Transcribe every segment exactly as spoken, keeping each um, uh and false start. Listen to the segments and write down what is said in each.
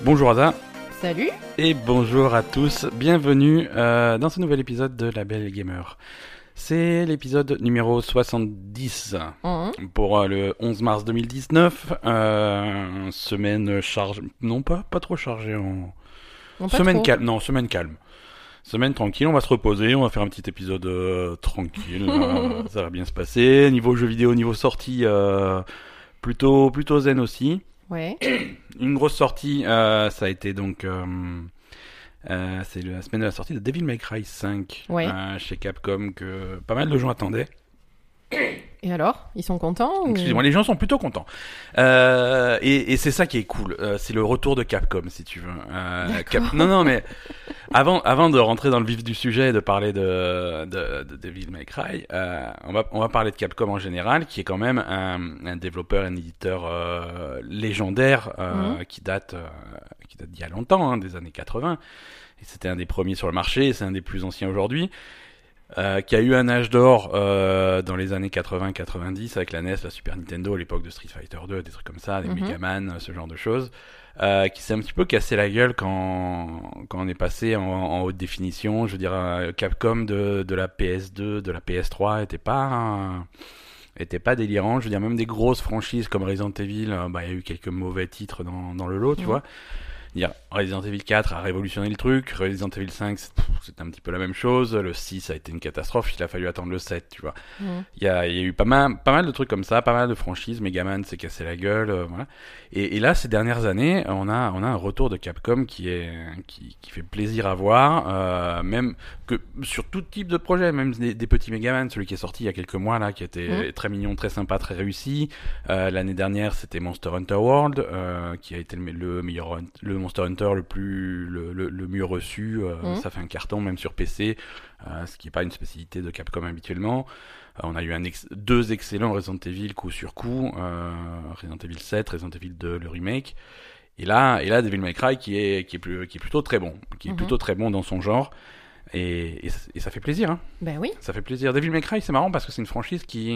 Bonjour Aza. Salut. Et bonjour à tous, bienvenue euh, dans ce nouvel épisode de La Belle Gamer. C'est l'épisode numéro soixante-dix mmh. pour euh, le onze mars deux mille dix-neuf. Euh, semaine chargée, non pas, pas trop chargée en... Non, semaine calme, non, semaine calme. Semaine tranquille, on va se reposer, on va faire un petit épisode euh, tranquille, euh, ça va bien se passer. Niveau jeux vidéo, niveau sortie, euh, plutôt, plutôt zen aussi. Ouais. Une grosse sortie, euh, ça a été donc... Euh, Euh, c'est la semaine de la sortie de Devil May Cry cinq ouais. euh, chez Capcom que pas mal de gens attendaient. Et alors, ils sont contents ou... Excusez-moi, les gens sont plutôt contents. Euh, et, et c'est ça qui est cool. Euh, c'est le retour de Capcom, si tu veux. Euh, Cap... Non, non, mais avant, avant de rentrer dans le vif du sujet et de parler de, de, de Devil May Cry, euh, on va, on va parler de Capcom en général, qui est quand même un, un développeur, un éditeur euh, légendaire euh, mmh. qui date, euh, qui date d'il y a longtemps, hein, des années quatre-vingts. Et c'était un des premiers sur le marché, et c'est un des plus anciens aujourd'hui. Euh, qui a eu un âge d'or euh, dans les années quatre-vingts quatre-vingt-dix avec la N E S, la Super Nintendo, à l'époque de Street Fighter deux, des trucs comme ça, des mm-hmm. Mega Man, ce genre de choses, euh, qui s'est un petit peu cassé la gueule quand, quand on est passé en, en haute définition. Je veux dire, euh, Capcom de, de la P S deux, de la P S trois était pas... Euh, était pas délirant. Je veux dire, même des grosses franchises comme Resident Evil, euh, bah, il y a eu quelques mauvais titres dans, dans le lot, tu mm-hmm. vois. Dire, Resident Evil quatre a révolutionné le truc, Resident Evil cinq c'est, c'est un petit peu la même chose, le six a été une catastrophe, il a fallu attendre le sept, tu vois. Mmh. Il y a, il y a eu pas mal, pas mal de trucs comme ça, pas mal de franchises, Mega Man s'est cassé la gueule, euh, voilà. Et, et là, ces dernières années, on a, on a un retour de Capcom qui est, qui, qui fait plaisir à voir, euh, même que sur tout type de projet, même des, des petits Mega Man, celui qui est sorti il y a quelques mois là, qui était mmh. très mignon, très sympa, très réussi. Euh, l'année dernière, c'était Monster Hunter World, euh, qui a été le, le meilleur, le Monster Hunter le plus le, le, le mieux reçu, euh, mmh. ça fait un carton même sur P C, euh, ce qui n'est pas une spécialité de Capcom habituellement. Euh, on a eu un ex- deux excellents Resident Evil coup sur coup, euh, Resident Evil sept, Resident Evil deux, le remake. Et là, et là Devil May Cry qui est qui est plus qui est plutôt très bon, qui est mmh. plutôt très bon dans son genre. Et, et, et ça fait plaisir, hein. Ben oui. Ça fait plaisir. Devil May Cry, c'est marrant parce que c'est une franchise qui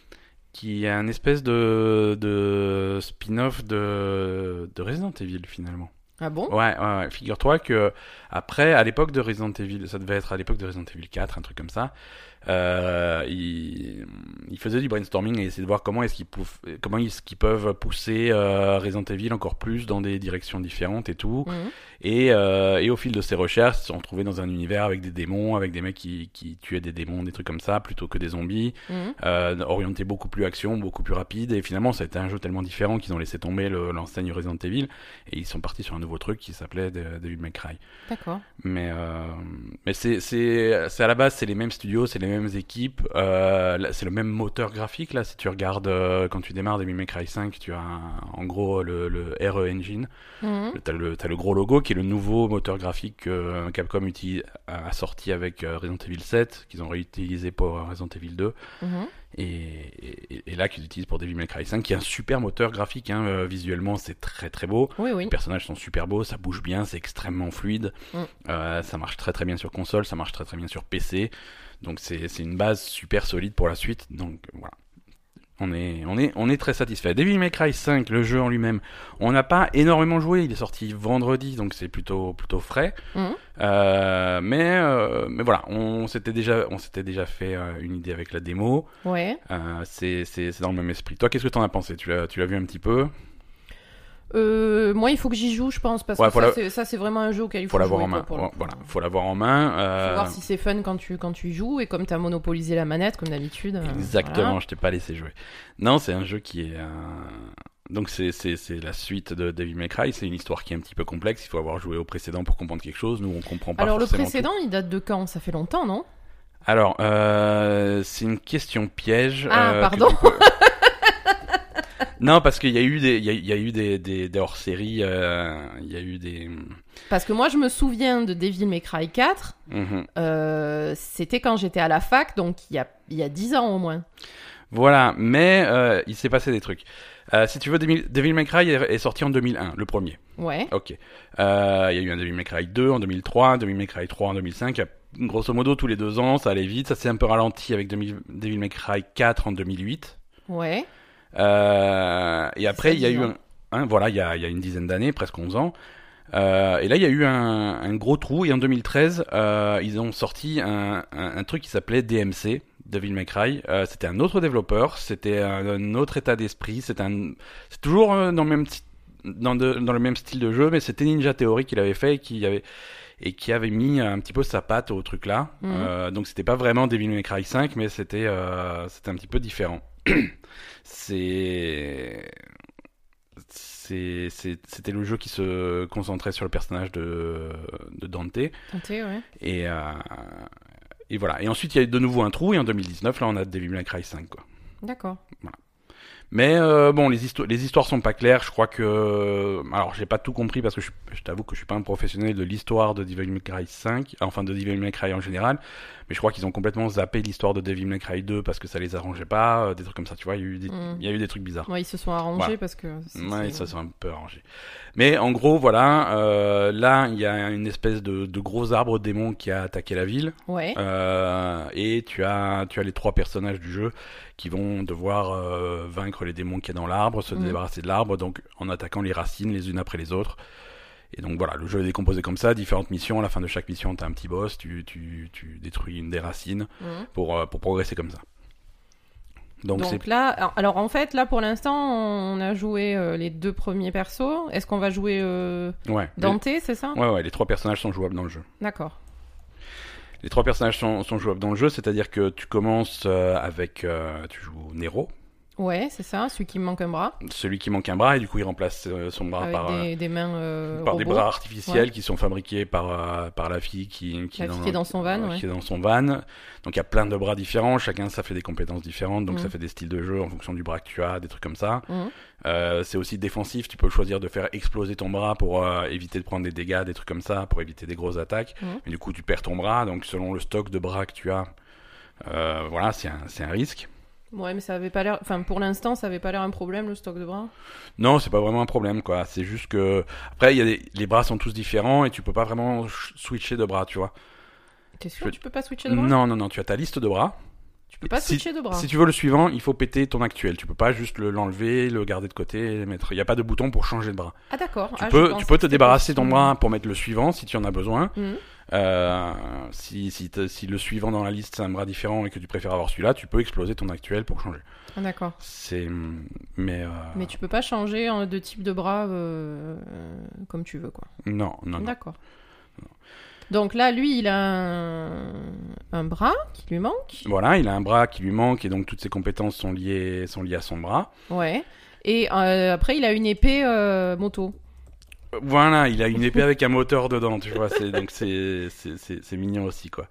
qui a un espèce de de spin-off de de Resident Evil finalement. Ah bon ? Ouais, ouais, ouais. Figure-toi que après, à l'époque de Resident Evil, ça devait être à l'époque de Resident Evil quatre, un truc comme ça. Euh, ils, ils faisaient du brainstorming et essayaient de voir comment est-ce qu'ils, pouf, comment est-ce qu'ils peuvent pousser euh, Resident Evil encore plus dans des directions différentes et tout. Mmh. Et, euh, et au fil de ces recherches, ils se sont retrouvés dans un univers avec des démons, avec des mecs qui, qui tuaient des démons, des trucs comme ça, plutôt que des zombies, mmh. euh, orienté beaucoup plus action, beaucoup plus rapide. Et finalement, ça a été un jeu tellement différent qu'ils ont laissé tomber le, l'enseigne Resident Evil et ils sont partis sur un nouveau truc qui s'appelait Devil May Cry. D'accord. Mais euh, mais c'est c'est c'est à la base c'est les mêmes studios, c'est les mêmes équipes, euh, c'est le même moteur graphique là. Si tu regardes euh, quand tu démarres Devil May Cry cinq, tu as un, en gros le, le R E Engine. Mm-hmm. T'as le t'as le gros logo qui est le nouveau moteur graphique que euh, Capcom utilise, a sorti avec euh, Resident Evil sept, qu'ils ont réutilisé pour euh, Resident Evil deux. Mm-hmm. Et, et, et là qu'ils utilisent pour Devil May Cry cinq, qui est un super moteur graphique, hein. Euh, visuellement c'est très très beau, oui, oui. Les personnages sont super beaux, ça bouge bien, c'est extrêmement fluide, mm. euh, ça marche très très bien sur console, ça marche très très bien sur P C, donc c'est, c'est une base super solide pour la suite, donc voilà. On est, on est, on est très satisfait. Devil May Cry cinq, le jeu en lui-même, on n'a pas énormément joué. Il est sorti vendredi, donc c'est plutôt, plutôt frais. Mmh. Euh, mais, euh, mais voilà, on s'était déjà, on s'était déjà fait euh, une idée avec la démo. Ouais. Euh, c'est, c'est, c'est dans le même esprit. Toi, qu'est-ce que t'en as pensé ? Tu l'as, tu l'as vu un petit peu ? Euh, moi, il faut que j'y joue, je pense, parce ouais, que ça, la... c'est, ça, c'est vraiment un jeu auquel il faut, faut l'avoir jouer. En main. Quoi, pour voilà, le... faut l'avoir en main. Euh... Faut voir si c'est fun quand tu quand tu y joues, et comme t'as monopolisé la manette, comme d'habitude. Exactement, voilà. Je t'ai pas laissé jouer. Non, c'est un jeu qui est. Euh... Donc c'est c'est c'est la suite de Devil May Cry. C'est une histoire qui est un petit peu complexe. Il faut avoir joué au précédent pour comprendre quelque chose. Nous, on comprend pas. Alors forcément le précédent, tout. Il date de quand ? Ça fait longtemps, non ? Alors, euh, c'est une question piège. Ah, euh, pardon. Non, parce qu'il y a eu des, il y a, il y a eu des, des, des hors-séries, euh, il y a eu des... Parce que moi, je me souviens de Devil May Cry quatre, mm-hmm. euh, c'était quand j'étais à la fac, donc il y a, il y a dix ans au moins. Voilà, mais euh, il s'est passé des trucs. Euh, si tu veux, Devil May Cry est, est sorti en deux mille un, le premier. Ouais. Ok. Euh, il y a eu un Devil May Cry deux en deux mille trois, un Devil May Cry trois en deux mille cinq, grosso modo tous les deux ans, ça allait vite, ça s'est un peu ralenti avec Devil May Cry quatre en deux mille huit. Ouais. Euh, et après, il y a eu un, hein, voilà, il y a, il y a une dizaine d'années, presque onze ans, Euh, et là, il y a eu un, un gros trou. Et en deux mille treize, euh, ils ont sorti un, un, un truc qui s'appelait D M C, Devil May Cry. Euh, c'était un autre développeur, c'était un, un autre état d'esprit. C'est un, c'est toujours dans le même dans, de, dans le même style de jeu, mais c'était Ninja Theory qui l'avait fait et qui avait et qui avait mis un petit peu sa patte au truc là. Mmh. Euh, donc c'était pas vraiment Devil May Cry cinq, mais c'était euh, c'était un petit peu différent. c'est C'est, c'est, c'était le jeu qui se concentrait sur le personnage de, de Dante. Dante, ouais. Et, euh, et voilà. Et ensuite, il y a eu de nouveau un trou. Et en deux mille dix-neuf, là, on a Devil May Cry cinq, quoi. D'accord. Voilà. Mais euh, bon, les, histo- les histoires sont pas claires. Je crois que... Alors, j'ai pas tout compris parce que je, je t'avoue que je suis pas un professionnel de l'histoire de Devil May Cry cinq. Enfin, de Devil May Cry en général. Mais je crois qu'ils ont complètement zappé l'histoire de Devil May Cry deux parce que ça les arrangeait pas. Euh, des trucs comme ça, tu vois. Il y a eu des, mm. il y a eu des trucs bizarres. Ouais, ils se sont arrangés voilà. parce que... C'est, ouais, c'est... ils se sont un peu arrangés. Mais en gros, voilà. Euh, là, il y a une espèce de, de gros arbre démon qui a attaqué la ville. Ouais. Euh, et tu as, tu as les trois personnages du jeu qui vont devoir euh, vaincre les démons qu'il y a dans l'arbre, se mmh. débarrasser de l'arbre, donc en attaquant les racines les unes après les autres. Et donc voilà, le jeu est décomposé comme ça, différentes missions. À la fin de chaque mission, tu as un petit boss, tu, tu, tu détruis une des racines mmh. pour, euh, pour progresser comme ça. Donc, donc c'est... là, alors en fait, là pour l'instant, on a joué euh, les deux premiers persos. Est-ce qu'on va jouer euh, ouais, Dante, les... c'est ça ? Ouais, ouais, les trois personnages sont jouables dans le jeu. D'accord. Les trois personnages sont, sont jouables dans le jeu, c'est-à-dire que tu commences euh, avec... Euh, tu joues Nero. Ouais, c'est ça, celui qui manque un bras. Celui qui manque un bras, et du coup il remplace euh, son bras avec par, des, des mains euh, par robots. des bras artificiels ouais. qui sont fabriqués par, euh, par la fille qui, qui, la dans, fille qui est dans son van. Euh, ouais. Qui est dans son van. Donc il y a plein de bras différents, chacun ça fait des compétences différentes, donc mmh. ça fait des styles de jeu en fonction du bras que tu as, des trucs comme ça. Mmh. Euh, c'est aussi défensif, tu peux choisir de faire exploser ton bras pour euh, éviter de prendre des dégâts, des trucs comme ça, pour éviter des grosses attaques. Mmh. Mais du coup tu perds ton bras, donc selon le stock de bras que tu as, euh, voilà, c'est un, c'est un risque. Ouais, mais ça avait pas l'air. Enfin, pour l'instant, ça avait pas l'air un problème le stock de bras. Non, c'est pas vraiment un problème, quoi. C'est juste que après, il y a des... les bras sont tous différents et tu peux pas vraiment switcher de bras, tu vois. T'es sûr que tu peux pas switcher de bras ? Non, non, non. Tu as ta liste de bras. Tu peux pas si... switcher de bras. Si tu veux le suivant, il faut péter ton actuel. Tu peux pas juste le... l'enlever, le garder de côté et le mettre. Il y a pas de bouton pour changer de bras. Ah d'accord. Tu ah, peux, tu peux te débarrasser ton bras pour mettre le suivant si tu en as besoin. Mmh. Euh, si, si, te, si le suivant dans la liste c'est un bras différent et que tu préfères avoir celui-là, tu peux exploser ton actuel pour changer. Ah, d'accord. C'est, mais, euh... mais tu peux pas changer de type de bras euh, euh, comme tu veux, quoi. Non, non, non. D'accord. Non. Donc là, lui, il a un... un bras qui lui manque. Voilà, il a un bras qui lui manque et donc toutes ses compétences sont liées, sont liées à son bras. Ouais. Et euh, après, il a une épée euh, moto. Voilà, il a une épée avec un moteur dedans, tu vois, c'est, donc c'est, c'est, c'est, c'est mignon aussi, quoi.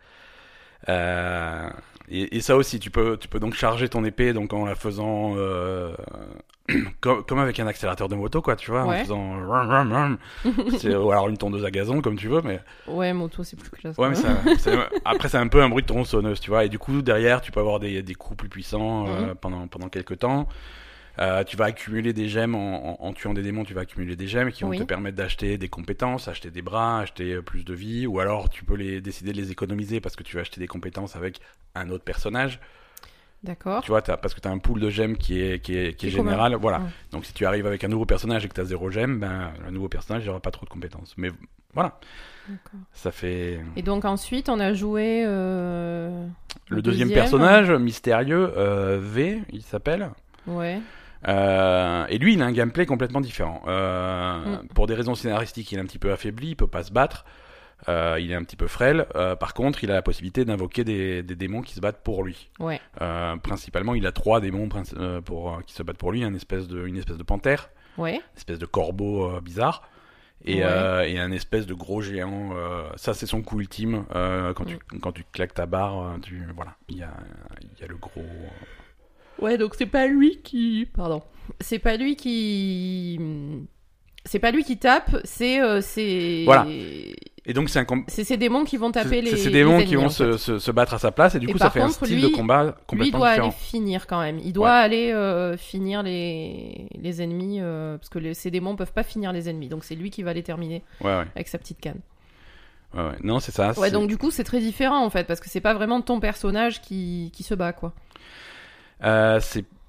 Euh, et, et ça aussi, tu peux, tu peux donc charger ton épée donc en la faisant euh, comme, comme avec un accélérateur de moto, quoi, tu vois, ouais. en faisant c'est, ou alors une tondeuse à gazon, comme tu veux, mais... Ouais, moto, c'est plus classe. Ouais, mais ça, c'est... après, c'est un peu un bruit de tronçonneuse, tu vois, et du coup, derrière, tu peux avoir des, des coups plus puissants euh, mmh. pendant, pendant quelques temps. Euh, tu vas accumuler des gemmes en, en, en tuant des démons, tu vas accumuler des gemmes qui vont oui. te permettre d'acheter des compétences, acheter des bras, acheter plus de vie, ou alors tu peux les, décider de les économiser parce que tu vas acheter des compétences avec un autre personnage. D'accord. Tu vois, t'as, parce que tu as un pool de gemmes qui est, qui est, qui est général. Voilà. Ouais. Donc si tu arrives avec un nouveau personnage et que tu as zéro gemme, ben, le nouveau personnage, il n'aura pas trop de compétences. Mais voilà. D'accord. Ça fait... Et donc ensuite, on a joué... Euh, le, le deuxième, deuxième personnage, mystérieux, euh, V, il s'appelle. Ouais. Euh, et lui, il a un gameplay complètement différent. Euh, mm. Pour des raisons scénaristiques, il est un petit peu affaibli, il peut pas se battre. Euh, il est un petit peu frêle. Euh, par contre, il a la possibilité d'invoquer des, des démons qui se battent pour lui. Ouais. Euh, principalement, il a trois démons princi- pour, euh, qui se battent pour lui. Une espèce de, une espèce de panthère, ouais. une espèce de corbeau euh, bizarre. Et, ouais. euh, et un espèce de gros géant. Euh, ça, c'est son coup ultime. Euh, quand, mm. tu, quand tu claques ta barre, tu, voilà, il y a, il y a le gros... Ouais, donc c'est pas lui qui... Pardon. C'est pas lui qui... C'est pas lui qui tape, c'est... Euh, c'est... Voilà. Et donc c'est un... Com... C'est ces démons qui vont taper c'est, les C'est ces démons les qui vont se, se, se battre à sa place, et du et coup ça fait contre, un style lui, de combat complètement lui doit différent. aller finir quand même. Il doit ouais. aller euh, finir les, les ennemis, euh, parce que les... ces démons peuvent pas finir les ennemis. Donc c'est lui qui va les terminer ouais, ouais. avec sa petite canne. Ouais, ouais. Non, c'est ça. Ouais, c'est... donc du coup c'est très différent en fait, parce que c'est pas vraiment ton personnage qui, qui se bat, quoi. Euh, c'est...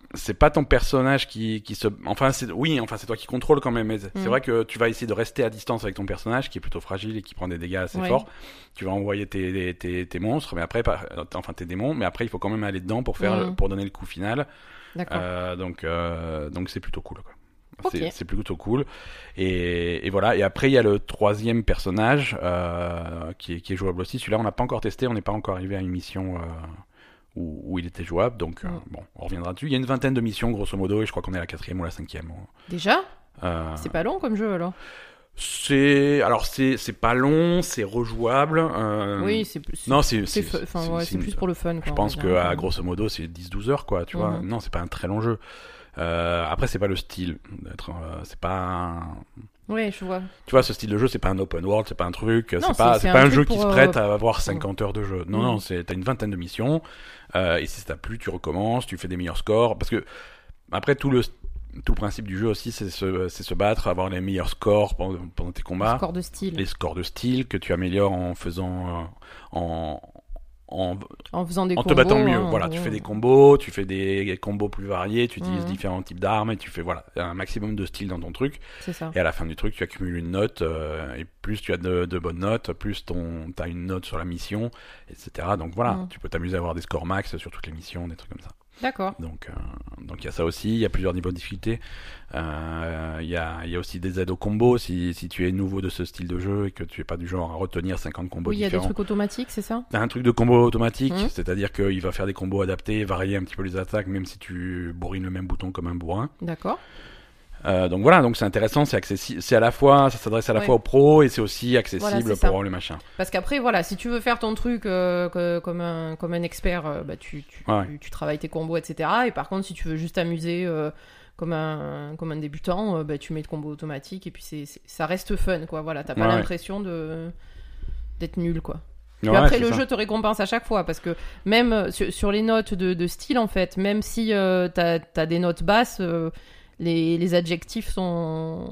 c'est pas ton personnage qui, qui se, enfin c'est, oui, enfin c'est toi qui contrôle quand même, mais c'est Mm. vrai que tu vas essayer de rester à distance avec ton personnage qui est plutôt fragile et qui prend des dégâts assez Ouais. forts. Tu vas envoyer tes, tes, tes, tes monstres, mais après, pas- enfin tes démons, mais après il faut quand même aller dedans pour faire, Mm. le- pour donner le coup final. D'accord. Euh, donc, euh, donc c'est plutôt cool, quoi. Ok. C'est, c'est plutôt cool. Et, et voilà. Et après, il y a le troisième personnage euh, qui, est, qui est jouable aussi. Celui-là, on n'a pas encore testé. On n'est pas encore arrivé à une mission euh, où, où il était jouable. Donc, euh, Mm. bon, on reviendra dessus. Il y a une vingtaine de missions, grosso modo, et je crois qu'on est à la quatrième ou la cinquième. Déjà Euh, C'est pas long comme jeu alors c'est, alors c'est, c'est pas long, c'est rejouable. euh, Oui, c'est plus. Non, c'est, c'est, c'est, fu- enfin, c'est- ouais, c'est c'est une- plus pour le fun. Quoi, Je on pense va que dire. à grosso modo c'est dix douze heures, quoi, tu vois. Mhm. Non, c'est pas un très long jeu. Euh, après, c'est pas le style d'être, euh, c'est pas un... Oui, je vois. Tu vois, ce style de jeu, c'est pas un open world, c'est pas un truc, Non, c'est pas, c'est- c'est c'est pas un un truc jeu qui pour, se euh, prête à avoir cinquante heures de jeu. Non, Mhm. non, c'est, t'as une vingtaine de missions, euh, et si ça t'a plu, tu recommences, tu fais des meilleurs scores, parce que, après, tout le, tout le principe du jeu aussi, c'est se, c'est se battre, avoir les meilleurs scores pendant, pendant tes combats. Score de style. Les scores de style que tu améliores en faisant, euh, en, en, En faisant des en combos. te battant mieux. hein, Voilà, en tu gros. fais des combos, tu fais des combos plus variés, tu utilises Mhm. différents types d'armes et tu fais voilà un maximum de style dans ton truc. C'est ça. Et à la fin du truc, tu accumules une note euh, et plus tu as de, de bonnes notes, plus ton t'as une note sur la mission, et cetera. Donc voilà, Mhm. tu peux t'amuser à avoir des scores max sur toutes les missions, des trucs comme ça. D'accord. Donc, euh, donc il y a ça aussi, il y a plusieurs niveaux de difficulté. Euh, Il y, a, il y a aussi des aides au combo si, si tu es nouveau de ce style de jeu et que tu es pas du genre à retenir cinquante combos Oui, il y a des différents. trucs automatiques, c'est ça T'as un truc de combo automatique, Mhm. c'est-à-dire qu'il va faire des combos adaptés, varier un petit peu les attaques, même si tu bourrines le même bouton comme un bourrin. D'accord. Euh, donc voilà, donc c'est intéressant, c'est accessible, c'est à la fois, ça s'adresse à la Ouais. fois aux pros et c'est aussi accessible Voilà, c'est ça. pour les machins. Parce qu'après, voilà, si tu veux faire ton truc euh, que- comme, un, comme un expert, euh, bah, tu, tu, Ouais. tu, tu travailles tes combos, et cetera. Et par contre, si tu veux juste t'amuser euh, comme, un, comme un débutant, euh, bah, tu mets le combo automatique et puis c'est, c'est- ça reste fun, quoi. Voilà, t'as pas Ouais, ouais. l'impression de, d'être nul, quoi. Puis Ouais, après, c'est le ça. jeu te récompense à chaque fois, parce que même euh, sur, sur les notes de, de style, en fait, même si euh, t'as, t'as des notes basses, euh, les, les adjectifs sont...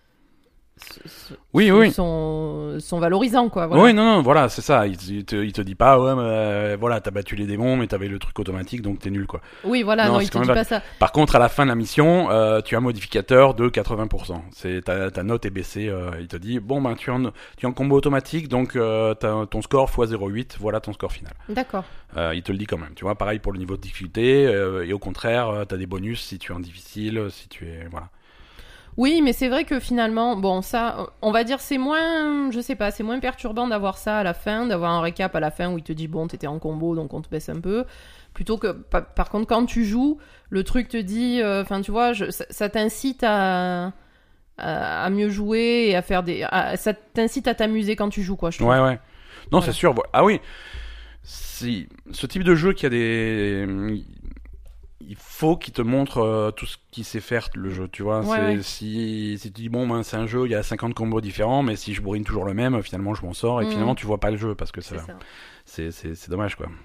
Oui, sont, oui. sont, sont valorisants, quoi. Voilà. Oui, non, non, voilà, c'est ça. Il, il te, il te dit pas, ouais, mais euh, voilà, t'as battu les démons, mais t'avais le truc automatique, donc t'es nul, quoi. Oui, voilà, Non, non, c'est il te quand dit même pas ça. Par contre, à la fin de la mission, euh, tu as un modificateur de quatre-vingts pour cent. C'est, ta, ta note est baissée, euh, il te dit, bon, ben, tu es en, tu es en combo automatique, donc euh, t'as ton score fois zéro virgule huit, voilà ton score final. D'accord. Euh, il te le dit quand même, tu vois, pareil pour le niveau de difficulté, euh, et au contraire, euh, t'as des bonus si tu es en difficile, si tu es, voilà. Oui, mais c'est vrai que finalement, bon, ça, on va dire, c'est moins, je sais pas, c'est moins perturbant d'avoir ça à la fin, d'avoir un récap à la fin où il te dit, bon, t'étais en combo, donc on te baisse un peu. Plutôt que, pa- par contre, quand tu joues, le truc te dit, enfin, tu vois, je- ça, ça t'incite à, à, à mieux jouer et à faire des. à- ça t'incite à t'amuser quand tu joues, quoi, je trouve. Ouais, ouais. Non, Voilà. c'est sûr. Ah oui. Si ce type de jeu qui a des, il faut qu'il te montre euh, tout ce qu'il sait faire le jeu. Tu vois, Ouais, c'est, ouais. si si tu dis bon ben c'est un jeu, il y a cinquante combos différents, mais si je bourrine toujours le même, finalement je m'en sors et Mhm. finalement tu vois pas le jeu parce que ça, C'est ça. c'est c'est c'est dommage quoi.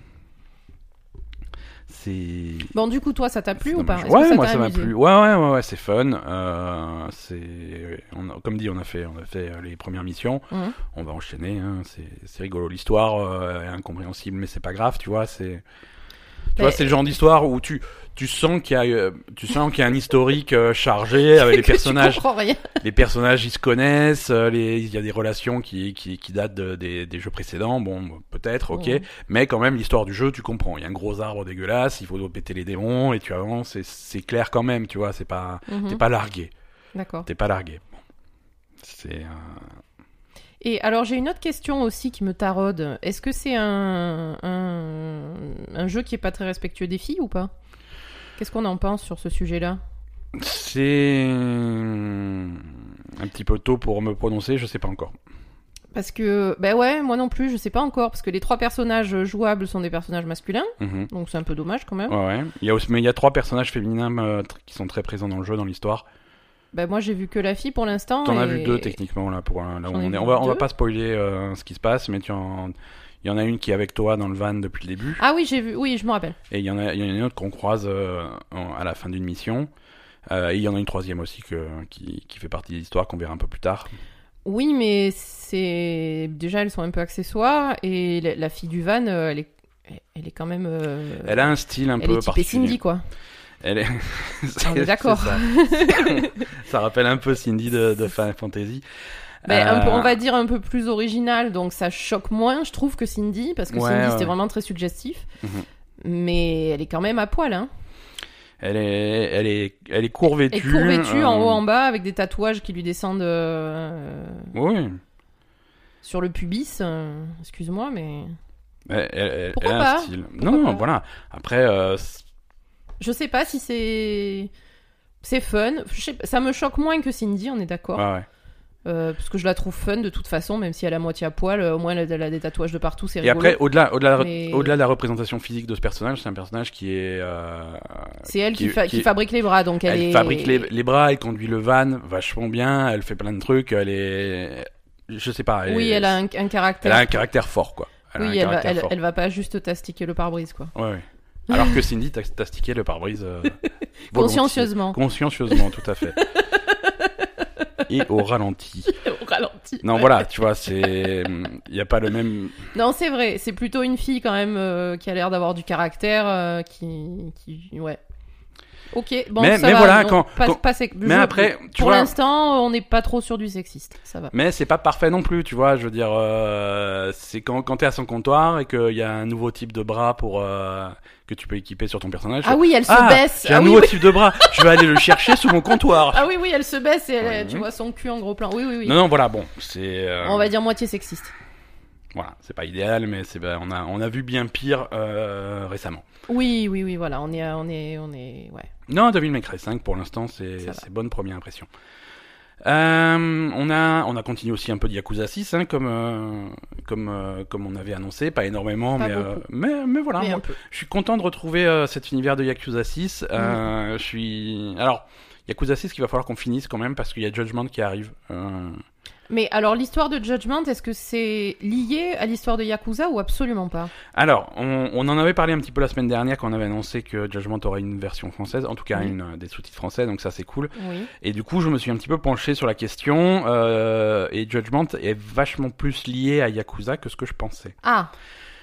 C'est Bon, du coup, toi, ça t'a plu c'est ou pas dommage. Est-ce que Ouais, ça moi t'a ça m'a amusé plu. Ouais, ouais, ouais, ouais, c'est fun. Euh, c'est, on a- comme dit, on a fait, on a fait euh, les premières missions. Mhm. On va enchaîner. Hein. C'est, c'est rigolo. L'histoire euh, est incompréhensible, mais c'est pas grave, tu vois. C'est, tu Mais- vois, c'est le genre d'histoire où tu, tu sens qu'il y a, euh, tu sens qu'il y a un historique euh, chargé avec les Que tu personnages. comprends rien. Les personnages, ils se connaissent. euh, Les, il y a des relations qui, qui, qui datent de- des, des jeux précédents. Bon, peut-être, ok. Mhm. Mais quand même, l'histoire du jeu, tu comprends. Il y a un gros arbre dégueulasse. Il faut péter les démons et tu avances. Et c'est clair quand même, tu vois. C'est pas, Mhm. t'es pas largué. D'accord. T'es pas largué. Bon. C'est. euh, Et alors j'ai une autre question aussi qui me taraude. Est-ce que c'est un, un, un jeu qui est pas très respectueux des filles ou pas? Qu'est-ce qu'on en pense sur ce sujet-là? C'est un petit peu tôt pour me prononcer, je sais pas encore. Parce que, ben ouais, moi non plus, je sais pas encore, parce que les trois personnages jouables sont des personnages masculins, Mhm. donc c'est un peu dommage quand même. Ouais, ouais. Il y a aussi, mais il y a trois personnages féminins euh, tr- qui sont très présents dans le jeu, dans l'histoire. Ben moi j'ai vu que la fille pour l'instant. T'en as et- vu deux techniquement là pour un- là où J'en ai on est. vu On va on va deux. pas spoiler euh, ce qui se passe, mais tu en il y en a une qui est avec toi dans le van depuis le début, Ah oui, j'ai vu, oui, je me rappelle. et il y en a il y en a une autre qu'on croise euh, en- à la fin d'une mission. Euh, et il y en a une troisième aussi que, qui, qui fait partie de l'histoire qu'on verra un peu plus tard. Oui, mais c'est. Déjà, elles sont un peu accessoires, et la, la fille du van, euh, elle est, elle est quand même. euh, Elle a un style un elle peu est typée particulier. Cindy, quoi. Elle est... On est d'accord. Ça. Ça rappelle un peu Cindy de, de Final Fantasy. Ben, euh... un peu, on va dire un peu plus original, donc ça choque moins, je trouve, que Cindy, parce que ouais, Cindy ouais, c'était ouais. vraiment très suggestif. Mm-hmm. Mais elle est quand même à poil, hein. Elle est, elle est, elle est court vêtue. Elle est court vêtue euh... en haut, en bas, avec des tatouages qui lui descendent euh... oui. sur le pubis. Euh... Excuse-moi, mais Elle, elle, pourquoi elle a pas un style. pourquoi non, pas voilà. Après, euh... je sais pas si c'est, c'est fun. Je sais... Ça me choque moins que Cindy, on est d'accord. ouais, ouais. Euh, parce que je la trouve fun de toute façon, même si elle est à moitié à poil, euh, au moins elle a, elle a des tatouages de partout, c'est Et rigolo. après, au-delà, au-delà, Mais... au-delà de la représentation physique de ce personnage, c'est un personnage qui est. Euh, c'est elle qui, qui, fa- qui, qui fabrique les bras, donc elle, elle est... fabrique les, les bras, elle conduit le van vachement bien, elle fait plein de trucs, elle est. Je sais pas. Elle oui, est... elle a un, un caractère. Elle a un caractère fort, quoi. Elle oui, a un elle va, elle, fort. elle va pas juste t'astiquer le pare-brise, quoi. Ouais, ouais. Alors que Cindy t'a, t'a stické le pare-brise. Euh, Consciencieusement. Consciencieusement, tout à fait. Et au ralenti. Au ralenti. Non, ouais. voilà, tu vois, c'est. Il n'y a pas le même. Non, c'est vrai, c'est plutôt une fille quand même euh, qui a l'air d'avoir du caractère, euh, qui, qui. Ouais. Ok, bon, mais, ça mais va. voilà, non, quand. pas, quand... pas sec... Mais je... après, tu pour vois. l'instant, on n'est pas trop sur du sexiste, ça va. Mais c'est pas parfait non plus, tu vois. Je veux dire, euh, c'est quand, quand t'es à son comptoir et qu'il y a un nouveau type de bras pour. Euh, que tu peux équiper sur ton personnage. Ah oui, elle se ah, baisse. J'ai ah un oui, nouveau oui. type de bras. Je vais aller le chercher sous mon comptoir. Ah oui, oui, elle se baisse et elle, oui. tu vois son cul en gros plan. Oui, oui, oui. Non, non, voilà, bon, c'est. Euh... On va dire moitié sexiste. Voilà, c'est pas idéal, mais c'est on a on a vu bien pire euh, récemment. Oui, oui, oui, voilà, on est on est on est ouais. Non, Devil May Cry cinq pour l'instant, c'est c'est bonne première impression. Euh, on a on a continué aussi un peu de Yakuza six, hein, comme euh, comme euh, comme on avait annoncé, pas énormément, pas mais, euh, mais mais voilà. Mais moi, je suis content de retrouver euh, cet univers de Yakuza six. Euh, mmh. Je suis alors Yakuza six qu'il va falloir qu'on finisse quand même parce qu'il y a Judgment qui arrive. Euh... Mais alors, l'histoire de Judgment, est-ce que c'est lié à l'histoire de Yakuza ou absolument pas ? Alors, on, on en avait parlé un petit peu la semaine dernière quand on avait annoncé que Judgment aurait une version française, en tout cas oui. une, des sous-titres français, donc ça c'est cool. Oui. Et du coup, je me suis un petit peu penché sur la question, euh, et Judgment est vachement plus lié à Yakuza que ce que je pensais. Ah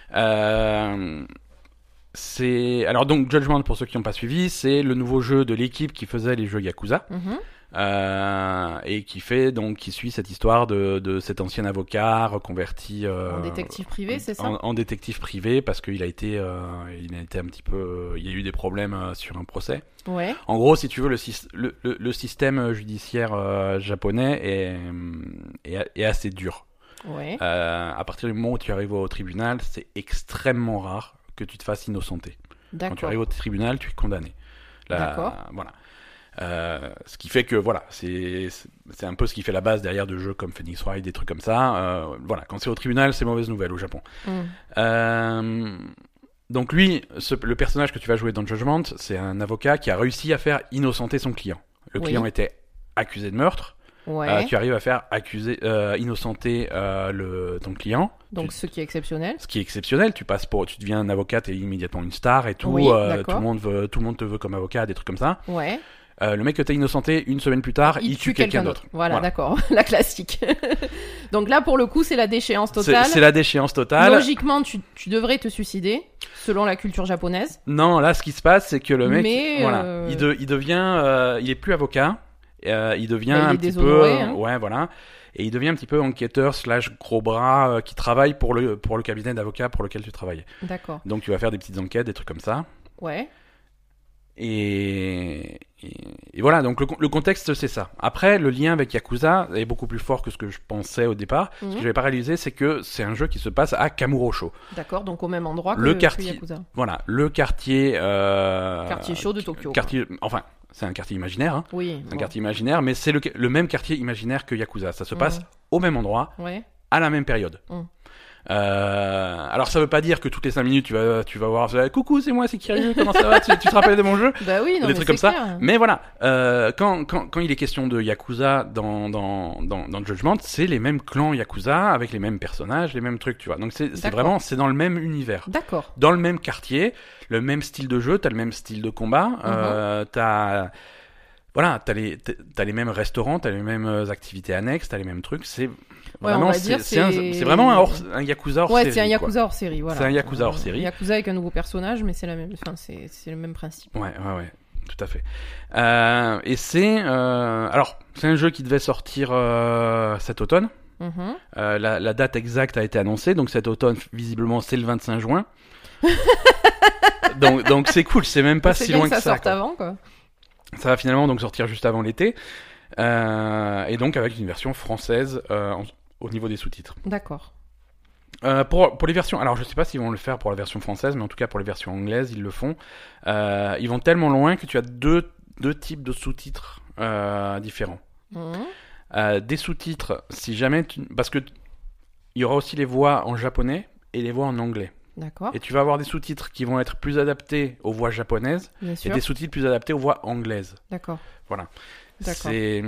euh, c'est... Alors donc, Judgment, pour ceux qui n'ont pas suivi, c'est le nouveau jeu de l'équipe qui faisait les jeux Yakuza. Mm-hmm. Euh, et qui fait donc qui suit cette histoire de, de cet ancien avocat reconverti euh, en détective privé, c'est ça en, en détective privé parce qu'il a été euh, il a été un petit peu euh, il y a eu des problèmes euh, sur un procès. Ouais. En gros, si tu veux, le, le, le, le système judiciaire euh, japonais est, est, est assez dur. Ouais. Euh, à partir du moment où tu arrives au tribunal, c'est extrêmement rare que tu te fasses innocenter. D'accord. Quand tu arrives au tribunal, tu es condamné. Là, D'accord. Voilà. Euh, ce qui fait que voilà, c'est c'est un peu ce qui fait la base derrière de jeux comme Phoenix Wright, des trucs comme ça. Euh, voilà, quand c'est au tribunal, c'est mauvaise nouvelle au Japon. Mm. Euh, donc lui, ce, le personnage que tu vas jouer dans Judgment, c'est un avocat qui a réussi à faire innocenter son client. Le oui. client était accusé de meurtre. Ouais. Euh, tu arrives à faire accuser, euh, innocenter euh, le ton client. Donc tu, ce qui est exceptionnel. Ce qui est exceptionnel, tu passes pour, tu deviens un avocat, t'es immédiatement une star et tout. Oui, euh, tout le monde veut, tout le monde te veut comme avocat, des trucs comme ça. Ouais. Euh, le mec que t'as innocenté, une semaine plus tard, il, il tue, tue quelqu'un, quelqu'un d'autre. d'autre. Voilà, voilà. D'accord. La classique. Donc là, pour le coup, c'est la déchéance totale. C'est, c'est la déchéance totale. Logiquement, tu, tu devrais te suicider, selon la culture japonaise. Non, là, ce qui se passe, c'est que le mec, Mais voilà, euh... il, de, il devient, euh, il est plus avocat, euh, il devient bah, il un est petit déshonoré, peu, hein. ouais, voilà, et il devient un petit peu enquêteur slash gros bras euh, qui travaille pour le pour le cabinet d'avocats pour lequel tu travaillais. D'accord. Donc tu vas faire des petites enquêtes, des trucs comme ça. Ouais. Et, et, et voilà, donc le, le contexte c'est ça. Après, le lien avec Yakuza est beaucoup plus fort que ce que je pensais au départ. Mm-hmm. Ce que j'avais pas réalisé, c'est que c'est un jeu qui se passe à Kamurocho. D'accord, donc au même endroit que le quartier, que Yakuza. Voilà, le quartier. Euh, quartier chaud de Tokyo. Quartier, enfin, c'est un quartier imaginaire. Hein. Oui. C'est bon. un quartier imaginaire, mais c'est le, le même quartier imaginaire que Yakuza. Ça se passe mm. au même endroit, ouais. à la même période. Mm. Euh, alors ça veut pas dire que toutes les cinq minutes tu vas tu vas voir coucou c'est moi c'est Kiryu comment ça va tu, tu te rappelles de mon jeu bah oui non, des mais trucs comme clair. ça mais voilà euh, quand quand quand il est question de Yakuza dans dans dans, dans Judgment c'est les mêmes clans Yakuza avec les mêmes personnages les mêmes trucs tu vois donc c'est c'est vraiment c'est dans le même univers d'accord dans le même quartier le même style de jeu t'as le même style de combat mm-hmm. euh, t'as voilà, t'as les, t'as les mêmes restaurants, t'as les mêmes activités annexes, t'as les mêmes trucs. C'est ouais, vraiment, on va c'est, dire, c'est, c'est... Un, c'est vraiment un, hors, un Yakuza hors ouais, série. Ouais, c'est un Yakuza quoi. hors série, voilà. C'est un Yakuza hors série. Yakuza avec un nouveau personnage, mais c'est la même, enfin, c'est, c'est le même principe. Ouais, ouais, ouais. tout à fait. Euh, et c'est... Euh, alors, c'est un jeu qui devait sortir euh, cet automne. Mm-hmm. Euh, la, la date exacte a été annoncée, donc cet automne, visiblement, c'est le vingt-cinq juin. donc, donc c'est cool, c'est même pas c'est si bien loin que ça. que ça. sorte Quoi. avant, quoi. Ça va finalement donc sortir juste avant l'été. Euh, et donc avec une version française euh, en, au niveau des sous-titres. D'accord. Euh, pour, pour les versions, alors je sais pas s'ils vont le faire pour la version française, mais en tout cas pour les versions anglaises, ils le font. Euh, ils vont tellement loin que tu as deux, deux types de sous-titres euh, différents. Mmh. Euh, des sous-titres, si jamais tu... Parce que il y aura aussi les voix en japonais et les voix en anglais. D'accord. Et tu vas avoir des sous-titres qui vont être plus adaptés aux voix japonaises Bien sûr. et des sous-titres plus adaptés aux voix anglaises. D'accord. Voilà. D'accord. C'est...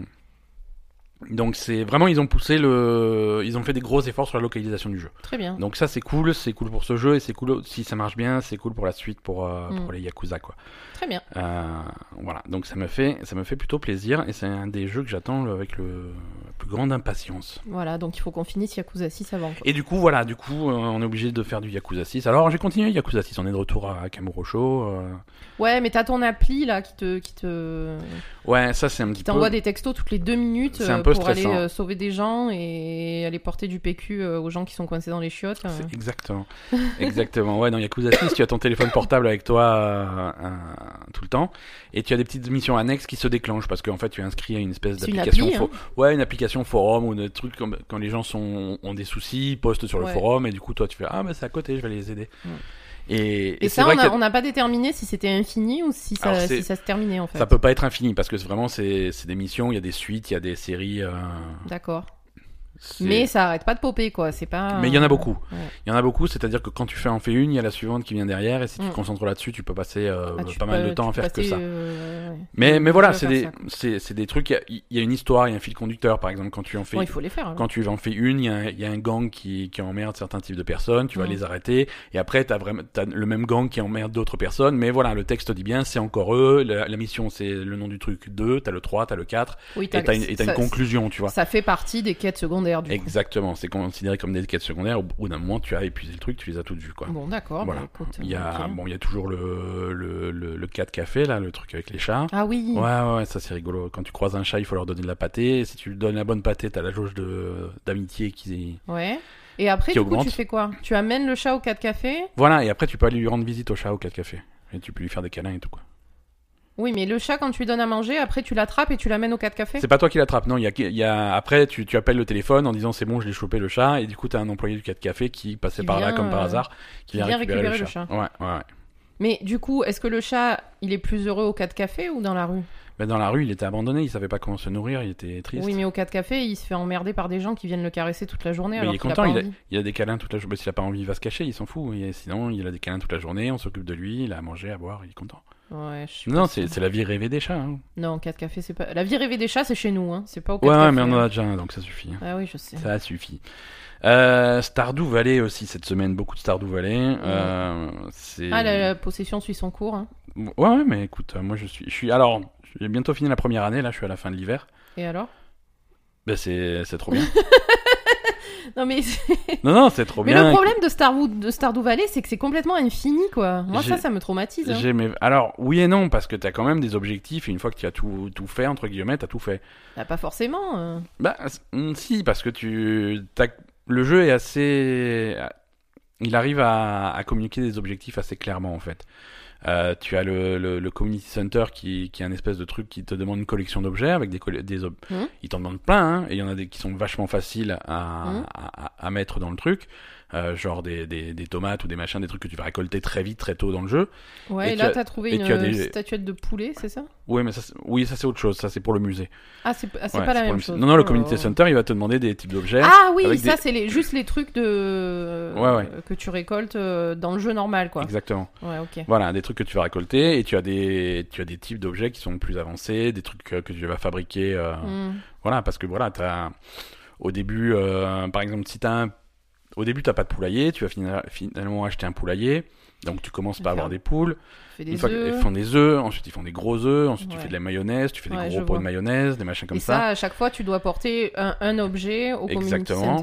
Donc c'est vraiment, ils ont poussé le... Ils ont fait des gros efforts sur la localisation du jeu. Très bien. Donc ça c'est cool, c'est cool pour ce jeu et c'est cool si ça marche bien, c'est cool pour la suite, pour, euh, Mm. pour les Yakuza quoi. Très bien. Euh, voilà, donc ça me fait ça me fait plutôt plaisir et c'est un des jeux que j'attends avec le la plus grande impatience. Voilà, donc il faut qu'on finisse Yakuza six avant. Quoi. Et du coup voilà, du coup euh, on est obligé de faire du Yakuza six. Alors j'ai continué Yakuza six, on est de retour à Kamurocho. Euh... Ouais, mais t'as ton appli là qui te qui te Ouais, ça c'est un petit qui peu. t'envoie des textos toutes les deux minutes C'est un euh, peu pour stressant. aller euh, sauver des gens et aller porter du P Q euh, aux gens qui sont coincés dans les chiottes. euh. C'est exactement. Exactement. Ouais, dans Yakuza six, tu as ton téléphone portable avec toi euh, euh, tout le temps et tu as des petites missions annexes qui se déclenchent parce qu'en fait tu es inscrit à une espèce C'est une d'application appli, fo- ouais, une application forum ou des trucs comme quand les gens sont ont des soucis, ils postent sur le Ouais. forum et du coup toi tu fais ah mais c'est à côté, je vais les aider. Ouais. Et, Et, et c'est ça, vrai on que a- on n'a pas déterminé si c'était infini ou si ça, Alors, c'est- si ça se terminait en fait. ça peut pas être infini parce que c'est vraiment c'est c'est des missions, il y a des suites, il y a des séries euh, D'accord. c'est- Mais ça arrête pas de popper quoi, c'est pas. Mais il y en a beaucoup. Ouais. Il y en a beaucoup, c'est-à-dire que quand tu fais en fais une, il y a la suivante qui vient derrière, et si tu Mm. te concentres là-dessus, tu peux passer euh, Ah, tu pas peux- mal de tu temps à peux faire que passer, ça. euh, ouais. Mais, Tu mais peux voilà, faire c'est des, ça, quoi. c'est, c'est des trucs, il y a- il y, a une histoire, il y a un fil conducteur, par exemple, quand tu en fais, Bon, il faut les faire. alors. quand tu en fais une, il y a, un- il y a un gang qui, qui emmerde certains types de personnes, tu vas Mm. les arrêter, et après, t'as vraiment, t'as le même gang qui emmerde d'autres personnes, mais voilà, le texte dit bien, c'est encore eux, la, la mission, c'est le nom du truc deux, t'as le trois, t'as le quatre, Oui, et t'as une, et t'as une ça- conclusion, tu vois. Ça fait partie des quêtes secondaires du coup. Exactement, c'est considéré comme des quêtes secondaires, au bout d'un moment, tu as épuisé le truc, tu les as toutes vues, quoi. Bon, d'accord. Voilà. bah, écoute, Il y a, ok. bon, il y a toujours le, le, le, le quatre café, là, le truc avec les chats. Ah oui. Ouais, ouais, ouais, ça c'est rigolo. Quand tu croises un chat, il faut leur donner de la pâtée. Et si tu lui donnes la bonne pâtée, t'as la jauge de, d'amitié qui... Ouais. Et après, Qui du coup, augmente. tu fais quoi? Tu amènes le chat au quatre café? Voilà, et après tu peux aller lui rendre visite au chat au quatre café. Et tu peux lui faire des câlins et tout, quoi. Oui, mais le chat, quand tu lui donnes à manger, après tu l'attrapes et tu l'amènes au quatre café? C'est pas toi qui l'attrape, non. Il y a, il y a, après, tu, tu appelles le téléphone en disant c'est bon, je l'ai chopé le chat. Et du coup, t'as un employé du quatre café qui passait Qui par là vient, comme par euh, hasard, qui qui vient vient récupérer, récupérer le, le chat. Ouais, ouais, ouais. Mais du coup, est-ce que le chat, il est plus heureux au quatre café ou dans la rue? Mais dans la rue, il était abandonné, il savait pas comment se nourrir, il était triste. Oui, mais au quatre café, il se fait emmerder par des gens qui viennent le caresser toute la journée Mais alors il est qu'il a content, pas il a, envie. il a des câlins toute la journée. S'il a pas envie, il va se cacher, il s'en fout. Et sinon, il a des câlins toute la journée, on s'occupe de lui, il a à manger, à boire, il est content. Ouais, je suis Non, pas c'est, sûre. c'est la vie rêvée des chats. Hein. Non, quatre café, c'est pas. La vie rêvée des chats, c'est chez nous, hein. C'est pas au Ouais, quatre ouais, café. mais on en hein. a déjà un, donc ça suffit. hein. Ah oui, je sais. Ça suffit. Euh, Stardew Valley aussi cette semaine, beaucoup de Stardew Valley. Euh, c'est... Ah, la, la possession suit son cours. Hein. Ouais, ouais, mais écoute, euh, moi je suis, je suis, alors, j'ai bientôt fini la première année, là, je suis à la fin de l'hiver. Et alors? Ben c'est, c'est trop bien. Non, mais. non, non, c'est trop Mais bien. le problème de Stardew, de Stardew Valley, c'est que c'est complètement infini, quoi. Moi, J'ai- ça, ça me traumatise. Hein. J'ai mes- Alors, oui et non, parce que t'as quand même des objectifs, et une fois que tu as tout, tout fait, entre guillemets, t'as tout fait. Bah, pas forcément. euh. Bah, c- mm, si, parce que tu, t'as- le jeu est assez, il arrive à, à communiquer des objectifs assez clairement en fait. Euh, tu as le, le, le community center qui, qui est un espèce de truc qui te demande une collection d'objets avec des, coll- des ob- Mhm. il t'en demande plein, hein, et il y en a des qui sont vachement faciles à, Mhm. à, à- à mettre dans le truc. Euh, genre des, des, des tomates ou des machins, des trucs que tu vas récolter très vite, très tôt dans le jeu. Ouais, Et et tu là, as- t'as trouvé et une tu as des- statuette de poulet, c'est ça? Oui, mais ça, c'est- oui, ça c'est autre chose, ça c'est pour le musée. Ah, c'est ah, c'est Ouais, pas la pour même le- chose. Non, non, le Oh. community center, il va te demander des types d'objets. Ah oui, avec ça, des- c'est les, juste les trucs de... Ouais, ouais. que tu récoltes euh, dans le jeu normal, quoi. Exactement. Ouais, ok. Voilà, des trucs que tu vas récolter, et tu as des, tu as des types d'objets qui sont plus avancés, des trucs que, que tu vas fabriquer. euh, Hmm. Voilà, parce que voilà, t'as, au début, euh, par exemple, si t'as un, au début t'as pas de poulailler, tu vas fina- finalement acheter un poulailler, donc tu commences par Faire- avoir des poules. Fais Une des fois qu'ils œufs. font des œufs, ensuite ils font des gros œufs, ensuite tu Ouais. fais de la mayonnaise, tu fais des Ouais, gros je pots vois. de mayonnaise, des machins comme Et ça, à chaque fois, tu dois porter un, un objet au community Exactement. center.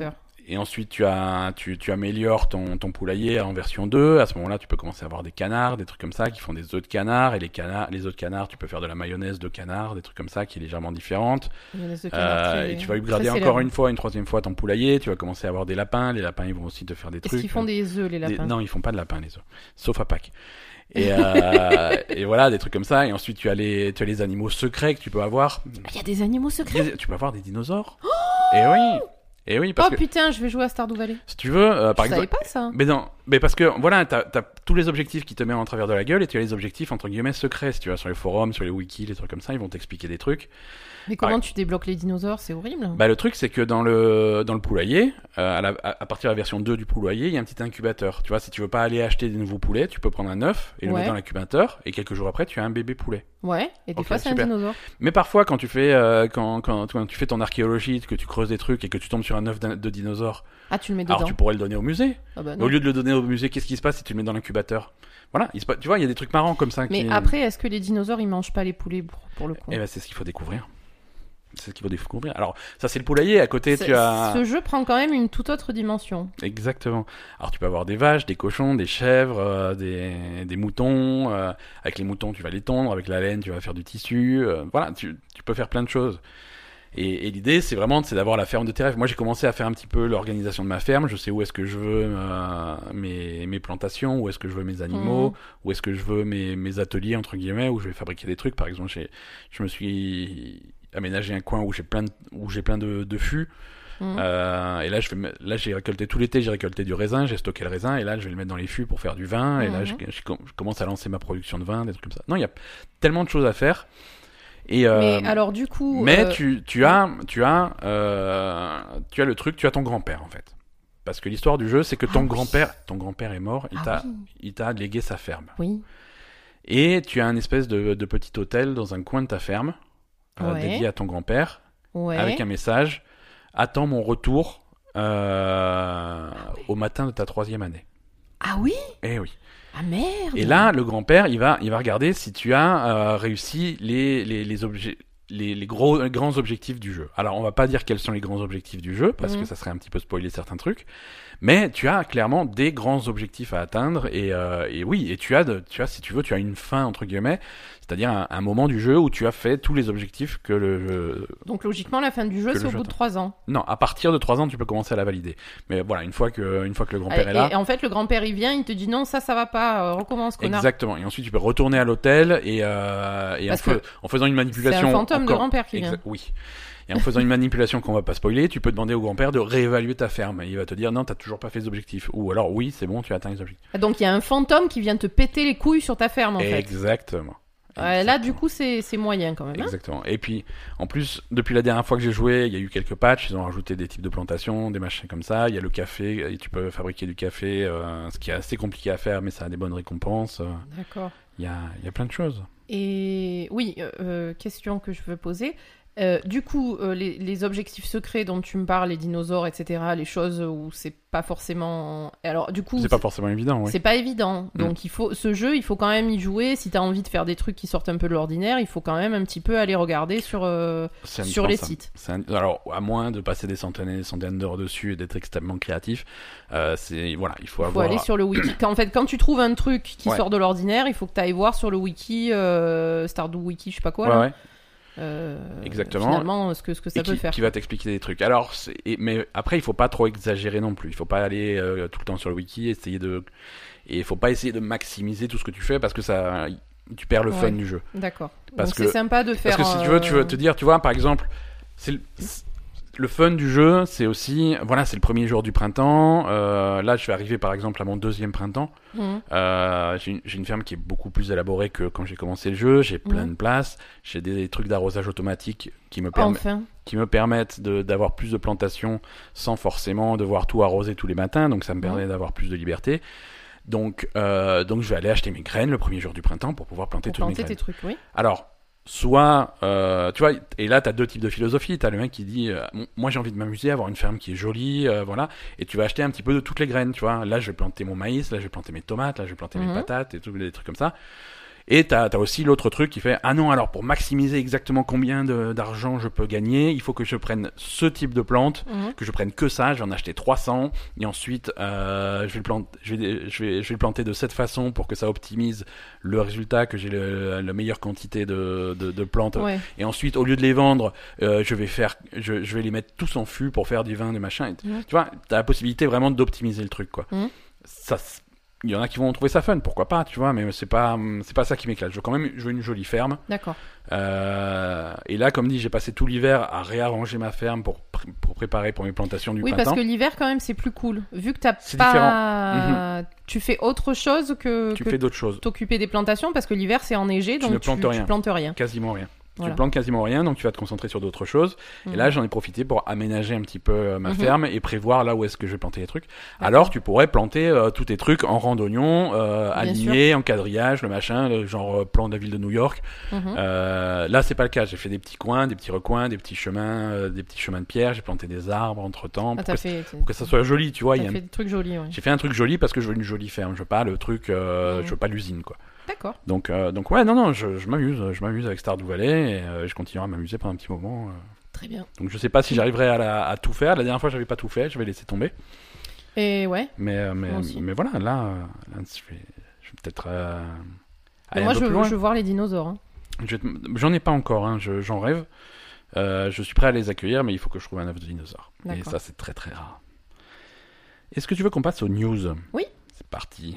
et ensuite tu as tu, tu améliores ton, ton poulailler en version deux. À ce moment-là, tu peux commencer à avoir des canards, des trucs comme ça qui font des œufs de canard, et les canards, les œufs de canard, tu peux faire de la mayonnaise de canard, des trucs comme ça qui est légèrement différente. Mayonnaise de canard, Euh, très- et tu vas très upgrader célèbre. encore une fois, une troisième fois ton poulailler. Tu vas commencer à avoir des lapins. Les lapins, ils vont aussi te faire des Est-ce trucs. qu'ils font des œufs, les Des- lapins? Non, ils font pas de lapins les œufs, sauf à Pâques. Et, euh, et voilà, des trucs comme ça. Et ensuite, tu as les, tu as les animaux secrets que tu peux avoir. Il y a des animaux secrets? Des- Tu peux avoir des dinosaures. Et oui, et oui, parce Oh que putain, je vais jouer à Stardew Valley. si tu veux, euh, par Je exemple. savais pas ça. Mais non, mais parce que voilà, t'as as tous les objectifs qui te mettent en travers de la gueule et tu as les objectifs entre guillemets secrets. Si tu vas sur les forums, sur les wikis, les trucs comme ça, ils vont t'expliquer des trucs. Mais comment tu débloques les dinosaures? C'est horrible. Bah le truc c'est que dans le dans le poulailler, euh, à, la, à à partir de la version deux du poulailler, il y a un petit incubateur. Tu vois, si tu veux pas aller acheter des nouveaux poulets, tu peux prendre un œuf et le Ouais. mettre dans l'incubateur et quelques jours après tu as un bébé poulet. Ouais, et des Ok, fois c'est super. un dinosaure. Mais parfois quand tu fais euh, quand, quand quand tu fais ton archéologie, que tu creuses des trucs et que tu tombes sur un œuf d'un- de dinosaure, Ah, tu le mets dedans. alors tu pourrais le donner au musée. Ah bah Mais non. au lieu de le donner au musée, qu'est-ce qui se passe si tu le mets dans l'incubateur? Voilà, il se passe- tu vois, il y a des trucs marrants comme ça. Mais qui... après, est-ce que les dinosaures ils mangent pas les poulets pour, pour le coup? Eh ben, c'est ce qu'il faut découvrir. C'est ce qu'il faut découvrir. Alors, ça, c'est le poulailler. À côté, Ce- tu as. Ce jeu prend quand même une toute autre dimension. Exactement. Alors, tu peux avoir des vaches, des cochons, des chèvres, euh, des, des moutons. euh, Avec les moutons, tu vas les tondre. Avec la laine, tu vas faire du tissu. euh, Voilà, tu, tu peux faire plein de choses. Et, et l'idée, c'est vraiment c'est d'avoir la ferme de tes rêves. Moi, j'ai commencé à faire un petit peu l'organisation de ma ferme. Je sais où est-ce que je veux euh, mes, mes plantations, où est-ce que je veux mes animaux, Mhm. où est-ce que je veux mes, mes ateliers, entre guillemets, où je vais fabriquer des trucs. Par exemple, j'ai, je me suis aménagé un coin où j'ai plein de, où j'ai plein de, de fûts. Mhm. Euh, et là, je fais, me- là, j'ai récolté tout l'été, j'ai récolté du raisin, j'ai stocké le raisin, et là, je vais le mettre dans les fûts pour faire du vin. Et là, Mhm. je, je com- je commence à lancer ma production de vin, des trucs comme ça. Non, il y a tellement de choses à faire. Et, euh, Mais alors du coup, mais euh, tu, tu as, tu as, euh, tu as le truc, tu as ton grand-père en fait. Parce que l'histoire du jeu, c'est que ton Ah oui. grand-père, ton grand-père est mort, il ah t'a, oui, il t'a légué sa ferme. oui, Et tu as un espèce de, de petit hôtel dans un coin de ta ferme, euh, Ouais. dédié à ton grand-père, ouais. avec un message: attends mon retour euh, au matin de ta troisième année. Ah oui, Eh oui. ah merde. Et là, le grand-père, il va, il va regarder si tu as euh, réussi les, les, les objets. Les, les gros, les grands objectifs du jeu. Alors, on va pas dire quels sont les grands objectifs du jeu, parce Mhm. que ça serait un petit peu spoiler certains trucs, mais tu as clairement des grands objectifs à atteindre, et, euh, et oui, et tu as, de, tu as, si tu veux, tu as une fin, entre guillemets, c'est-à-dire un, un moment du jeu où tu as fait tous les objectifs que le jeu... Donc logiquement, la fin du jeu, Que c'est le au jeu bout de attend. trois ans. Non, à partir de trois ans, tu peux commencer à la valider. Mais voilà, une fois que, une fois que le Et, grand-père est là... et en fait, le grand-père il vient, il te dit non, ça, ça va pas, euh, recommence, connard. Exactement. Et ensuite, tu peux retourner à l'hôtel et, euh, et en, Parce fa- que en faisant une C'est manipulation. un fantôme de encore- grand-père qui vient. Exa- Oui. Et en faisant une manipulation qu'on va pas spoiler, tu peux demander au grand-père de réévaluer ta ferme. Et il va te dire non, t'as toujours pas fait les objectifs. Ou alors oui, c'est bon, tu as atteint les objectifs. Donc il y a un fantôme qui vient te péter les couilles sur ta ferme en fait. Exactement. Ouais, là, du coup, c'est c'est moyen quand même. hein. Exactement. Et puis, en plus, depuis la dernière fois que j'ai joué, il y a eu quelques patchs. Ils ont rajouté des types de plantations, des machins comme ça. Il y a le café. Et tu peux fabriquer du café, euh, ce qui est assez compliqué à faire, mais ça a des bonnes récompenses. Euh, D'accord. Il y a, il y a plein de choses. Et oui, euh, euh, question que je veux poser. Euh, du coup, euh, les, les objectifs secrets dont tu me parles, les dinosaures, et cetera, les choses où c'est pas forcément. Alors, du coup, C'est pas forcément évident, oui. c'est pas évident. Mm. Donc, il faut ce jeu, il faut quand même y jouer. Si t'as envie de faire des trucs qui sortent un peu de l'ordinaire, il faut quand même un petit peu aller regarder sur euh, C'est sur les indispensable. sites. C'est un- Alors, à moins de passer des centaines et des centaines d'heures dessus et d'être extrêmement créatif, euh, c'est voilà, il faut Il faut avoir. aller sur le wiki. Quand, en fait, quand tu trouves un truc qui Ouais. sort de l'ordinaire, il faut que tu ailles voir sur le wiki, euh, Stardew Wiki, je sais pas quoi. Ouais, là. ouais. Euh, Exactement. Finalement, ce que, ce que ça Et peut qui, faire. qui va t'expliquer des trucs. Alors, c'est- et- mais après, il faut pas trop exagérer non plus. Il faut pas aller euh, tout le temps sur le wiki, essayer de, et il faut pas essayer de maximiser tout ce que tu fais parce que ça, tu perds le fun Ouais. du jeu. D'accord. Parce Donc que- c'est sympa de faire. Parce que si tu veux, tu veux euh, te dire, tu vois, par exemple, c'est le, c'est- le fun du jeu, c'est aussi, voilà, c'est le premier jour du printemps. Euh, là, je vais arriver par exemple à mon deuxième printemps. mhm. Euh, j'ai une, j'ai une ferme qui est beaucoup plus élaborée que quand j'ai commencé le jeu. J'ai plein Mhm. de place. J'ai des trucs d'arrosage automatique qui me, permet- Enfin. qui me permettent de- d'avoir plus de plantations sans forcément devoir tout arroser tous les matins. Donc ça me permet d'avoir plus de liberté. Donc, euh, donc je vais aller acheter mes graines le premier jour du printemps pour pouvoir planter Pour toutes mes planter graines. tes trucs, oui. Alors, soit, euh, tu vois, et là, tu as deux types de philosophie. Tu as le mec qui dit, euh, Bon, moi j'ai envie de m'amuser, avoir une ferme qui est jolie, euh, voilà, et tu vas acheter un petit peu de toutes les graines, tu vois. Là, je vais planter mon maïs, là, je vais planter mes tomates, là, je vais planter Mhm. mes patates, et tout, des trucs comme ça. Et t'as, t'as aussi l'autre truc qui fait ah non, alors pour maximiser exactement combien de, d'argent je peux gagner, il faut que je prenne ce type de plante, Mhm. que je prenne que ça, je vais en acheter trois cents et ensuite euh, je vais le planter, je vais, je vais, je vais le planter de cette façon pour que ça optimise le résultat, que j'ai le, la meilleure quantité de, de, de plantes. Ouais. Et ensuite, au lieu de les vendre, euh, je vais faire, je, je vais les mettre tous en fût pour faire du vin, des machins. Et, Mhm. Tu vois, t'as la possibilité vraiment d'optimiser le truc, quoi. Mhm. Ça. Il y en a qui vont trouver ça fun, pourquoi pas, tu vois, mais c'est pas, c'est pas ça qui m'éclate. Je veux quand même, je veux une jolie ferme. D'accord. Euh, et là, comme dit, j'ai passé tout l'hiver à réarranger ma ferme pour, pr- pour préparer pour mes plantations du Oui, printemps. parce que l'hiver, quand même, c'est plus cool. Vu que t'as C'est pas. Tu fais autre chose que, Tu que fais d'autres choses, t'occuper des plantations, parce que l'hiver, c'est enneigé, Tu donc ne plantes tu, rien. tu plantes rien. quasiment rien. Voilà. Tu plantes quasiment rien, donc tu vas te concentrer sur d'autres choses. Mhm. Et là, j'en ai profité pour aménager un petit peu euh, ma Mhm. ferme et prévoir là où est-ce que je vais planter les trucs. Alors, tu pourrais planter euh, tous tes trucs en rang d'oignon, euh, Bien alignés, en quadrillage, le machin, le genre euh, plan de la ville de New York. Mhm. Euh, là, c'est pas le cas. J'ai fait des petits coins, des petits recoins, des petits chemins, euh, des petits chemins de pierre. J'ai planté des arbres entre temps Ah, pour, t'as que, fait, pour que ça soit joli, tu vois. il t'as y a un- fait des trucs jolis, ouais. J'ai fait un truc joli parce que je veux une jolie ferme. Je veux pas le truc, euh, Mhm. je veux pas l'usine, quoi. D'accord. Donc, euh, donc ouais, non, non, je, je m'amuse, je m'amuse avec Stardew Valley et euh, je continuerai à m'amuser pendant un petit moment. euh. Très bien. Donc, je sais pas si j'arriverai à, la- à tout faire. La dernière fois, j'avais pas tout fait, je vais laisser tomber. Et ouais. Mais, euh, mais, Moi aussi. mais voilà, là, euh, là, je vais, je vais peut-être euh, Mais aller moi, un peu je plus veux, loin. je veux voir les dinosaures. hein. Je vais te- J'en ai pas encore, hein, je- j'en rêve. Euh, je suis prêt à les accueillir, mais il faut que je trouve un œuf de dinosaure. Et D'accord. ça, c'est très très rare. Est-ce que tu veux qu'on passe aux news ? Oui. C'est parti.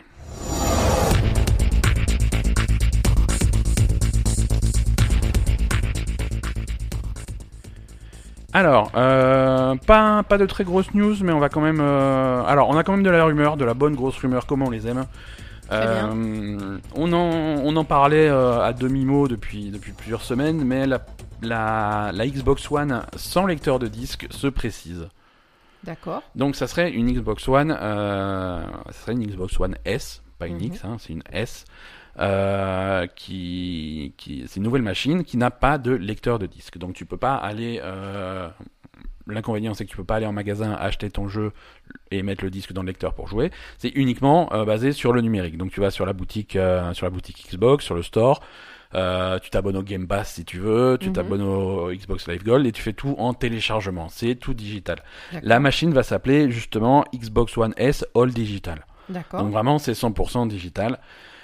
Alors, euh, pas, pas de très grosses news, mais on va quand même... euh, Alors, on a quand même de la rumeur, de la bonne grosse rumeur, comme on les aime. Très bien. Euh, on, en, on en parlait euh, à demi-mot depuis, depuis plusieurs semaines, mais la, la, la Xbox One sans lecteur de disque se précise. D'accord. Donc ça serait une Xbox One, euh, ça serait une Xbox One S, pas une Mhm. X, hein, c'est une S, euh, qui, qui, c'est une nouvelle machine qui n'a pas de lecteur de disque. Donc tu peux pas aller, euh, l'inconvénient c'est que tu peux pas aller en magasin acheter ton jeu et mettre le disque dans le lecteur pour jouer. C'est uniquement euh, basé sur le numérique. Donc tu vas sur la boutique, euh, sur la boutique Xbox, sur le store. Euh, tu t'abonnes au Game Pass si tu veux, tu Mhm. t'abonnes au Xbox Live Gold et tu fais tout en téléchargement. C'est tout digital. D'accord. La machine va s'appeler justement Xbox One S All Digital. D'accord. Donc vraiment, c'est cent pour cent digital.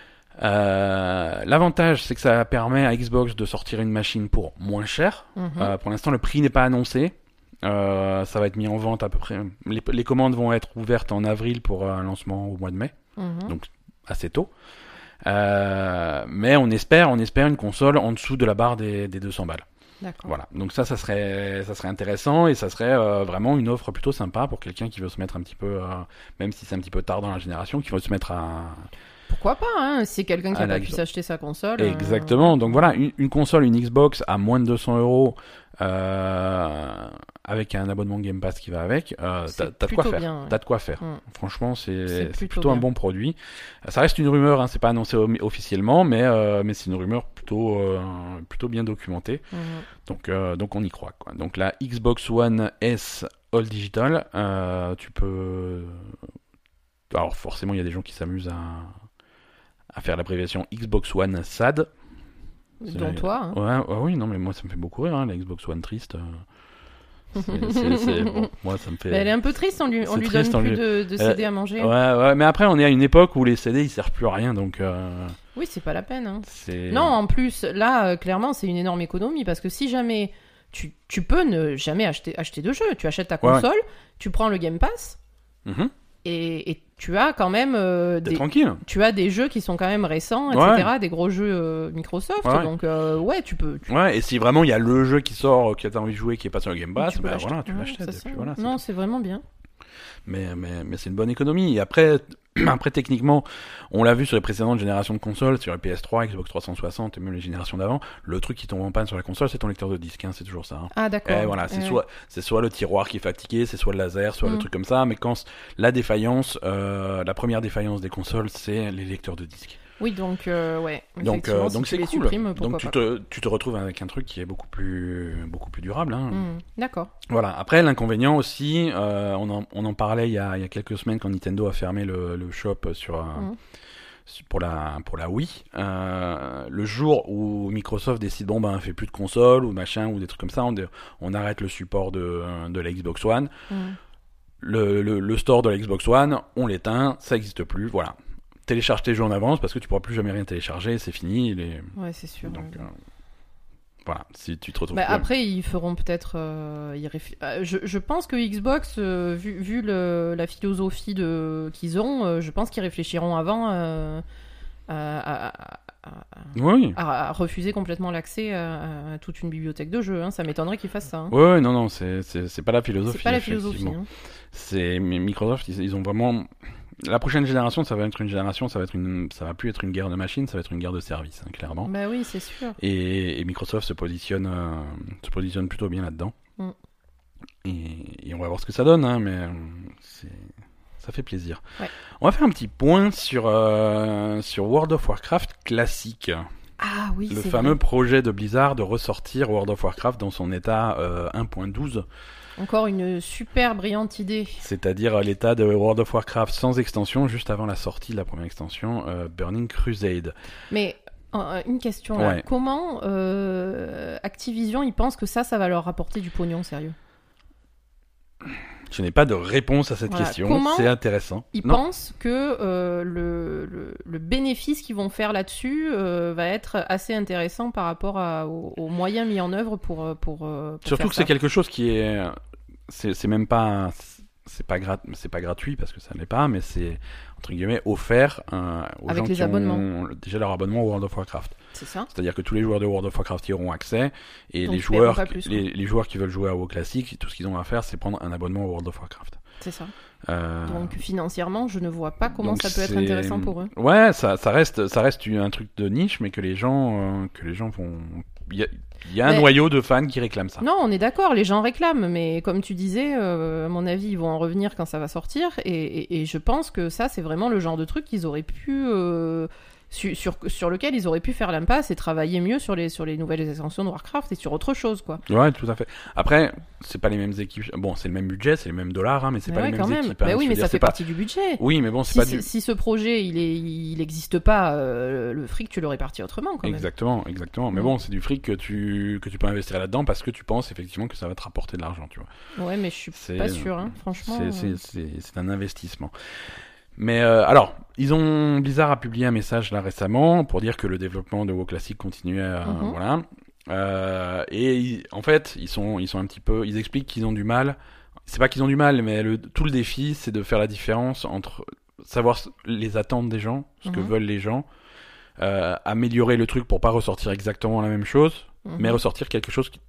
Euh, L'avantage, c'est que ça permet à Xbox de sortir une machine pour moins cher. Mhm. Euh, pour l'instant, le prix n'est pas annoncé. Euh, ça va être mis en vente à peu près. Les, les commandes vont être ouvertes en avril pour un lancement au mois de mai, Mhm. donc assez tôt. Euh, mais on espère, on espère une console en dessous de la barre des, des deux cents balles. D'accord. Voilà. Donc ça, ça serait, ça serait intéressant et ça serait euh, vraiment une offre plutôt sympa pour quelqu'un qui veut se mettre un petit peu, euh, même si c'est un petit peu tard dans la génération, qui veut se mettre à. Pourquoi pas, hein, si quelqu'un qui À n'a la pas pu Xbox. s'acheter sa console. euh, Exactement. Donc voilà, une, une console, une Xbox à moins de deux cents euros, euh, avec un abonnement Game Pass qui va avec, euh, C'est t'as t'as de quoi plutôt faire. bien, ouais. T'as de quoi faire. Mm. Franchement, c'est C'est c'est plutôt plutôt un bien. bon produit. Ça reste une rumeur, hein, c'est pas annoncé o- officiellement, mais euh, mais c'est une rumeur plutôt euh, plutôt bien documentée. Mhm. Donc euh, donc on y croit, quoi. Donc la Xbox One S All Digital, euh, tu peux. Alors forcément, il y a des gens qui s'amusent à à faire l'abréviation Xbox One S A D. Dont toi. hein. Ouais, ouais, oui, non, mais moi ça me fait beaucoup rire, hein, la Xbox One triste. euh, c'est- c'est- c'est- bon, moi ça me fait. Mais elle est un peu triste, on lui, on C'est lui triste, donne on plus lui- de, de C D à manger. Ouais, ouais, mais après on est à une époque où les C D ils servent plus à rien, donc euh, Oui, c'est pas la peine. hein. c'est. Non, en plus, là, euh, clairement, c'est une énorme économie parce que si jamais tu, tu peux ne jamais acheter, acheter de jeu, tu achètes ta Ouais, ouais. console, tu prends le Game Pass Mhm, et, et tu as quand même euh, t'es des, tranquille. tu as des jeux qui sont quand même récents, Ouais. et cetera, des gros jeux euh, Microsoft, Ouais. donc euh, ouais, tu peux. Tu, Ouais, et si vraiment il y a le jeu qui sort, que t'as envie de jouer, qui est pas sur le Game Pass, tu peux bah l'acheter. voilà, tu Ouais, l'achètes. c'est et ça. puis voilà, c'est non, c'est vraiment bien. Mais, mais, mais c'est une bonne économie. Et après, après, techniquement, on l'a vu sur les précédentes générations de consoles, sur le P S trois, Xbox trois cent soixante et même les générations d'avant, le truc qui tombe en panne sur la console, c'est ton lecteur de disque, hein, c'est toujours ça. hein. Ah, d'accord. Et voilà, c'est Ouais. soit, c'est soit le tiroir qui est fatigué, c'est soit le laser, soit Mm. le truc comme ça, mais quand c- la défaillance, euh, la première défaillance des consoles, c'est les lecteurs de disque. Oui, donc, euh, ouais. Donc, Effectivement, euh, si donc tu c'est les cool. supprimes, pourquoi Donc tu pas. te, tu te retrouves avec un truc qui est beaucoup plus, beaucoup plus durable. Hein. Hmm, D'accord. Voilà. Après, l'inconvénient aussi, euh, on, en, on en parlait il y, a, il y a quelques semaines quand Nintendo a fermé le, le shop sur, euh, Mm. pour la pour la Wii. Euh, le jour où Microsoft décide bon ben on fait plus de console ou machin ou des trucs comme ça, on, on arrête le support de de la Xbox One. Mm. Le, le le store de la Xbox One, on l'éteint, ça n'existe plus. Voilà. Télécharge tes jeux en avance parce que tu pourras plus jamais rien télécharger, c'est fini. Les... Ouais, c'est sûr. Donc, ouais. euh, voilà, si tu te retrouves. Bah, après, ils feront peut-être. Euh, ils réfl... je, je pense que Xbox, euh, vu, vu le, la philosophie de, qu'ils ont, euh, je pense qu'ils réfléchiront avant euh, à, à, à, oui. à, à refuser complètement l'accès à, à toute une bibliothèque de jeux. Hein. Ça m'étonnerait qu'ils fassent ça. Hein. Oui, non, non, c'est, c'est, c'est pas la philosophie. C'est pas la philosophie. Hein. C'est Microsoft, ils, ils ont vraiment. La prochaine génération, ça va être une génération, ça va être une, ça va plus être une guerre de machines, ça va être une guerre de services, hein, clairement. Bah oui, c'est sûr. Et, et Microsoft se positionne, euh, se positionne plutôt bien là-dedans. Mm. Et, et on va voir ce que ça donne, hein, mais c'est, ça fait plaisir. Ouais. On va faire un petit point sur euh, sur World of Warcraft classique. Ah oui, le c'est fameux vrai. projet de Blizzard de ressortir World of Warcraft dans son état euh, un point douze. Encore une super brillante idée. C'est-à-dire l'état de World of Warcraft sans extension, juste avant la sortie de la première extension, euh, Burning Crusade. Mais euh, une question là, ouais. comment euh, Activision, ils pensent que ça, ça va leur rapporter du pognon, sérieux? Je n'ai pas de réponse à cette voilà. question, comment c'est intéressant. Ils non. pensent que euh, le, le, le bénéfice qu'ils vont faire là-dessus euh, va être assez intéressant par rapport à, aux, aux moyens mis en œuvre pour, pour, pour Surtout faire que ça. c'est quelque chose qui est... C'est, c'est même pas... C'est pas, grat... c'est pas gratuit parce que ça ne l'est pas, mais c'est entre guillemets offert euh, aux Avec gens les qui abonnements. ont déjà leur abonnement à World of Warcraft. C'est ça. C'est-à-dire que tous les joueurs de World of Warcraft y auront accès et Donc les ils joueurs, paieront pas plus, les, les joueurs qui veulent jouer à WoW classique, tout ce qu'ils ont à faire, c'est prendre un abonnement à World of Warcraft. C'est ça. Euh... Donc financièrement, je ne vois pas comment Donc ça peut c'est... être intéressant pour eux. Ouais, ça, ça reste, ça reste un truc de niche, mais que les gens, euh, que les gens vont. Il y a, il y a un mais... noyau de fans qui réclament ça. Non, on est d'accord, les gens réclament, mais comme tu disais, euh, à mon avis, ils vont en revenir quand ça va sortir, et, et, et je pense que ça, c'est vraiment le genre de truc qu'ils auraient pu, euh, sur, sur, sur lequel ils auraient pu faire l'impasse et travailler mieux sur les, sur les nouvelles extensions de Warcraft et sur autre chose, quoi. Ouais, tout à fait. Après, c'est pas les mêmes équipes. Bon, c'est le même budget, c'est les mêmes dollars, hein, mais c'est mais pas ouais, les quand mêmes même. équipes. Hein, bah oui, mais dire, ça fait pas... partie du budget. Oui, mais bon, c'est si, pas si, du. Si ce projet, il est, il n'existe pas, euh, le fric, tu le répartis autrement, quand même. Exactement, exactement. Mais mmh. bon, c'est du fric que tu que tu peux investir là-dedans parce que tu penses effectivement que ça va te rapporter de l'argent, tu vois. Ouais, mais je suis c'est... pas sûr, hein, franchement. C'est, euh... c'est, c'est, c'est un investissement. Mais euh, alors, ils ont Blizzard a publié un message là récemment pour dire que le développement de WoW classique continuait. À, mm-hmm. Voilà. Euh, et ils, en fait, ils sont, ils sont un petit peu, ils expliquent qu'ils ont du mal. C'est pas qu'ils ont du mal, mais le, tout le défi, c'est de faire la différence entre savoir les attentes des gens, ce mm-hmm. que veulent les gens, euh, améliorer le truc pour pas ressortir exactement la même chose, mm-hmm. mais ressortir quelque chose qui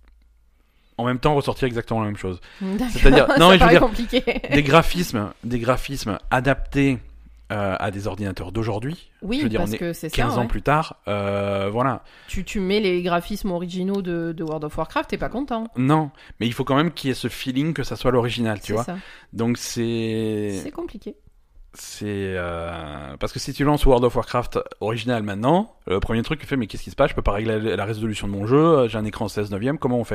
en même temps ressortir exactement la même chose. D'accord. C'est-à-dire, non, ça mais je veux dire, compliqué. des graphismes, des graphismes adaptés euh, à des ordinateurs d'aujourd'hui. Oui, je veux dire, parce on est que c'est quinze ça, ans ouais. plus tard, euh, voilà. Tu, tu mets les graphismes originaux de, de World of Warcraft, t'es pas content. Non, mais il faut quand même qu'il y ait ce feeling que ça soit l'original, tu c'est vois. Ça. Donc c'est. C'est compliqué. C'est euh... parce que si tu lances World of Warcraft original maintenant, le premier truc tu fais mais qu'est-ce qui se passe ? Je peux pas régler la résolution de mon jeu, j'ai un écran seize neuvième, comment on fait ?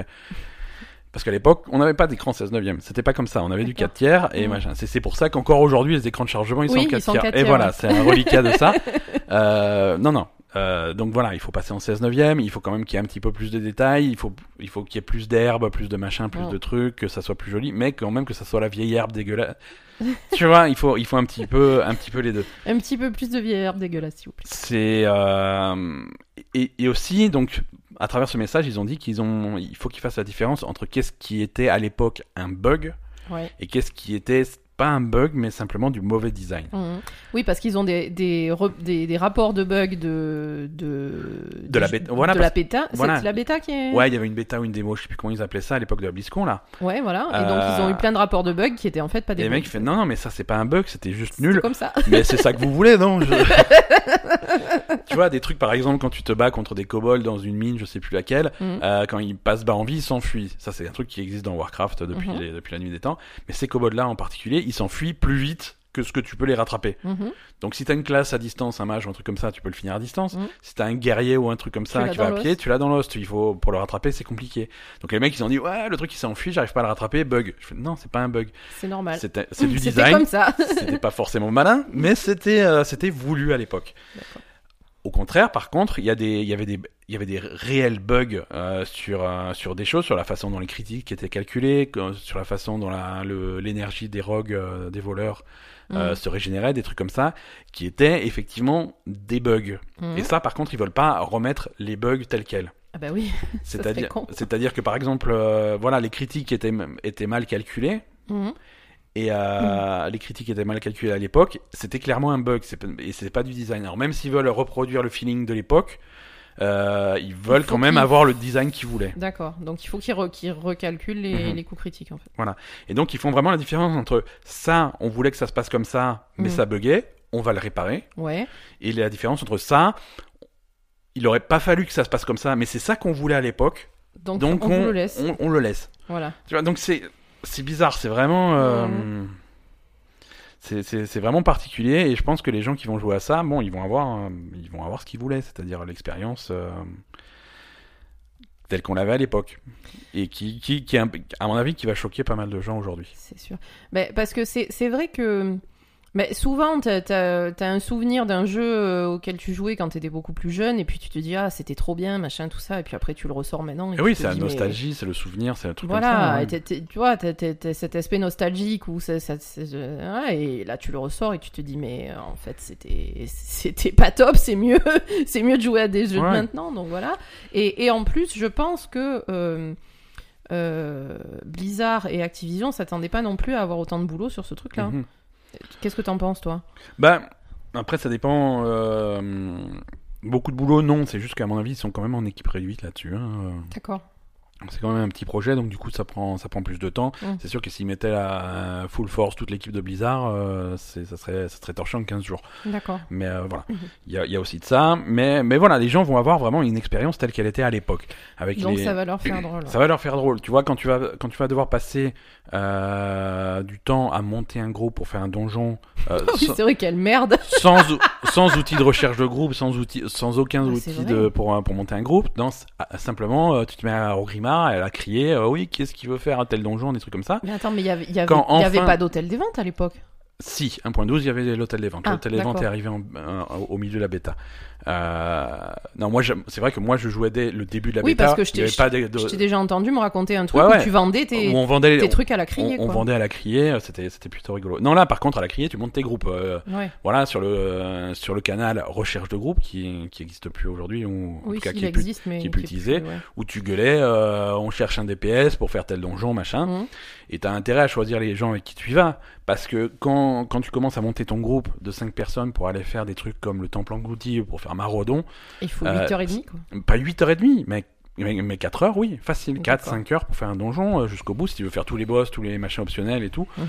Parce qu'à l'époque, on n'avait pas d'écran seize neuvième, c'était pas comme ça, on avait D'accord. du quatre tiers et mmh. machin. C'est, c'est pour ça qu'encore aujourd'hui les écrans de chargement ils oui, sont en quatre tiers. quatre Et tiers, voilà, ouais. c'est un reliquat de ça. Euh, non non. Euh, donc voilà, il faut passer en seize neuvième, il faut quand même qu'il y ait un petit peu plus de détails, il faut il faut qu'il y ait plus d'herbe, plus de machin, plus mmh. de trucs, que ça soit plus joli, mais quand même que ça soit la vieille herbe dégueulasse. Tu vois, il faut il faut un petit peu un petit peu les deux. Un petit peu plus de vieille herbe dégueulasse, s'il vous plaît. C'est euh... et, et aussi donc à travers ce message, ils ont dit qu'ils ont il faut qu'ils fassent la différence entre qu'est-ce qui était à l'époque un bug ouais. et qu'est-ce qui était pas un bug mais simplement du mauvais design. Mmh. Oui, parce qu'ils ont des des, re, des des rapports de bugs de de de la bêta. Voilà, de parce... la bêta. Voilà. C'est la bêta qui est. Ouais, il y avait une bêta ou une démo, je sais plus comment ils appelaient ça à l'époque de la BlizzCon là. Ouais, voilà. Et euh... donc ils ont eu plein de rapports de bugs qui étaient en fait pas des. Et bugs. le mec fait non non mais ça c'est pas un bug, c'était juste c'était nul. Comme ça. Mais c'est ça que vous voulez non je... Tu vois des trucs par exemple quand tu te bats contre des kobolds dans une mine, je sais plus laquelle, mmh. euh, quand ils passent bas en vie, ils s'enfuient. Ça c'est un truc qui existe dans Warcraft depuis mmh. les, depuis la nuit des temps. Mais ces kobolds là en particulier, ils s'enfuient plus vite que ce que tu peux les rattraper. Mhm. Donc si t'as une classe à distance, un mage ou un truc comme ça, tu peux le finir à distance. Mhm. Si t'as un guerrier ou un truc comme ça l'as qui va à dans pied, l'host. tu l'as dans l'host. Il faut, pour le rattraper, c'est compliqué. Donc les mecs, ils ont dit, ouais, le truc, il s'est enfui, j'arrive pas à le rattraper, bug. Je fais, non, c'est pas un bug. C'est normal. C'était, c'est du C'était design. comme ça. C'était pas forcément malin, mais c'était, euh, c'était voulu à l'époque. D'accord. Au contraire, par contre, il y a des, il y avait des, il y avait des réels bugs euh, sur euh, sur des choses, sur la façon dont les critiques étaient calculées, que- sur la façon dont la, le, l'énergie des rogues, euh, des voleurs, euh, Mhm. se régénérait, des trucs comme ça, qui étaient effectivement des bugs. Mhm. Et ça, par contre, ils veulent pas remettre les bugs tels quels. Ah bah oui. Ça serait C'est-à-dire, con. c'est-à-dire que par exemple, euh, voilà, les critiques étaient étaient mal calculées. Mhm. Et euh, les critiques étaient mal calculées à l'époque, c'était clairement un bug, c'est pas- et c'est pas du design. Alors même s'ils veulent reproduire le feeling de l'époque, euh, ils veulent faut quand même qu'ils- avoir le design qu'ils voulaient. D'accord. Donc il faut qu'ils re- qu'ils recalculent les, Mhm. les coûts critiques en fait. Et donc ils font vraiment la différence entre ça, on voulait que ça se passe comme ça, mais Mhm. ça buguait, on va le réparer. Ouais. Et la différence entre ça, il aurait pas fallu que ça se passe comme ça, mais c'est ça qu'on voulait à l'époque, Donc, donc on, on, vous le laisse. on- on le laisse. Voilà. Tu vois, donc c'est c'est bizarre, c'est vraiment euh, Mhm. c'est c'est c'est vraiment particulier et je pense que les gens qui vont jouer à ça, bon, ils vont avoir euh, ils vont avoir ce qu'ils voulaient, c'est-à-dire l'expérience euh, telle qu'on l'avait à l'époque et qui qui qui est un- à mon avis qui va choquer pas mal de gens aujourd'hui. C'est sûr. Mais parce que c'est c'est vrai que mais souvent t'as t'as t'as un souvenir d'un jeu euh, auquel tu jouais quand t'étais beaucoup plus jeune et puis tu te dis ah c'était trop bien machin tout ça et puis après tu le ressors maintenant. Et Et tu oui, te c'est la dis, mais- nostalgie, c'est le souvenir, c'est un truc Voilà, comme ça. et hein. t'es- t'es- tu vois, t'as, t'as- t'as cet aspect nostalgique où ça, ça- c'est- euh, ouais, et là tu le ressors et tu te dis mais euh, en fait c'était c'était pas top, c'est mieux c'est mieux de jouer à des jeux de Ouais. maintenant, donc voilà. Et, et en plus, je pense que euh, euh, Blizzard et Activision s'attendaient pas non plus à avoir autant de boulot sur ce truc-là. Mhm. Qu'est-ce que t'en penses toi? Bah, après, ça dépend. euh, beaucoup de boulot, non. C'est juste qu'à mon avis, ils sont quand même en équipe réduite là-dessus. hein. Euh, D'accord. C'est quand même un petit projet, donc du coup, ça prend, ça prend plus de temps. Mm. C'est sûr que s'ils mettaient la full force toute l'équipe de Blizzard, euh, c'est, ça, serait, ça serait torché en quinze jours. D'accord. Mais euh, voilà, il Mhm. y, a, il y a aussi de ça. Mais, mais voilà, les gens vont avoir vraiment une expérience telle qu'elle était à l'époque. Avec Donc les... ça va leur faire drôle. Ça va leur faire drôle. Tu vois, quand tu vas, quand tu vas devoir passer euh, du temps à monter un groupe pour faire un donjon, euh, Oui, sans, c'est vrai, quelle merde. sans, ou- sans outils de recherche de groupe, sans, outils, sans aucun Ah, c'est outil vrai. de, pour, pour monter un groupe, non, c'est- ah, simplement, euh, tu te mets à- au grimard, elle a crié, euh, oui, qu'est-ce qu'il veut faire un tel donjon, des trucs comme ça. Mais attends, mais il y avait, il y avait, Quand il y avait enfin- pas d'hôtel des ventes à l'époque. Si, un point douze, il y avait l'hôtel des ventes. Ah, L'hôtel des ventes d'accord. est arrivé en- euh, au milieu de la bêta. Euh, non, moi, j'aime- c'est vrai que moi, je jouais dès le début de la Oui, bêta. parce que je il t'ai- y avait pas de, de- Je t'ai déjà entendu me raconter un truc Ouais, ouais. où tu vendais tes, où on vendait, tes trucs à la criée, on, on quoi. vendait à la criée, euh, c'était, c'était plutôt rigolo. Non, là, par contre, à la criée, tu montes tes groupes. euh, Ouais. Voilà, sur le, euh, sur le canal recherche de groupe qui, qui existe plus aujourd'hui, ou en Oui, tout cas s'il qui est plus, existe, mais qui est plus utilisé. plus, ouais. où tu gueulais, euh, on cherche un D P S pour faire tel donjon, machin. Mhm. Et t'as intérêt à choisir les gens avec qui tu y vas. Parce que quand, quand tu commences à monter ton groupe de cinq personnes pour aller faire des trucs comme le temple englouti ou pour faire Maraudon, Il faut Euh, huit heures trente, quoi. pas huit heures trente, mais, mais, mais quatre heures, oui, facile. quatre, D'accord. cinq heures pour faire un donjon euh, jusqu'au bout, si tu veux faire tous les boss, tous les machins optionnels et tout. Mhm.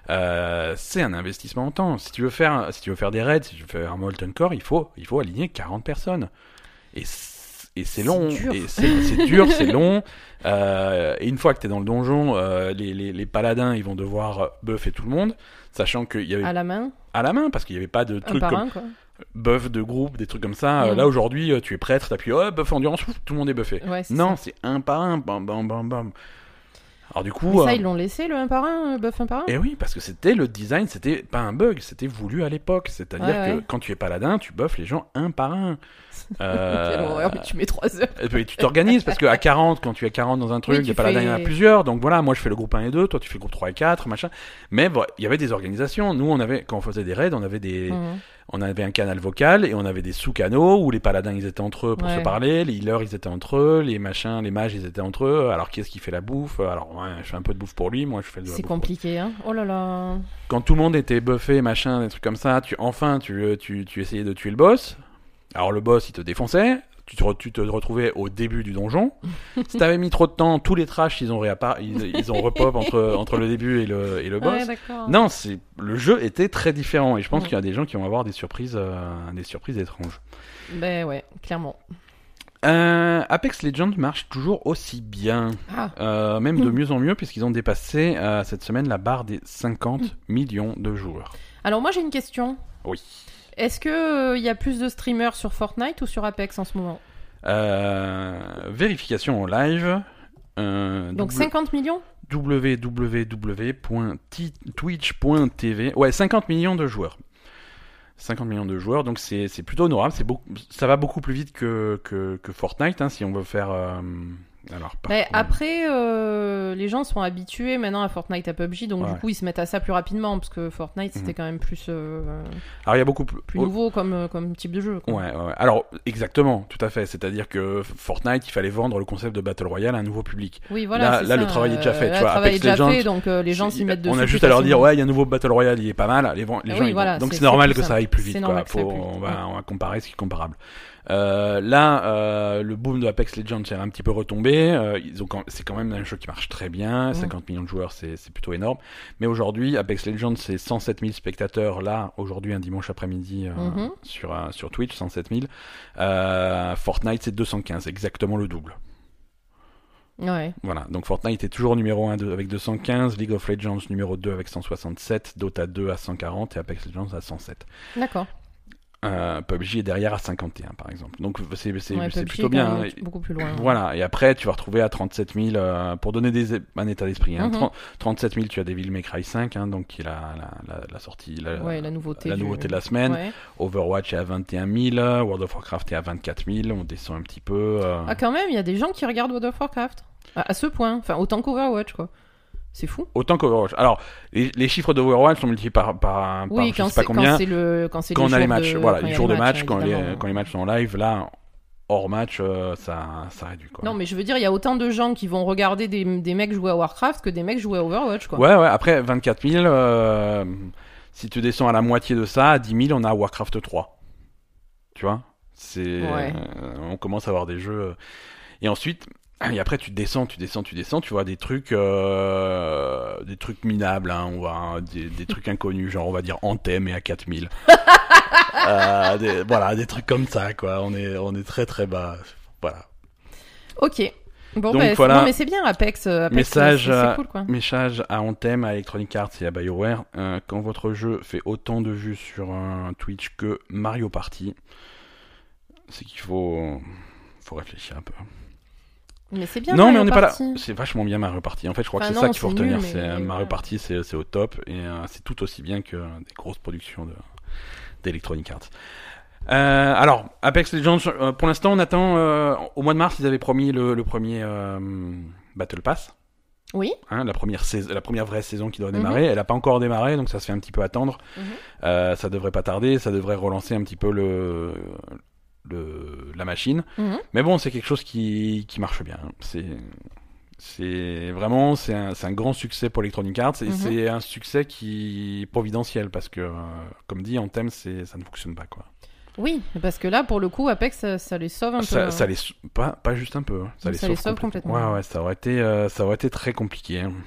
Euh, c'est un investissement en temps. Si tu veux faire, si tu veux faire des raids, si tu veux faire un Molten Core, il faut, il faut aligner quarante personnes. Et c'est, et c'est C'est long. dur. Et c'est, c'est dur, c'est long. Euh, et une fois que t'es dans le donjon, euh, les, les, les paladins, ils vont devoir euh, buffer tout le monde, sachant qu'il y avait À la main, à la main, parce qu'il y avait pas de un trucs par comme un, quoi. buff de groupe, des trucs comme ça. Euh, Mm. là aujourd'hui, euh, tu es prêtre, t'appuies, oh, buff endurance, ouf, tout le monde est buffé. Ouais, c'est Non, ça. c'est un par un, bam bam bam bam. Alors du coup, Mais ça, euh, ils l'ont laissé, le un par un, euh, buff un par un. et oui, parce que c'était le design, c'était pas un bug, c'était voulu à l'époque. C'est-à-dire Ouais, que ouais. quand tu es paladin, tu buffes les gens un par un. Quelle Euh, horreur, mais tu mets trois heures. et puis tu t'organises parce qu'à quarante, quand tu es quarante dans un truc, Oui, il y a tu paladins, il y en a fais- plusieurs. Donc voilà, moi je fais le groupe un et deux, toi tu fais le groupe trois et quatre, machin. Mais bon, il y avait des organisations. Nous, on avait, quand on faisait des raids, on avait des, Mhm. on avait un canal vocal et on avait des sous-canaux où les paladins ils étaient entre eux pour Ouais. se parler, les healers ils étaient entre eux, les machins, les mages ils étaient entre eux. Alors qui est-ce qui fait la bouffe? Alors ouais, je fais un peu de bouffe pour lui, moi je fais de la C'est bouffe pour- compliqué, hein. Oh là là. Quand tout le monde était buffé, machin, des trucs comme ça, tu enfin tu, tu, tu essayais de tuer le boss. Alors le boss il te défonçait. Tu te, re- tu te retrouvais au début du donjon. Si t'avais mis trop de temps, tous les trash ils ont réappar- ils, ils ont repop entre, entre le début et le, et le boss. Ouais, d'accord. Non, c'est le jeu était très différent et je pense Mm. qu'il y a des gens qui vont avoir des surprises, euh, des surprises étranges. Ben ouais, clairement. Euh, Apex Legends marche toujours aussi bien, Ah, euh, même de mieux en mieux puisqu'ils ont dépassé euh, cette semaine la barre des cinquante millions de joueurs. Alors moi j'ai une question. Oui. Est-ce que il euh, y a plus de streamers sur Fortnite ou sur Apex en ce moment? Euh, vérification en live. Euh, Donc double... cinquante millions w w w point twitch point t v. Ouais, cinquante millions de joueurs. cinquante millions de joueurs, donc c'est, c'est plutôt honorable. C'est beaucoup, ça va beaucoup plus vite que, que, que Fortnite, hein, si on veut faire... Euh... Alors, par bah, contre... Après, euh, les gens sont habitués maintenant à Fortnite, à P U B G, donc ouais. du coup ils se mettent à ça plus rapidement, parce que Fortnite c'était mmh. quand même plus, euh, Alors, il y a beaucoup plus, plus nouveau comme, comme type de jeu. Quoi. Ouais, ouais, alors exactement, tout à fait. C'est-à-dire que Fortnite, il fallait vendre le concept de Battle Royale à un nouveau public. Oui, voilà. Là, c'est là ça. le travail est déjà fait. Euh, tu vois, le travail Apex est déjà Legends, fait, donc euh, les gens s'y mettent dessus. On a juste à leur dire, ouais, il y a un nouveau Battle Royale, il est pas mal. Les, les gens, oui, ils voilà, vont. Donc c'est, c'est normal c'est que ça aille plus vite. Quoi. Faut, plus vite. on, va, on va comparer ce qui est comparable. Euh, là, euh, le boom de Apex Legends est un petit peu retombé. Euh, ils ont quand, c'est quand même un jeu qui marche très bien. Mmh. cinquante millions de joueurs, c'est, c'est plutôt énorme. Mais aujourd'hui, Apex Legends, c'est cent sept mille spectateurs. Là, aujourd'hui, un dimanche après-midi euh, mmh. sur, euh, sur Twitch, cent sept mille. Euh, Fortnite, c'est deux cent quinze, exactement le double. Ouais. Voilà, donc Fortnite est toujours numéro un avec deux cent quinze, League of Legends numéro deux avec cent soixante-sept, Dota deux à cent quarante et Apex Legends à cent sept. D'accord. Euh, P U B G est derrière à cinquante et un par exemple, donc c'est, c'est, ouais, c'est plutôt bien. Hein. Beaucoup plus loin. Voilà, et après tu vas retrouver à trente-sept mille, euh, pour donner des, un état d'esprit, hein. mm-hmm. trente-sept mille tu as Devil May Cry cinq, hein, donc qui est la, la, la, la sortie, la, ouais, la nouveauté, la du... nouveauté de la semaine. Ouais. Overwatch est à vingt et un mille, World of Warcraft est à vingt-quatre mille, on descend un petit peu. Euh... Ah quand même, il y a des gens qui regardent World of Warcraft à, à ce point, enfin autant qu'Overwatch quoi. C'est fou. Autant qu'Overwatch. Alors, les, les chiffres d'Overwatch sont multipliés par, par, par oui, je quand sais pas combien. Quand c'est le, quand c'est quand les on a les jours matchs, de... voilà, quand les jours de match, matchs, quand les, quand les matchs sont en live, là, hors match, euh, ça, ça réduit, quoi. Non, mais je veux dire, il y a autant de gens qui vont regarder des, des mecs jouer à Warcraft que des mecs jouer à Overwatch, quoi. Ouais, ouais, après, vingt-quatre mille, euh, si tu descends à la moitié de ça, à dix mille, on a Warcraft trois. Tu vois? C'est, ouais. euh, on commence à avoir des jeux, et ensuite, et après tu descends, tu descends, tu descends, tu vois des trucs, euh, des trucs minables, hein, on va des, des trucs inconnus, genre on va dire Anthem et à quatre mille. euh, des, voilà, des trucs comme ça, quoi. On est, on est très très bas, voilà. Ok. Bon, donc bah, voilà. Non, mais c'est bien Apex. Apex message, c'est, c'est cool, quoi. Message à Anthem, à Electronic Arts et à BioWare. Euh, quand votre jeu fait autant de vues sur un Twitch que Mario Party, c'est qu'il faut, faut réfléchir un peu. Mais c'est bien. Non, Mario mais on n'est pas là. Party. C'est vachement bien Mario Party. En fait, je crois enfin, que c'est non, ça qu'il faut c'est retenir. nul, c'est mais... Mario ouais. Party, c'est, c'est au top et euh, c'est tout aussi bien que des grosses productions de d'Electronic Arts. Euh, alors, Apex Legends. Euh, pour l'instant, on attend. Euh, au mois de mars, ils avaient promis le, le premier euh, Battle Pass. Oui. Hein, la première saison, la première vraie saison qui doit démarrer. Mm-hmm. Elle n'a pas encore démarré, donc ça se fait un petit peu attendre. Mm-hmm. Euh, ça devrait pas tarder. Ça devrait relancer un petit peu le. Le, la machine, mmh. mais bon, c'est quelque chose qui, qui marche bien. C'est, c'est vraiment, c'est un, c'est un grand succès pour Electronic Arts et mmh. c'est un succès qui est providentiel parce que, euh, comme dit, en thème, c'est, ça ne fonctionne pas, quoi. Oui, parce que là, pour le coup, Apex, ça, ça les sauve un ça, peu. Ça les, pas, pas juste un peu. Hein. Ça, ça les, les sauve, sauve complètement. complètement. Ouais, ouais, ça aurait été, euh, ça aurait été très compliqué. Hein.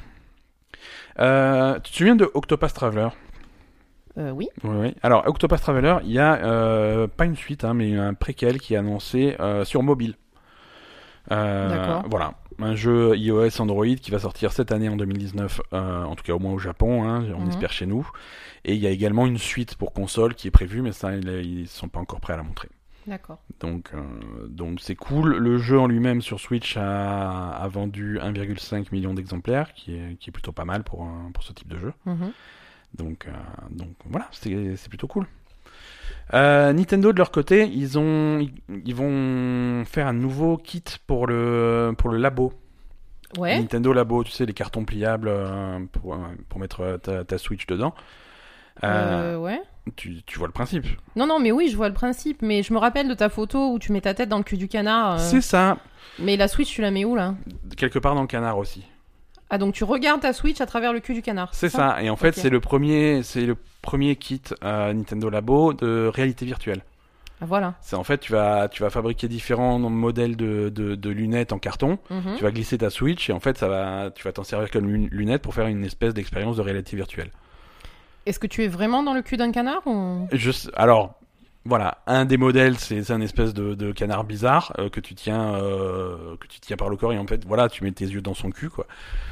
Euh, tu te souviens de Octopath Traveler? Euh, oui. oui. Oui. Alors, Octopath Traveler, il y a euh, pas une suite, hein, mais un préquel qui est annoncé euh, sur mobile. Euh, D'accord. Voilà, un jeu iOS Android qui va sortir cette année en deux mille dix-neuf, euh, en tout cas au moins au Japon, hein, on mm-hmm. espère chez nous. Et il y a également une suite pour console qui est prévue, mais ça, ils ne sont pas encore prêts à la montrer. D'accord. Donc, euh, donc c'est cool. Le jeu en lui-même sur Switch a, a vendu un virgule cinq million d'exemplaires, qui est, qui est plutôt pas mal pour, un, pour ce type de jeu. Mm-hmm. Donc, euh, donc voilà, c'est, c'est plutôt cool. Euh, Nintendo de leur côté, ils ont, ils, ils vont faire un nouveau kit pour le pour le labo. Ouais. Nintendo Labo, tu sais, les cartons pliables euh, pour pour mettre ta, ta Switch dedans. Euh, euh, ouais. Tu, tu vois le principe. Non non, mais oui, je vois le principe. Mais je me rappelle de ta photo où tu mets ta tête dans le cul du canard. Euh... C'est ça. Mais la Switch, tu la mets où là? Quelque part dans le canard aussi. Ah, donc tu regardes ta Switch à travers le cul du canard. C'est, c'est ça, ça. Et en fait, okay. c'est le premier, c'est le premier kit euh, Nintendo Labo de réalité virtuelle. Ah, voilà. C'est en fait, tu vas, tu vas fabriquer différents modèles de, de, de lunettes en carton. Mm-hmm. Tu vas glisser ta Switch et en fait, ça va, tu vas t'en servir comme lunette pour faire une espèce d'expérience de réalité virtuelle. Est-ce que tu es vraiment dans le cul d'un canard ou... Je, alors, voilà, un des modèles, c'est, c'est un espèce de, de canard bizarre euh, que tu tiens, euh, que tu tiens par le corps et en fait, voilà, tu mets tes yeux dans son cul, quoi.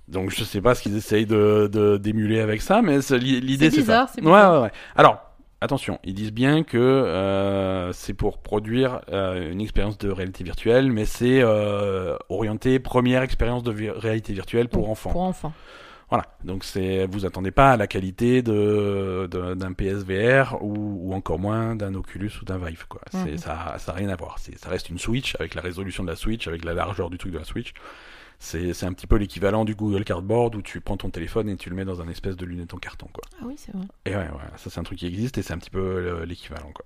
Donc je sais pas ce qu'ils essayent de, de d'émuler avec ça, mais c'est, l'idée c'est c'est bizarre, ça. c'est bizarre. Ouais, ouais, ouais. Alors attention, ils disent bien que euh, c'est pour produire euh, une expérience de réalité virtuelle, mais c'est euh, orienté première expérience de vi- réalité virtuelle pour Oh, enfants. Pour enfants. Voilà, donc c'est, vous attendez pas à la qualité de, de d'un P S V R ou, ou encore moins d'un Oculus ou d'un Vive, quoi. C'est, Mhm. ça, ça a rien à voir. C'est, ça reste une Switch avec la résolution de la Switch, avec la largeur du truc de la Switch. C'est, c'est un petit peu l'équivalent du Google Cardboard où tu prends ton téléphone et tu le mets dans un espèce de lunette en carton, quoi. Ah oui, c'est vrai. Et ouais, ouais, ça c'est un truc qui existe et c'est un petit peu euh, l'équivalent, quoi.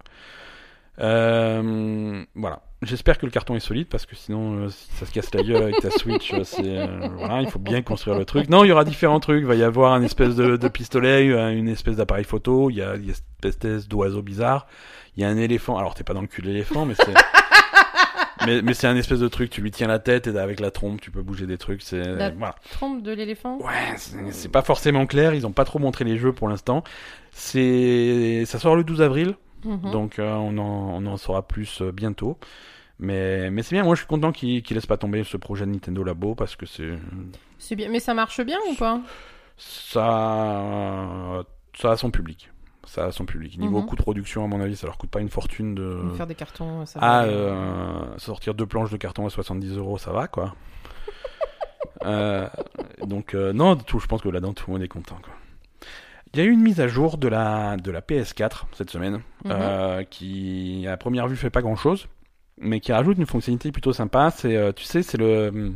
Euh, voilà. J'espère que le carton est solide parce que sinon, euh, si ça se casse la gueule avec ta Switch, euh, c'est euh, voilà, il faut bien construire le truc. Non, il y aura différents trucs. Il va y avoir un espèce de, de pistolet, une espèce d'appareil photo. Il y a une espèce d'oiseau bizarre. Il y a un éléphant. Alors t'es pas dans le cul de l'éléphant, mais c'est mais, mais c'est un espèce de truc. Tu lui tiens la tête et avec la trompe, tu peux bouger des trucs. C'est La voilà. trompe de l'éléphant. Ouais, c'est, c'est pas forcément clair. Ils ont pas trop montré les jeux pour l'instant. C'est ça sort le douze avril. Mhm. Donc euh, on, en, on en saura plus euh, bientôt. Mais, mais c'est bien, moi je suis content qu'ils qu'ils laissent pas tomber ce projet de Nintendo Labo parce que c'est. C'est bien, mais ça marche bien ou pas? Ça, ça a son public. Ça a son public. Niveau Mhm. coût de production, à mon avis, ça leur coûte pas une fortune de. Faire des cartons, ça Ah, va. euh, sortir deux planches de carton à soixante-dix euros, ça va quoi. euh, donc, euh, non, tout, je pense que là-dedans tout le monde est content quoi. Il y a eu une mise à jour de la, de la P S quatre cette semaine, Mhm. euh, qui à première vue fait pas grand chose, mais qui rajoute une fonctionnalité plutôt sympa. C'est, euh, tu sais, c'est le,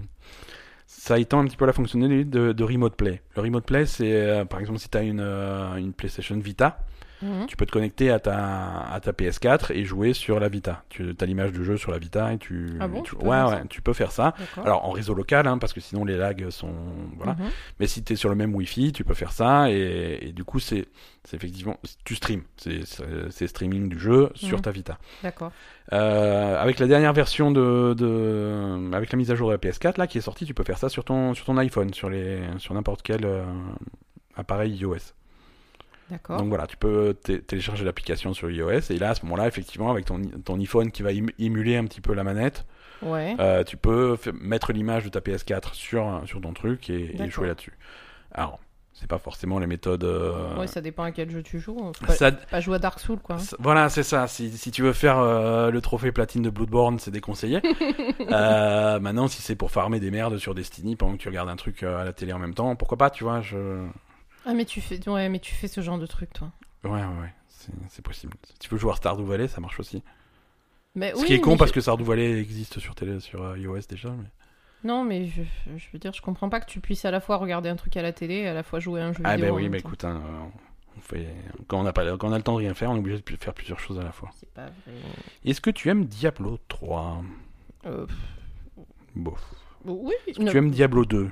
ça étend un petit peu la fonctionnalité de, de Remote Play. Le Remote Play, c'est euh, par exemple si tu as une, euh, une PlayStation Vita, Mhm. tu peux te connecter à ta, à ta P S quatre et jouer sur la Vita. Tu as l'image du jeu sur la Vita et tu, Ah bon, tu- tu peux ouais, faire ouais, ça tu peux faire ça. D'accord. Alors en réseau local, hein, parce que sinon les lags sont, voilà. Mhm. Mais si tu es sur le même Wi-Fi, tu peux faire ça et, et du coup c'est, c'est effectivement, tu stream, c'est, c'est, c'est streaming du jeu sur Mhm. ta Vita. D'accord. Euh, avec la dernière version de, de, avec la mise à jour de la P S quatre là qui est sortie, tu peux faire ça sur ton, sur ton iPhone, sur les, sur n'importe quel euh, appareil iOS. D'accord. Donc voilà, tu peux t- télécharger l'application sur iOS et là à ce moment-là effectivement avec ton, ton iPhone qui va im- émuler un petit peu la manette, Ouais. euh, tu peux f- mettre l'image de ta P S quatre sur, sur ton truc et, et D'accord. jouer là-dessus. Alors, c'est pas forcément les méthodes. euh, Ouais, ça dépend à quel jeu tu joues. Faut pas, ça- pas jouer à Dark Souls, quoi. ça- voilà, c'est ça. Si, si tu veux faire euh, le trophée platine de Bloodborne, c'est déconseillé. euh, maintenant, si c'est pour farmer des merdes sur Destiny pendant que tu regardes un truc euh, à la télé en même temps, pourquoi pas, tu vois je... Ah, mais tu fais, ouais, mais tu fais ce genre de truc, toi. Ouais, ouais, ouais, c'est, c'est possible. Si tu veux jouer à Stardew Valley, ça marche aussi. Mais, Ce oui, qui est con mais parce je- que Stardew Valley existe sur, télé, sur euh, iOS déjà. Mais... Non, mais je, je veux dire, je comprends pas que tu puisses à la fois regarder un truc à la télé et à la fois jouer à un jeu Ah, vidéo. ben en oui, même mais temps. écoute, hein, euh, on fait... quand, on a pas... quand on a le temps de rien faire, on est obligé de faire plusieurs choses à la fois. C'est pas vrai. Est-ce que tu aimes Diablo trois? Euh, Bof. oui, Est-ce non, que tu aimes Diablo deux?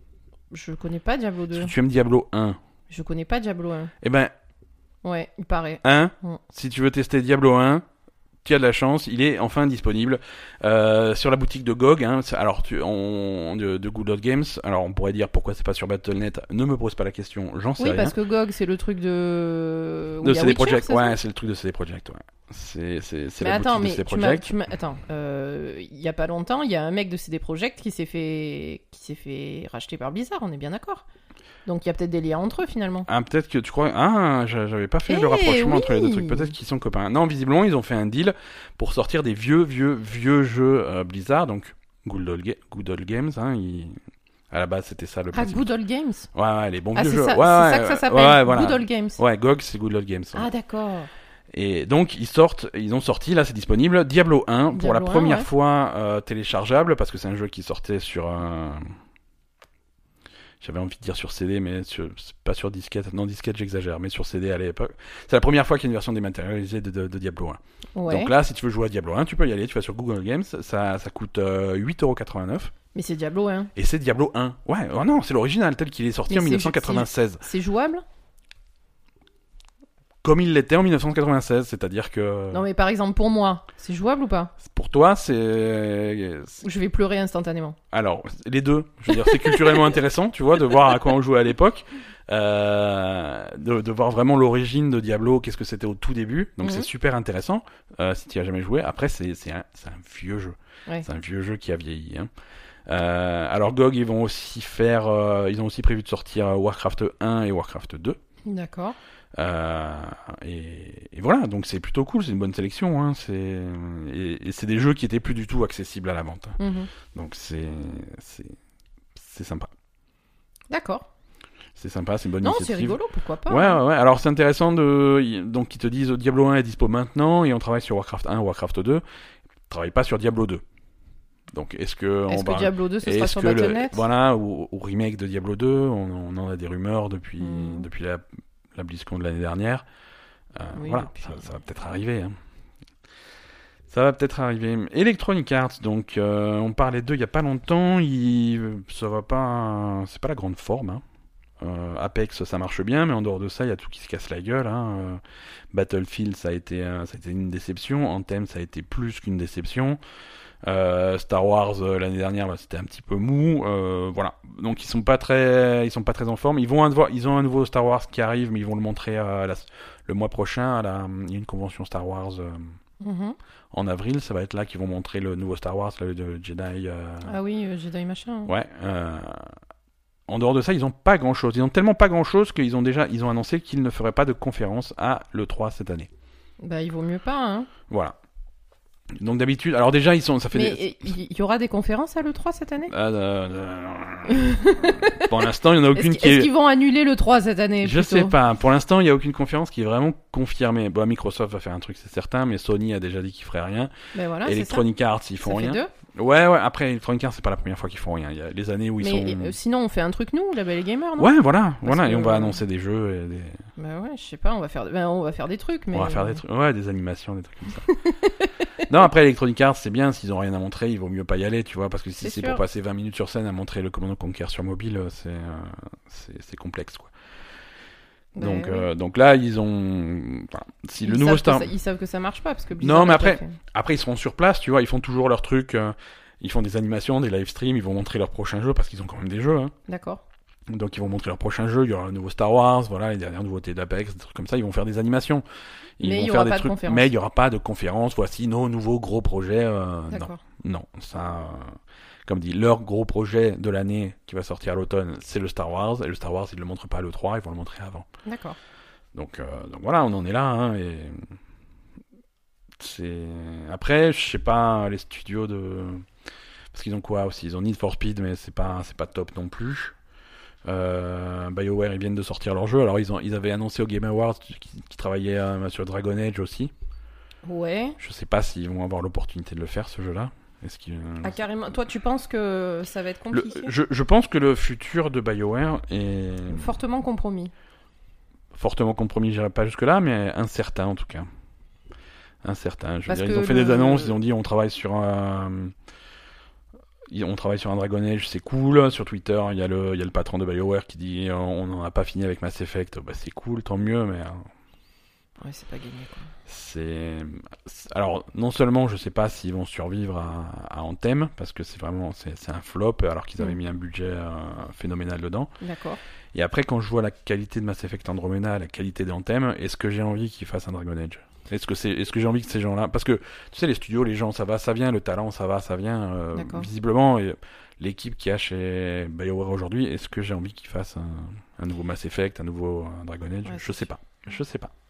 je connais pas Diablo Est-ce deux. que tu aimes Diablo un? Je connais pas Diablo un. Eh ben, Ouais, il paraît. un, Mm. si tu veux tester Diablo un, tu as de la chance, il est enfin disponible euh, sur la boutique de G O G. Hein, c'est- alors, tu, on, de, de Good Old Games. Alors, on pourrait dire pourquoi c'est pas sur Battle point net. Ne me pose pas la question, j'en sais Oui, rien. parce que G O G, c'est le truc de. où De il y a C D Witcher, Projekt, c'est ça ouais, c'est le truc de C D Projekt, ouais. C'est, c'est, c'est Mais la attends, boutique mais de C D tu m'as, Projekt. tu m'as- attends, euh, il y a pas longtemps, il y a un mec de C D Projekt qui s'est fait, qui s'est fait racheter par Blizzard, on est bien d'accord. Donc il y a peut-être des liens entre eux finalement. Ah, peut-être que tu crois. Ah, j'a- j'avais pas fait Eh le rapprochement entre les deux oui. trucs. Peut-être qu'ils sont copains. Non, visiblement, ils ont fait un deal pour sortir des vieux, vieux, vieux jeux euh, Blizzard. Donc, Good Old, Ga- Good Old Games. Hein, ils... À la base, c'était ça le Ah, principe. Good Old Games. Ouais, ouais, les bons Ah, vieux c'est jeux. ça, ouais, c'est ouais, ça que ça ouais, s'appelle. ouais, voilà. Good Old Games. Ouais, G O G, c'est Good Old Games. ouais. Ah d'accord. Et donc, ils sortent, ils ont sorti, là, c'est disponible, Diablo un pour la Diablo un, première ouais. fois euh, téléchargeable, parce que c'est un jeu qui sortait sur un. J'avais envie de dire sur C D, mais sur... c'est pas sur disquette. Non, disquette, j'exagère, mais sur C D à l'époque. C'est la première fois qu'il y a une version dématérialisée de, de, de Diablo un. Ouais. Donc là, si tu veux jouer à Diablo un, tu peux y aller, tu vas sur Google Games, ça, ça coûte euh, huit euros quatre-vingt-neuf. Mais c'est Diablo un. Et c'est Diablo un. Ouais, oh non, c'est l'original, tel qu'il est sorti Mais en c'est- dix-neuf cent quatre-vingt-seize. C'est jouable. Comme il l'était en dix-neuf cent quatre-vingt-seize, c'est-à-dire que. Non mais par exemple pour moi, c'est jouable ou pas? Pour toi, c'est. Ou je vais pleurer instantanément. Alors, les deux. Je veux dire, c'est culturellement intéressant, tu vois, de voir à quoi on jouait à l'époque. Euh, de, de voir vraiment l'origine de Diablo, qu'est-ce que c'était au tout début. Donc, Mhm. c'est super intéressant euh, si tu n'y as jamais joué. Après, c'est, c'est, un, c'est un vieux jeu. Ouais. C'est un vieux jeu qui a vieilli. Hein. Euh, alors G O G, ils vont aussi faire, euh, ils ont aussi prévu de sortir Warcraft un et Warcraft deux. D'accord. Euh, et, et voilà, donc c'est plutôt cool, c'est une bonne sélection. Hein, c'est, et, et c'est des jeux qui étaient plus du tout accessibles à la vente. Mm-hmm. Donc c'est, c'est, c'est sympa. D'accord. C'est sympa, c'est une bonne non, initiative. c'est rigolo, pourquoi pas. Ouais, hein. ouais, ouais. Alors c'est intéressant de, donc ils te disent Diablo un est dispo maintenant et on travaille sur Warcraft un, Warcraft deux. On travaille pas sur Diablo deux. Donc est-ce que Est-ce on que va... Diablo deux ce est-ce sera sur que le... Battle point net Voilà, ou, ou remake de Diablo deux, on, on en a des rumeurs depuis Mm. depuis la, la BlizzCon de l'année dernière. Euh, Oui, voilà, depuis- ça, ça va peut-être arriver. Hein. Ça va peut-être arriver. Electronic Arts, donc euh, on parlait d'eux il y a pas longtemps. Il... Ça va pas, c'est pas la grande forme. Hein. Euh, Apex, ça marche bien, mais en dehors de ça, il y a tout qui se casse la gueule. Hein. Euh, Battlefield, ça a été, euh, ça a été une déception. Anthem, ça a été plus qu'une déception. Euh, Star Wars euh, l'année dernière, bah, c'était un petit peu mou. Euh, voilà, donc ils sont pas très, ils sont pas très en forme. Ils vont avoir, ils ont un nouveau Star Wars qui arrive, mais ils vont le montrer euh, la, le mois prochain. À la, il y a une convention Star Wars euh, Mhm. en avril. Ça va être là qu'ils vont montrer le nouveau Star Wars, le, le Jedi. Euh, Ah oui, euh, Jedi machin. Ouais. Euh, en dehors de ça, ils ont pas grand chose. Ils ont tellement pas grand chose qu'ils ont déjà, ils ont annoncé qu'ils ne feraient pas de conférence à l'E trois cette année. Bah, il vaut mieux pas, hein. Voilà. Donc d'habitude, alors déjà ils sont, ça fait. Mais des... il y, y aura des conférences à l'E trois cette année Euh, euh, euh, Pour l'instant, il n'y en a aucune Est-ce, qui est-ce est. qu'ils vont annuler l'E trois cette année Je plutôt sais pas. Pour l'instant, il n'y a aucune conférence qui est vraiment confirmée. Bon, Microsoft va faire un truc, c'est certain, mais Sony a déjà dit qu'ils feraient rien. Ben voilà, Electronic Arts, ils c'est ça. font Ça rien. fait deux. Ouais, ouais. Après, Electronic Arts, c'est pas la première fois qu'ils font rien. Il y a les années où ils Mais sont. euh, sinon, on fait un truc nous, la Belle Gamer, non Ouais, voilà, voilà. que- Et on va annoncer des jeux et des. Bah ouais, je sais pas, on va faire, ben, on va faire des trucs, mais. On va faire des trucs. Ouais, des animations, des trucs comme ça. Non, après Electronic Arts, c'est bien. S'ils ont rien à montrer, il vaut mieux pas y aller, tu vois, parce que si C'est c'est sûr. pour passer vingt minutes sur scène à montrer le Command and Conquer sur mobile, c'est euh, c'est, c'est complexe, quoi. Bah Donc, oui. euh, donc là, ils ont. Voilà. Si Ils le nouveau savent Star. que ça- ils savent que ça marche pas parce que Blizzard Non, mais l'a pas après- fait. Après, ils seront sur place, tu vois. Ils font toujours leurs trucs. euh, Ils font des animations, des live streams. Ils vont montrer leurs prochains jeux parce qu'ils ont quand même des jeux. Hein. D'accord. Donc, ils vont montrer leurs prochains jeux. Il y aura un nouveau Star Wars, voilà, les dernières nouveautés d'Apex, des trucs comme ça. Ils vont faire des animations. Ils Mais vont il y faire aura des pas de trucs. conférence. Mais il y aura pas de conférence. Voici nos nouveaux gros projets. euh, non. D'accord. Non, ça, euh, comme dit, leur gros projet de l'année qui va sortir à l'automne, c'est le Star Wars. Et le Star Wars, ils ne le montrent pas à l'E trois, ils vont le montrer avant. D'accord. Donc, euh, donc voilà, on en est là. Hein, et c'est... Après, je sais pas, les studios de... Parce qu'ils ont quoi aussi? Ils ont Need for Speed, mais c'est pas, c'est pas top non plus. Euh, BioWare, ils viennent de sortir leur jeu. Alors, ils, ont, ils avaient annoncé au Game Awards qu'ils, qu'ils travaillaient euh, sur Dragon Age aussi. Ouais. Je sais pas s'ils vont avoir l'opportunité de le faire, ce jeu-là. Est-ce qu'ils... Ah, carrément. Toi, tu penses que ça va être Le- compliqué je, je pense que le futur de BioWare est Fortement compromis. fortement compromis, j'irai pas jusque-là, mais incertain en tout cas. Incertain. Je veux Parce dire, ils que ont fait le- des annonces, ils ont dit on travaille sur un... ils- On travaille sur un Dragon Age, c'est cool. Sur Twitter, il y a le, il y a le patron de BioWare qui dit on n'en a pas fini avec Mass Effect. Bah, c'est cool, tant mieux, mais euh, Ouais, c'est pas gagné, quoi. c'est... c'est- Alors, non seulement je sais pas s'ils vont survivre à, à Anthem, parce que c'est vraiment c'est, c'est un flop, alors qu'ils avaient Mm. mis un budget euh, phénoménal dedans. D'accord. Et après, quand je vois la qualité de Mass Effect Andromeda, la qualité d'Anthem, est-ce que j'ai envie qu'ils fassent un Dragon Age? Est-ce que, c'est, est-ce que j'ai envie que ces gens-là... Parce que, tu sais, les studios, les gens, ça va, ça vient, le talent, ça va, ça vient. euh, D'accord. visiblement, et l'équipe qui a chez BioWare aujourd'hui, est-ce que j'ai envie qu'ils fassent un, un nouveau Mass Effect, un nouveau euh, Dragon Age? Ouais, Je c'est sais pas. Je sais pas.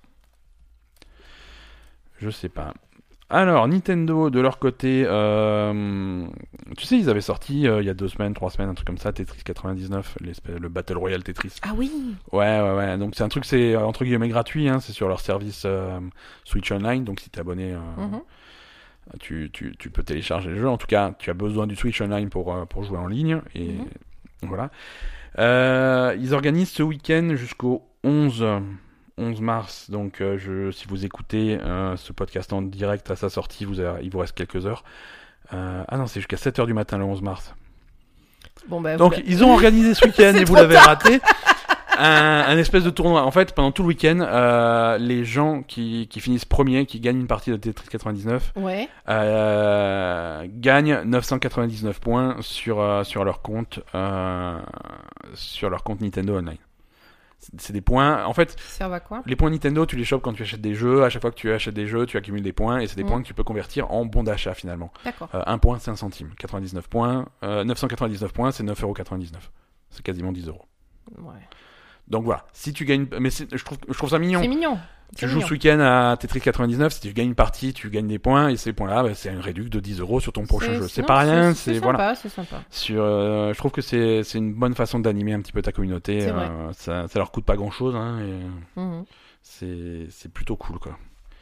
Je sais pas. Alors, Nintendo, de leur côté, euh, tu sais, ils avaient sorti euh, il y a deux semaines, trois semaines, un truc comme ça, Tetris quatre-vingt-dix-neuf, l'espèce- le Battle Royale Tetris. Ah oui. Ouais, ouais, ouais. Donc c'est un truc, c'est euh, entre guillemets gratuit, hein, c'est sur leur service euh, Switch Online, donc si t'es abonné, euh, Mhm. tu, tu, tu peux télécharger le jeu. En tout cas, tu as besoin du Switch Online pour, euh, pour jouer en ligne, et Mhm. voilà. Euh, ils organisent ce week-end jusqu'au onze mars, donc euh, je, si vous écoutez euh, ce podcast en direct à sa sortie, vous avez- il vous reste quelques heures. Euh, ah non, c'est jusqu'à sept heures du matin le onze mars. Bon, bah, Donc vous- ils ont organisé ce week-end C'est et vous trop l'avez tard. raté. Un, un espèce de tournoi. En fait, pendant tout le week-end, euh, les gens qui, qui finissent premiers, qui gagnent une partie de Tetris quatre-vingt-dix-neuf, Ouais. euh, gagnent neuf cent quatre-vingt-dix-neuf points sur, euh, sur leur compte, euh, sur leur compte Nintendo Online. C'est, c'est des points. En fait, Ça va quoi? les points Nintendo, tu les chopes quand tu achètes des jeux. À chaque fois que tu achètes des jeux, tu accumules des points et c'est des Mm. points que tu peux convertir en bons d'achat finalement. D'accord. Euh, un point, c'est un centime. quatre-vingt-dix-neuf points, euh, neuf cent quatre-vingt-dix-neuf points, c'est neuf euros quatre-vingt-dix-neuf. C'est quasiment dix euros. Ouais. Donc voilà, si tu gagnes, mais c'est, je trouve, je trouve ça mignon. C'est mignon. Tu C'est joues mignon. ce week-end à Tetris quatre-vingt-dix-neuf, si tu gagnes une partie, tu gagnes des points, et ces points-là, bah, c'est une réduction de dix euros sur ton prochain C'est- jeu. C'est non, pas rien, c'est, c'est, c'est voilà. sympa, c'est sympa. Sur, euh, je trouve que c'est, c'est une bonne façon d'animer un petit peu ta communauté. C'est vrai. euh, ça, ça leur coûte pas grand-chose, hein, et Mhm. c'est, c'est plutôt cool, quoi.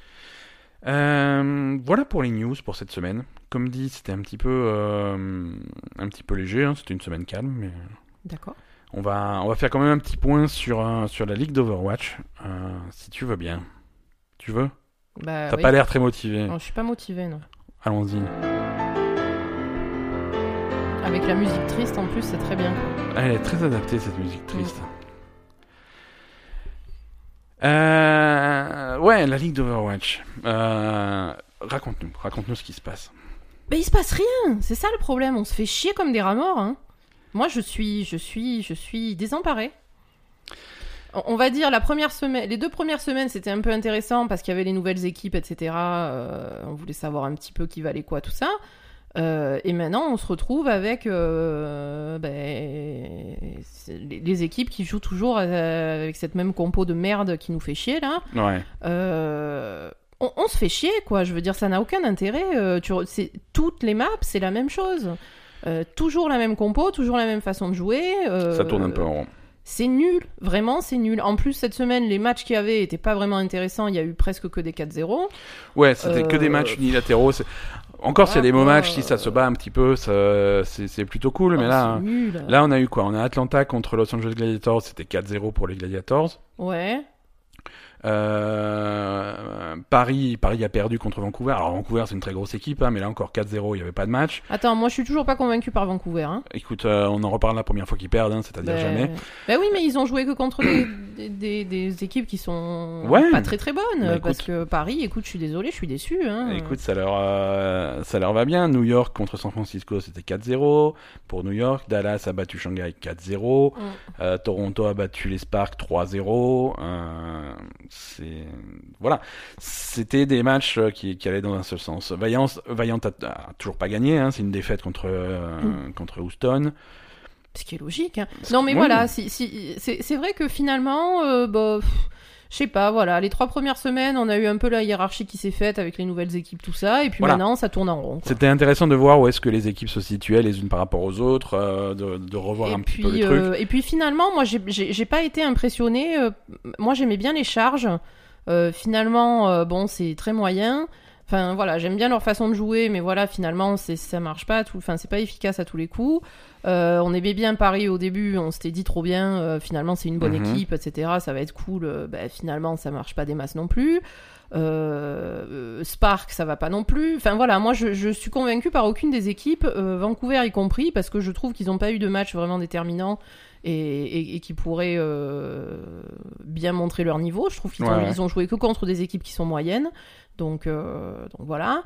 Euh, voilà pour les news pour cette semaine. Comme dit, c'était un petit peu, euh, un petit peu léger, hein, c'était une semaine calme, mais D'accord. on va, on va faire quand même un petit point sur, euh, sur la ligue d'Overwatch, euh, si tu veux bien. Tu veux? Bah, T'as oui. pas l'air très motivé. Non, je suis pas motivée, non. Allons-y. Avec la musique triste en plus, c'est très bien. quoi. Elle est très adaptée, cette musique triste. Euh... Ouais, la ligue d'Overwatch. Euh... Raconte-nous, raconte-nous ce qui se passe. Mais il se passe rien, c'est ça le problème. On se fait chier comme des rats morts. Hein. Moi, je suis, je suis, je suis désemparée. On on va dire la première semaine, les deux premières semaines, c'était un peu intéressant parce qu'il y avait les nouvelles équipes, et cetera. Euh, on voulait savoir un petit peu qui valait quoi, tout ça. Euh, et maintenant, on se retrouve avec euh, ben, c'est les, les équipes qui jouent toujours euh, avec cette même compo de merde qui nous fait chier là. Ouais. Euh, on, on se fait chier, quoi. Je veux dire, ça n'a aucun intérêt. Euh, tu, re- c'est, toutes les maps, c'est la même chose. Euh, toujours la même compo, toujours la même façon de jouer. euh, Ça tourne un peu en rond. C'est nul, vraiment, c'est nul. En plus, cette semaine, les matchs qu'il y avait étaient pas vraiment intéressants. Il y a eu presque que des quatre zéro. Ouais, c'était Euh, que des matchs unilatéraux. c'est- Encore s'il y a des beaux Voilà, matchs, quoi. si ça se bat un petit peu, ça... c'est, c'est plutôt cool. mais Oh, là, c'est nul. là, on a eu quoi? On a Atlanta contre Los Angeles Gladiators, c'était quatre zéro pour les Gladiators. Ouais. Euh, Paris, Paris a perdu contre Vancouver. Alors Vancouver, c'est une très grosse équipe, hein, mais là encore quatre zéro, il n'y avait pas de match. Attends, moi, je suis toujours pas convaincu par Vancouver. Hein. Écoute, euh, on en reparle la première fois qu'ils perdent, hein, c'est-à-dire Ben- jamais. Ben oui, mais ils ont joué que contre des, des, des- des équipes qui sont Ouais. pas très très bonnes. Bah, écoute. Parce que Paris, écoute, je suis désolé, je suis déçu. Hein. Écoute, ça leur, euh, ça leur va bien. New York contre San Francisco, c'était quatre zéro. Pour New York, Dallas a battu Shanghai quatre zéro. Mm. Euh, Toronto a battu les Sparks trois zéro. Euh, c'est... Voilà. C'était des matchs euh, qui, qui allaient dans un seul sens. Vaillant, Vaillant a, a toujours pas gagné. Hein. C'est une défaite contre, euh, Mm. contre Houston. Ce qui est logique. Hein. Non, mais Oui. voilà, si, si, c'est, c'est vrai que finalement, euh, bah, pff, je sais pas, voilà, les trois premières semaines, on a eu un peu la hiérarchie qui s'est faite avec les nouvelles équipes, tout ça, et puis Voilà. maintenant, ça tourne en rond. quoi. C'était intéressant de voir où est-ce que les équipes se situaient les unes par rapport aux autres, euh, de, de revoir Et un puis, petit peu le truc. euh, et puis finalement, moi, j'ai, j'ai, j'ai pas été impressionnée. euh, moi, j'aimais bien les charges. Euh, finalement, euh, bon, c'est très moyen. Enfin, voilà, j'aime bien leur façon de jouer, mais voilà, finalement, c'est, ça marche pas. à tout- Enfin, c'est pas efficace à tous les coups. Euh, on aimait bien Paris au début, on s'était dit trop bien. euh, finalement, c'est une bonne Mhm. équipe, et cetera. Ça va être cool. Euh, bah, finalement, ça marche pas des masses non plus. Euh, euh, Spark, ça va pas non plus. Enfin voilà, moi je, je suis convaincue par aucune des équipes, euh, Vancouver y compris, parce que je trouve qu'ils n'ont pas eu de match vraiment déterminant et, et, et qui pourraient euh, bien montrer leur niveau. Je trouve qu'ils Ouais, ont, ouais. ils ont joué que contre des équipes qui sont moyennes. Donc, euh, donc voilà.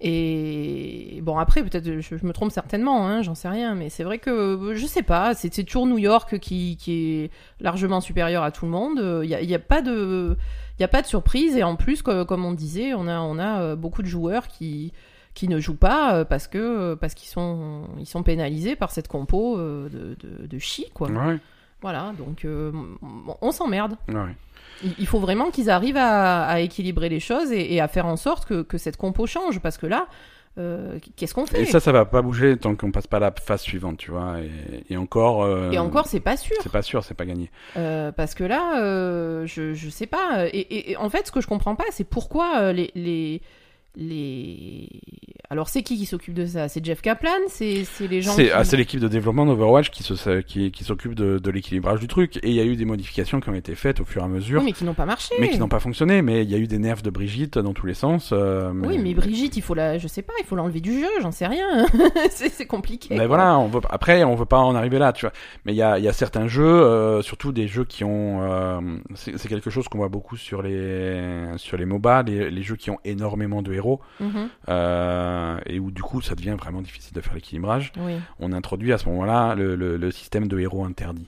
Et bon, après, peut-être, je, je me trompe certainement, hein, j'en sais rien, mais c'est vrai que, je sais pas, c'est, c'est toujours New York qui, qui est largement supérieur à tout le monde. Il n'y a, y a pas de. Il n'y a pas de surprise, et en plus, comme, comme on disait, on a, on a euh, beaucoup de joueurs qui, qui ne jouent pas euh, parce, que, parce qu'ils sont, ils sont pénalisés par cette compo euh, de, de, de chi, quoi. Ouais, Voilà, donc euh, on s'emmerde. ouais. Il il faut vraiment qu'ils arrivent à, à équilibrer les choses et, et à faire en sorte que, que cette compo change, parce que là, euh, qu'est-ce qu'on fait Et ça, ça va pas bouger tant qu'on passe pas à la phase suivante, tu vois. Et, et encore. euh, Et encore, c'est pas sûr. C'est pas sûr, c'est pas gagné. Euh, parce que là, euh, je, je sais pas. Et, et- et en fait, ce que je comprends pas, c'est pourquoi euh, les, les, les. Alors, c'est qui qui s'occupe de ça? C'est Jeff Kaplan? C'est c'est les gens C'est, qui... ah, c'est l'équipe de développement d'Overwatch qui, se, qui, qui s'occupe de, de l'équilibrage du truc. Et il y a eu des modifications qui ont été faites au fur et à mesure, Oui, mais qui n'ont pas marché. mais qui n'ont pas fonctionné. Mais il y a eu des nerfs de Brigitte dans tous les sens. euh, mais... Oui, mais Brigitte, il faut la, je sais pas, il faut l'enlever du jeu, j'en sais rien. c'est c'est compliqué. Mais quoi. voilà, on veut, après, on veut pas en arriver là, tu vois. Mais il y a, il y a certains jeux, euh, surtout des jeux qui ont, euh, c'est, c'est quelque chose qu'on voit beaucoup sur les, sur les MOBA, les, les jeux qui ont énormément de héros, Mhm. euh, et où du coup ça devient vraiment difficile de faire l'équilibrage. Oui, On introduit à ce moment-là le, le, le système de héros interdits.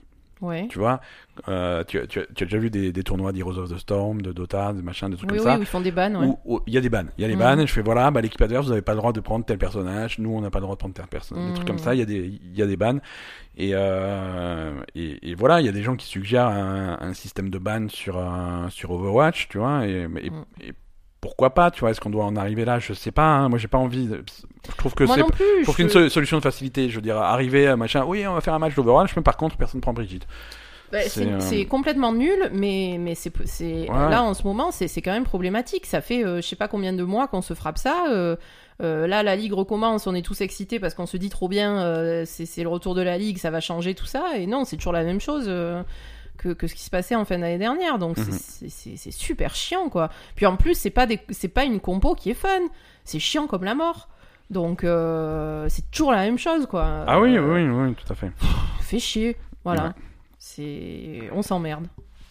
Ouais. Tu vois, euh, tu, tu, tu as déjà vu des, des tournois d'Heroes of the Storm, de Dota, des machins, des trucs Oui, comme oui, ça. où ils font des bans, ouais. Où il y a des bans. Il y a des Mhm. bans, je fais voilà, bah, l'équipe adverse, vous n'avez pas le droit de prendre tel personnage, nous on n'a pas le droit de prendre tel personnage. Des Mhm. trucs comme ça, il y a des, il y a des bans. Et, euh, et, et voilà, il y a des gens qui suggèrent un, un système de ban sur, un, sur Overwatch, tu vois, et, et, Mhm. et pourquoi pas, tu vois, est-ce qu'on doit en arriver là? Je sais pas, hein, moi j'ai pas envie. De... Je trouve que Moi c'est. non plus. Je trouve je- qu'une so- solution de facilité, je veux dire, arriver à machin, oui, on va faire un match d'Overwatch, mais par contre, personne prend Brigitte. Bah, C'est, c'est euh, c'est complètement nul, mais, mais c'est, c'est... Ouais. là en ce moment, c'est, c'est quand même problématique. Ça fait euh, je sais pas combien de mois qu'on se frappe ça. euh, euh, là, la Ligue recommence, on est tous excités parce qu'on se dit trop bien, euh, c'est, c'est le retour de la Ligue, ça va changer tout ça. Et non, c'est toujours la même chose euh, que, que ce qui se passait en fin d'année dernière. Donc Mhm. c'est, c'est, c'est, c'est super chiant, quoi. Puis en plus, c'est pas, des, c'est pas une compo qui est fun. C'est chiant comme la mort. Donc euh, c'est toujours la même chose, quoi. Ah oui, Euh, oui, oui, tout à fait. Fait chier. Voilà. Ouais. C'est... On s'emmerde.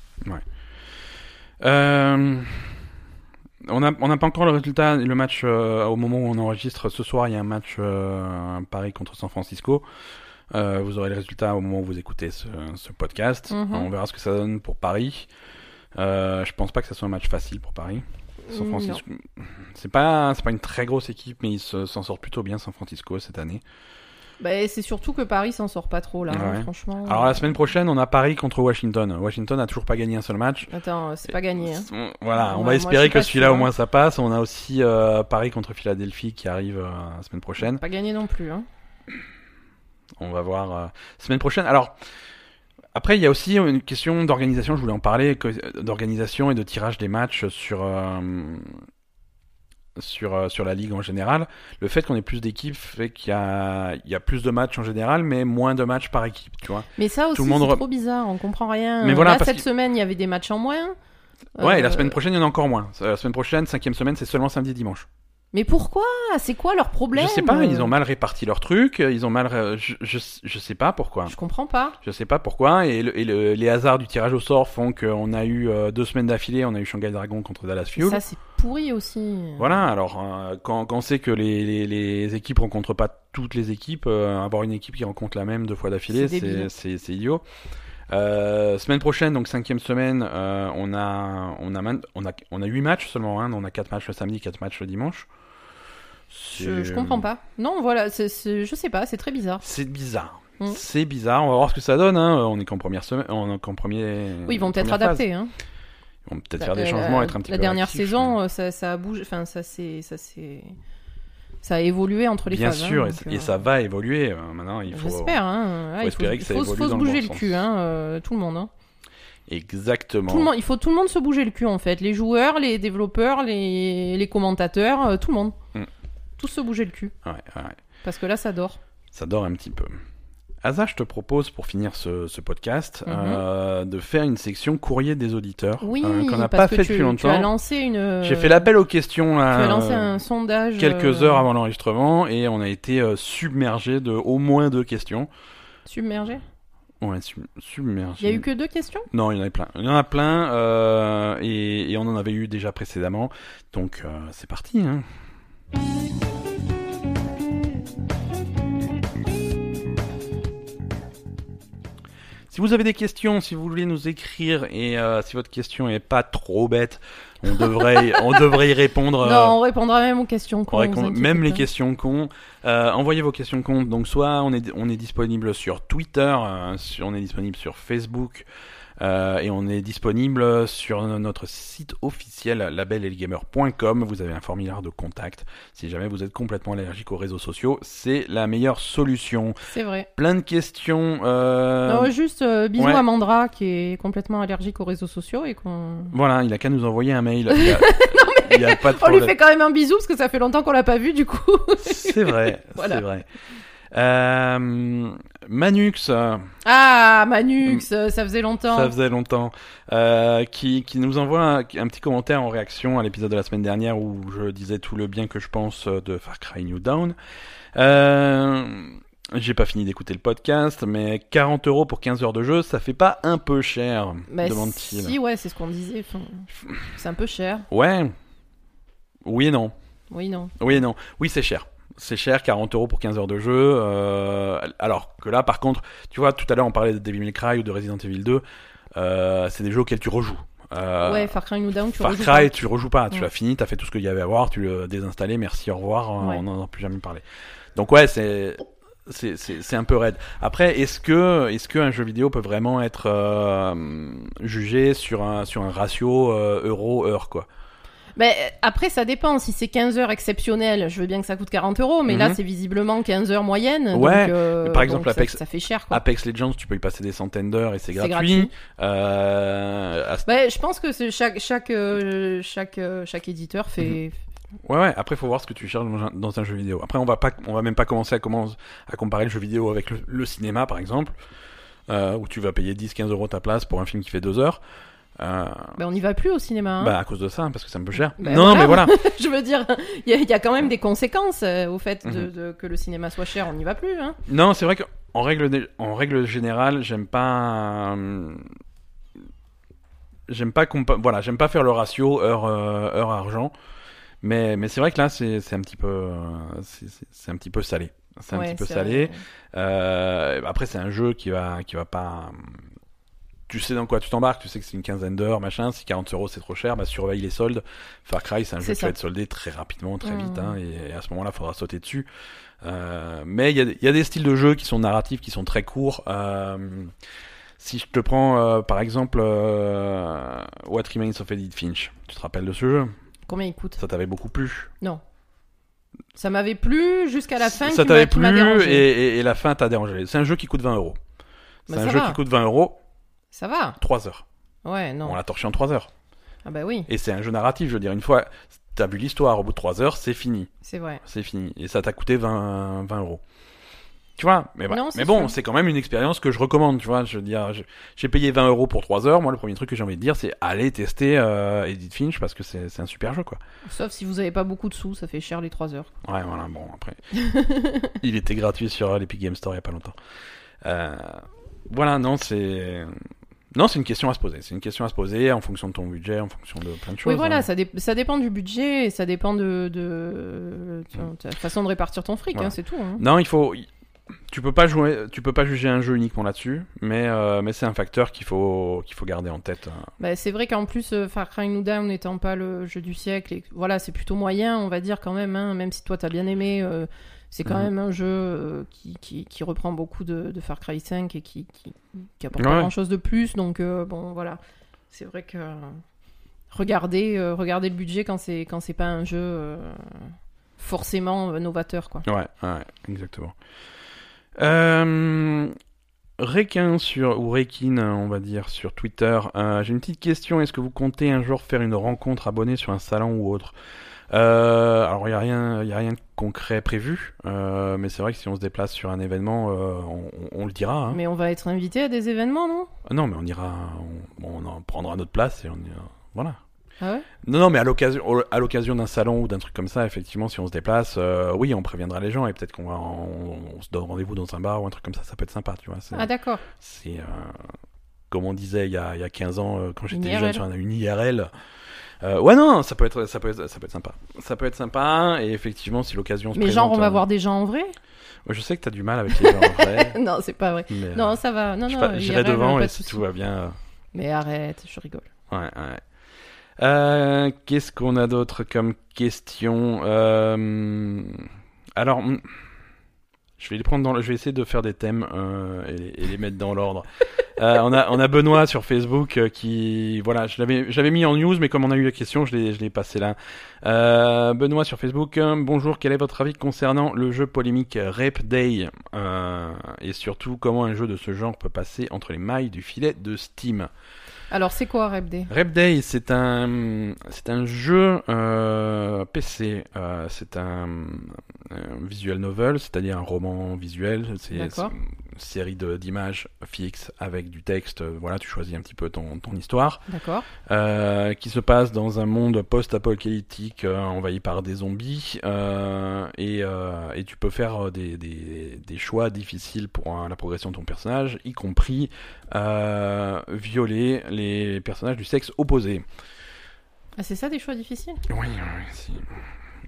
Euh, on n'a on n'a pas encore le résultat, le match euh, au moment où on enregistre. Ce soir, il y a un match euh, Paris contre San Francisco. Euh, vous aurez le résultat au moment où vous écoutez ce, ce podcast. Mhm. On verra ce que ça donne pour Paris. Euh, je pense pas que ça soit un match facile pour Paris. San Mm, Francisco, c'est pas c'est pas une très grosse équipe, mais ils se- s'en sortent plutôt bien, San Francisco, cette année. Bah, c'est surtout que Paris s'en sort pas trop là, hein, Ouais. franchement. Alors la semaine prochaine, on a Paris contre Washington. Washington a toujours pas gagné un seul match. Attends, c'est pas gagné. Hein. On- Voilà, on Ouais, va moi, espérer je suis que pas celui-là sûre, au moins hein. ça passe. On a aussi euh, Paris contre Philadelphie qui arrive euh, la semaine prochaine. Pas gagné non plus. Hein. On va voir euh, semaine prochaine. Alors après, il y a aussi une question d'organisation. Je voulais en parler, que- d'organisation et de tirage des matchs sur euh, sur euh, sur la ligue en général. Le fait qu'on ait plus d'équipes fait qu'il y a il y a plus de matchs en général, mais moins de matchs par équipe. Tu vois. Mais ça aussi, Tout le monde c'est re- trop bizarre, on comprend rien. Mais voilà, là, parce cette que- semaine, il y avait des matchs en moins. Ouais, et la Euh, semaine prochaine, il y en a encore moins. La semaine prochaine, cinquième semaine, c'est seulement samedi et dimanche. Mais pourquoi? C'est quoi leur problème? Je sais pas, ils ont mal réparti leurs trucs, ils ont mal. ré- Je, je, je sais pas pourquoi. Je comprends pas. Je sais pas pourquoi, et, le- et le- les hasards du tirage au sort font qu'on a eu euh, deux semaines d'affilée, on a eu Shanghai Dragon contre Dallas Fuel. Ça, c'est pourri aussi. Voilà, alors euh, quand, quand on sait que les, les, les équipes rencontrent pas toutes les équipes, euh, avoir une équipe qui rencontre la même deux fois d'affilée, C'est c'est, débile. c'est, c'est idiot. Euh, semaine prochaine, donc cinquième semaine, euh, on a on a man- on a on a huit matchs seulement, hein, on a quatre matchs le samedi, quatre matchs le dimanche. Je, C'est- je comprends pas. Non, voilà, c'est, c'est- je sais pas, c'est très bizarre. C'est bizarre. Mm. C'est bizarre. On va voir ce que ça donne. Hein. On est qu'en première semaine, on est qu'en premier. Oui, ils vont peut-être première phase. adapter. Hein. Ils vont peut-être La- faire des la- changements, la- être un petit La peu dernière réactifs, saison, mais- euh, ça, ça a bougé, enfin ça c'est, ça c'est, ça a évolué entre les Bien phases. sûr, hein, et, donc, et euh, ça va évoluer. euh, maintenant, il faut. J'espère. Hein. Ouais, il faut, espérer que ça il faut, évolue faut se dans le bouger bon le cul, sens. hein, euh, tout le monde. Hein. Exactement. Tout le monde. Il faut tout le monde se bouger le cul en fait. Les joueurs, les développeurs, les, les commentateurs, euh, tout le monde. Mm. Tous se bouger le cul. Ouais, ouais. Parce que là, ça dort. Ça dort un petit peu. Asa, je te propose pour finir ce, ce podcast Mhm. euh, de faire une section courrier des auditeurs Oui, euh, qu'on n'a parce pas que fait tu, depuis tu as longtemps. lancé une. J'ai fait l'appel aux questions Tu là, as lancé euh, un sondage. quelques euh, heures avant l'enregistrement et on a été euh, submergé de au moins deux questions. Submergé. Ouais, sub- submergé. Il y a eu que deux questions. Non, il y en a plein. Il y en a plein euh, et, et on en avait eu déjà précédemment. Donc euh, c'est parti. Hein. Si vous avez des questions, si vous voulez nous écrire et euh, si votre question est pas trop bête, on devrait, on devrait y répondre. Non, euh, on répondra même aux questions. on répond- vous inquiétez même les pas. questions cons. Euh, envoyez vos questions cons. Donc soit on est on est disponible sur Twitter, euh, sur- on est disponible sur Facebook. Euh, et on est disponible sur notre site officiel label elgamer point com. Vous avez un formulaire de contact. Si jamais vous êtes complètement allergique aux réseaux sociaux, c'est la meilleure solution. C'est vrai. Plein de questions. Euh... Non, juste euh, bisous ouais. à Mandra qui est complètement allergique aux réseaux sociaux et qu'on. Voilà, il a qu'à nous envoyer un mail. Il y a, il y a pas de On lui problème. fait quand même un bisou parce que ça fait longtemps qu'on l'a pas vu du coup. C'est vrai, Voilà. c'est vrai. Euh, Manux, euh, Ah, Manux, euh, ça faisait longtemps. ça faisait longtemps, euh, qui, qui nous envoie un, un petit commentaire en réaction à l'épisode de la semaine dernière où je disais tout le bien que je pense de Far Cry New Dawn. Euh, j'ai pas fini d'écouter le podcast, mais quarante euros pour quinze heures de jeu, ça fait pas un peu cher, Bah, demande-t-il. si, ouais, c'est ce qu'on disait. Enfin, c'est un peu cher. Ouais. Oui et non. Oui, non. Oui et non. Oui, c'est cher. C'est cher, quarante euros pour quinze heures de jeu. Euh, alors que là, par contre, tu vois, tout à l'heure, on parlait de Devil May Cry ou de Resident Evil deux. Euh, c'est des jeux auxquels tu rejoues. Euh, ouais, Far Cry New Dawn, tu Far rejoues Cry, pas. tu rejoues pas. Tu Ouais. l'as fini, t'as fait tout ce qu'il y avait à voir, tu l'as désinstallé, merci, au revoir. Ouais. On n'en a plus jamais parlé. Donc ouais, c'est... C'est, c'est, c'est un peu raide. Après, est-ce que, est-ce qu'un jeu vidéo peut vraiment être euh, jugé sur un, sur un ratio euh, euro-heure, quoi? Mais après, ça dépend. Si c'est quinze heures exceptionnelles, je veux bien que ça coûte quarante euros, mais Mhm. là, c'est visiblement quinze heures moyenne. Ouais, donc, euh, mais par exemple, donc Apex- ça, ça fait cher, quoi. Apex Legends, tu peux y passer des centaines d'heures et c'est C'est gratuit. gratuit. Euh, à- Bah, je pense que c'est chaque, chaque, euh, chaque, euh, chaque éditeur fait. Ouais, ouais. Après, faut voir ce que tu cherches dans un, dans un jeu vidéo. Après, on va pas, on va même pas commencer à, commencer à comparer le jeu vidéo avec le, le cinéma, par exemple, euh, où tu vas payer dix quinze euros ta place pour un film qui fait deux heures. Euh, Bah, on n'y va plus au cinéma. Hein. Bah, à cause de ça, hein, parce que c'est un peu cher. Bah, non, voilà. mais voilà. Je veux dire, il y, a- il y a quand même des conséquences euh, au fait de, Mhm. de- que le cinéma soit cher. On n'y va plus. Hein. Non, c'est vrai qu'en règle, en règle générale, j'aime pas. euh, J'aime pas, compa- voilà, j'aime pas faire le ratio heure, euh, heure argent. Mais, mais c'est vrai que là, c'est, c'est un petit peu, euh, c'est, c'est- c'est un petit peu salé. C'est un Ouais, petit peu c'est salé. vrai. Euh, après, c'est un jeu qui va, qui va pas. Tu sais dans quoi tu t'embarques, tu sais que c'est une quinzaine d'heures, machin. Si quarante euros c'est trop cher, bah surveille les soldes. Far Cry, c'est un jeu C'est qui ça. va être soldé très rapidement, très Mmh. vite, hein, et, et à ce moment-là, il faudra sauter dessus. Euh, mais il y a, il y a des styles de jeu qui sont narratifs, qui sont très courts. Euh, si je te prends euh, par exemple euh, What Remains of Edith Finch, tu te rappelles de ce jeu? Combien il coûte? Ça t'avait beaucoup plu? Non. Ça m'avait plu jusqu'à la fin. Ça qui m'a- t'avait qui m'a plu dérangé. et, et, et la fin t'a dérangé. C'est un jeu qui coûte vingt euros. C'est Bah, un ça jeu va. qui coûte vingt euros, Ça va. trois heures. Ouais, non. On l'a torché en trois heures. Ah bah oui, Et c'est un jeu narratif, je veux dire, une fois t'as vu l'histoire, au bout de trois heures, c'est fini. c'est vrai. C'est fini. Et ça t'a coûté vingt, vingt euros. Tu vois, mais, bah, Non, c'est mais bon, sûr. c'est quand même une expérience que je recommande, tu vois. Je veux dire, je- j'ai payé vingt euros pour trois heures. Moi, le premier truc que j'ai envie de dire, c'est aller tester euh, Edith Finch parce que c'est, c'est un super jeu, quoi. Sauf si vous avez pas beaucoup de sous, ça fait cher les trois heures. Ouais, voilà, bon, après. Il était gratuit sur l'Epic Game Store il y a pas longtemps. Euh, voilà, non, c'est. Non, c'est une question à se poser. C'est une question à se poser en fonction de ton budget, en fonction de plein de choses. Oui, voilà, hein. ça, dé- ça dépend du budget et ça dépend de, de... de ta façon de répartir ton fric, Voilà. hein, c'est tout. Hein. Non, il faut. Tu peux pas jouer, tu peux pas juger un jeu uniquement là-dessus, mais euh, mais c'est un facteur qu'il faut qu'il faut garder en tête. hein. Bah, c'est vrai qu'en plus, euh, Far Cry New Dawn n'étant pas le jeu du siècle, et, voilà, c'est plutôt moyen, on va dire quand même, hein, même si toi t'as bien aimé, euh, c'est quand Mhm. même un jeu euh, qui, qui, qui reprend beaucoup de, de Far Cry cinq et qui, qui, qui apporte Ouais. pas grand chose de plus, donc euh, bon, voilà. C'est vrai que euh, regardez, euh, regardez le budget quand c'est, quand c'est pas un jeu euh, forcément euh, novateur, quoi. Ouais, ouais, exactement. Euh, Requin sur ou Rekin, on va dire sur Twitter. Euh, j'ai une petite question. Est-ce que vous comptez un jour faire une rencontre abonnée sur un salon ou autre? Euh, alors il y a rien, il y a rien de concret prévu, euh, mais c'est vrai que si on se déplace sur un événement, euh, on, on- on le dira. Hein. Mais on va être invité à des événements, non? Ah non, mais on ira, on, on en prendra notre place et on ira, voilà. Ah ouais? Non, non, mais à l'occasion, au- à l'occasion d'un salon ou d'un truc comme ça, effectivement, si on se déplace, euh, oui, on préviendra les gens et peut-être qu'on va, on, on se donne rendez-vous dans un bar ou un truc comme ça, ça peut être sympa, tu vois. C'est, Ah d'accord. c'est euh, comme on disait il y a, il y a quinze ans, euh, quand j'étais Une I R L. jeune sur un- une I R L. Euh, ouais, non, ça peut être, ça peut être, ça peut être sympa. Ça peut être sympa et effectivement, si l'occasion se Mais présente. genre, on va euh, voir des gens en vrai? ouais, je sais que t'as du mal avec les gens en vrai. Non, c'est pas vrai. mais, euh, Non, ça va. Non, je non, sais pas, j'irai I R L, devant pas et de si souci. tout va bien. euh, Mais arrête, je rigole. Ouais, ouais. Euh, qu'est-ce qu'on a d'autre comme question? Euh, Alors, hmm, je vais les prendre dans le... Je vais essayer de faire des thèmes euh, et, les- et les mettre dans l'ordre. Euh, on a on a Benoît sur Facebook euh, qui voilà, je l'avais j'avais mis en news, mais comme on a eu la question, je l'ai je l'ai passé là. Euh, Benoît sur Facebook. euh, Bonjour, quel est votre avis concernant le jeu polémique Rape Day euh, et surtout comment un jeu de ce genre peut passer entre les mailles du filet de Steam? Alors, c'est quoi Rap Day? Rap Day, c'est un, c'est un jeu euh, P C. Euh, c'est un, un visual novel, c'est-à-dire un roman visuel. C'est, c'est D'accord. une série de, d'images fixes avec du texte. Voilà, tu choisis un petit peu ton, ton histoire. D'accord. Euh, qui se passe dans un monde post-apocalyptique euh, envahi par des zombies. Euh, et, euh, et tu peux faire des, des, des choix difficiles pour euh, la progression de ton personnage, y compris euh, violer les personnages du sexe opposé. Ah, c'est ça des choix difficiles? Oui, oui, si.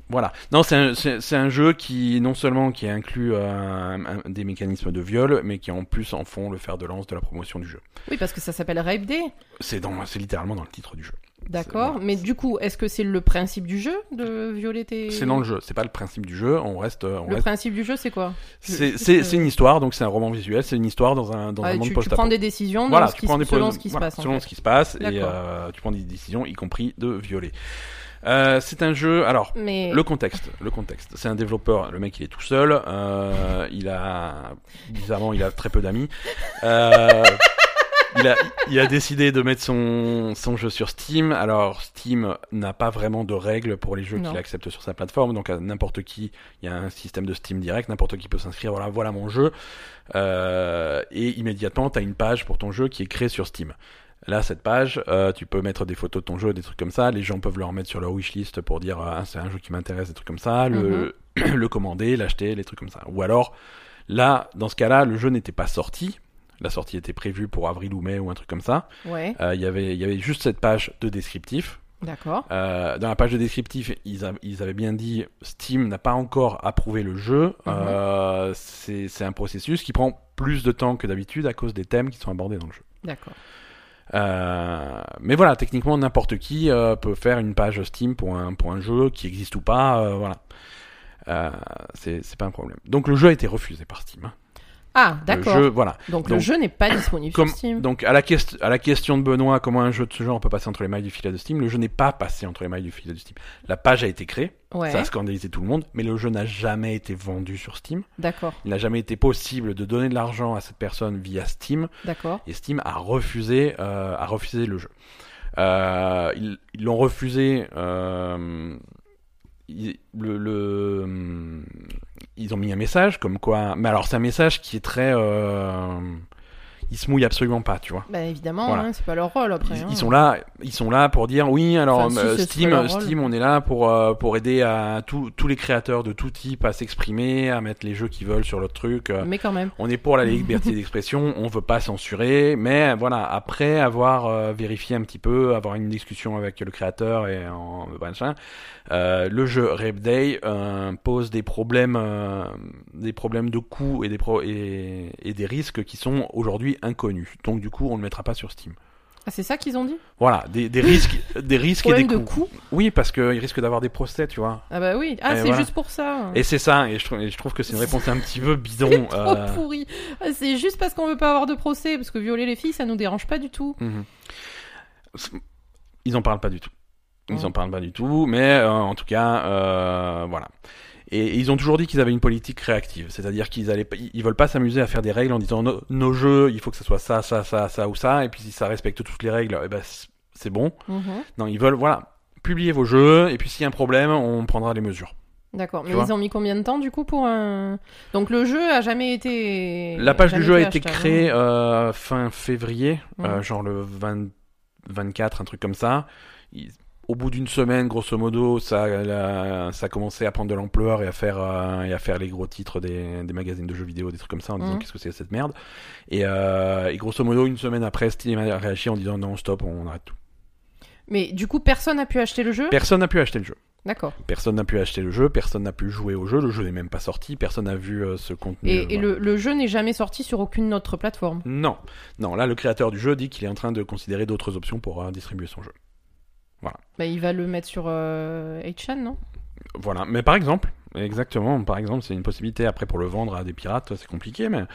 Voilà. Non, c'est un, c'est, c'est un jeu qui, non seulement qui inclut euh, un, un, des mécanismes de viol, mais qui en plus en font le fer de lance de la promotion du jeu. Oui, parce que ça s'appelle Rape Day. C'est, dans, c'est littéralement dans le titre du jeu. D'accord, voilà. Mais du coup, est-ce que c'est le principe du jeu de violer tes... C'est dans le jeu, c'est pas le principe du jeu, on reste... On le reste... principe du jeu, c'est quoi? C'est, je, c'est, je... c'est une histoire, donc c'est un roman visuel, c'est une histoire dans un, dans ah, un monde tu, post-apo. Tu prends des décisions voilà, dans ce tu qui, prends des selon pos... ce qui voilà, se passe. Selon en ce fait. qui se passe, D'accord. et euh, tu prends des décisions, y compris de violer. Euh, c'est un jeu. Alors, Mais... le contexte, le contexte. C'est un développeur. Le mec, il est tout seul. Euh, il a, bizarrement, il a très peu d'amis. Euh, il a, il a décidé de mettre son son jeu sur Steam. Alors, Steam n'a pas vraiment de règles pour les jeux non. qu'il accepte sur sa plateforme. Donc, à n'importe qui, il y a un système de Steam direct. N'importe qui peut s'inscrire. Voilà, voilà mon jeu. Euh, et immédiatement, t'as une page pour ton jeu qui est créée sur Steam. Là, cette page, euh, tu peux mettre des photos de ton jeu, des trucs comme ça. Les gens peuvent le remettre sur leur wishlist pour dire ah, c'est un jeu qui m'intéresse, des trucs comme ça. Le, mm-hmm. le commander, l'acheter, les trucs comme ça. Ou alors, là, dans ce cas-là, le jeu n'était pas sorti. La sortie était prévue pour avril ou mai ou un truc comme ça. Ouais. Euh, y avait, il y avait juste cette page de descriptif. D'accord. Euh, dans la page de descriptif, ils, a, ils avaient bien dit Steam n'a pas encore approuvé le jeu. Mm-hmm. Euh, c'est, c'est un processus qui prend plus de temps que d'habitude à cause des thèmes qui sont abordés dans le jeu. D'accord. Euh, mais voilà, techniquement n'importe qui euh, peut faire une page Steam pour un pour un jeu qui existe ou pas, euh, voilà. Euh, c'est c'est pas un problème. Donc le jeu a été refusé par Steam. Ah, d'accord. Le jeu, voilà. Donc, donc le jeu n'est pas disponible comme, sur Steam. Donc à la, quest- à la question de Benoît, comment un jeu de ce genre peut passer entre les mailles du filet de Steam, le jeu n'est pas passé entre les mailles du filet de Steam. La page a été créée, ouais. ça a scandalisé tout le monde, mais le jeu n'a jamais été vendu sur Steam. D'accord. Il n'a jamais été possible de donner de l'argent à cette personne via Steam. D'accord. Et Steam a refusé, euh, a refusé le jeu. Euh, ils, ils l'ont refusé. Euh, ils, le, le, ils ont mis un message comme quoi. Mais alors c'est un message qui est très. Euh, ils se mouillent absolument pas, tu vois. Bah évidemment, voilà. hein, c'est pas leur rôle après. Ils, hein. ils sont là, ils sont là pour dire oui. Alors enfin, euh, si, Steam, Steam, on est là pour euh, pour aider à tous tous les créateurs de tout type à s'exprimer, à mettre les jeux qu'ils veulent sur l'autre truc. Euh, mais quand même. On est pour la liberté d'expression, on veut pas censurer, mais voilà, après avoir euh, vérifié un petit peu, avoir une discussion avec le créateur et en machin, euh, le jeu Rape Day euh, pose des problèmes, euh, des problèmes de coûts et des pro- et, et des risques qui sont aujourd'hui inconnus. Donc du coup, on ne le mettra pas sur Steam. Ah, c'est ça qu'ils ont dit ? Voilà, des, des risques, des risques et des de coûts. coûts. Oui, parce qu'ils risquent d'avoir des procès, tu vois. Ah bah oui, ah et c'est voilà. juste pour ça. Et c'est ça, et je, trouve, et je trouve que c'est une réponse un petit peu bidon. C'est trop euh... pourri. Ah, c'est juste parce qu'on veut pas avoir de procès, parce que violer les filles, ça nous dérange pas du tout. Mm-hmm. Ils en parlent pas du tout. Ils ouais. en parlent pas du tout, mais euh, en tout cas, euh, voilà. Et, et ils ont toujours dit qu'ils avaient une politique réactive, c'est-à-dire qu'ils allaient, ils veulent pas s'amuser à faire des règles en disant no, nos jeux, il faut que ça soit ça, ça, ça, ça ou ça, et puis si ça respecte toutes les règles, eh ben c'est bon. Mm-hmm. Non, ils veulent, voilà, publier vos jeux, et puis s'il y a un problème, on prendra les mesures. D'accord, mais tu vois ils ont mis combien de temps du coup pour un... Donc le jeu a jamais été... La page jamais du jeu a été été achetable. créée euh, fin février, Mm. euh, genre le vingt, vingt-quatre, un truc comme ça. Ils... Au bout d'une semaine, grosso modo, ça, la, ça a commencé à prendre de l'ampleur et à faire euh, et à faire les gros titres des, des magazines de jeux vidéo, des trucs comme ça, en disant mmh. qu'est-ce que c'est cette merde. Et, euh, et grosso modo, une semaine après, Steam a réagi en disant non, stop, on arrête tout. Mais du coup, personne n'a pu acheter le jeu ? Personne n'a pu acheter le jeu. D'accord. Personne n'a pu acheter le jeu, personne n'a pu jouer au jeu, le jeu n'est même pas sorti, personne n'a vu euh, ce contenu. Et, euh, et voilà. le, le jeu n'est jamais sorti sur aucune autre plateforme ? Non, non. Là, le créateur du jeu dit qu'il est en train de considérer d'autres options pour euh, distribuer son jeu. Voilà. Bah, il va le mettre sur euh, H N, non ? Voilà, mais par exemple, exactement, par exemple, c'est une possibilité après pour le vendre à des pirates, c'est compliqué, mais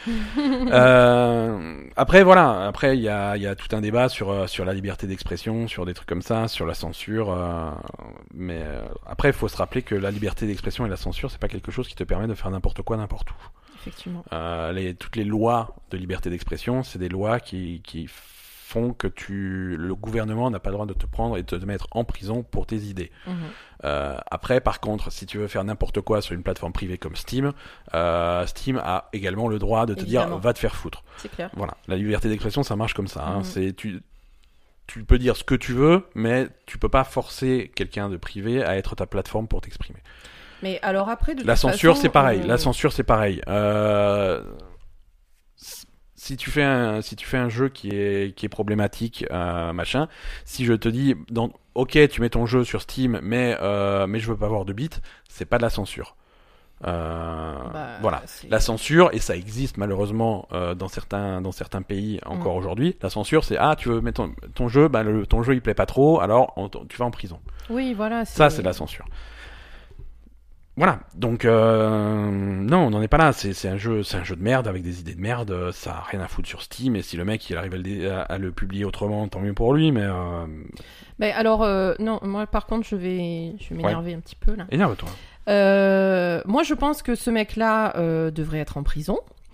euh, après voilà, après il y a il y a tout un débat sur sur la liberté d'expression, sur des trucs comme ça, sur la censure, euh, mais euh, après il faut se rappeler que la liberté d'expression et la censure, c'est pas quelque chose qui te permet de faire n'importe quoi n'importe où. Effectivement. Euh, les toutes les lois de liberté d'expression, c'est des lois qui qui font que tu, le gouvernement n'a pas le droit de te prendre et de te mettre en prison pour tes idées. Mmh. Euh, après, par contre, si tu veux faire n'importe quoi sur une plateforme privée comme Steam, euh, Steam a également le droit de te Évidemment. dire va te faire foutre. C'est clair. Voilà, la liberté d'expression, ça marche comme ça. Hein. Mmh. C'est tu, tu peux dire ce que tu veux, mais tu peux pas forcer quelqu'un de privé à être ta plateforme pour t'exprimer. Mais alors après, de La toute censure, façon, c'est pareil. euh... La censure, c'est pareil. Euh... si tu fais un, si tu fais un jeu qui est, qui est problématique, euh, machin, si je te dis, dans, ok, tu mets ton jeu sur Steam, mais, euh, mais je veux pas avoir de bits, c'est pas de la censure. Euh, Bah, voilà, c'est- la censure, et ça existe malheureusement euh, dans certains dans certains pays encore Mm. aujourd'hui. La censure, c'est ah, tu veux mettre ton, ton jeu, bah le, ton jeu il plaît pas trop, alors on- tu vas en prison. Oui, voilà. Ça, c'est de la censure. Voilà, donc euh, non, on n'en est pas là. C'est, c'est un jeu, c'est un jeu de merde avec des idées de merde. Ça a rien à foutre sur Steam. Et si le mec il arrive à le, dé- à, à le publier autrement, tant mieux pour lui. Mais euh, Ben alors, euh, non, moi par contre, je vais, je vais m'énerver un petit peu là. énerve-toi. Euh, moi, je pense que ce mec-là euh, devrait être en prison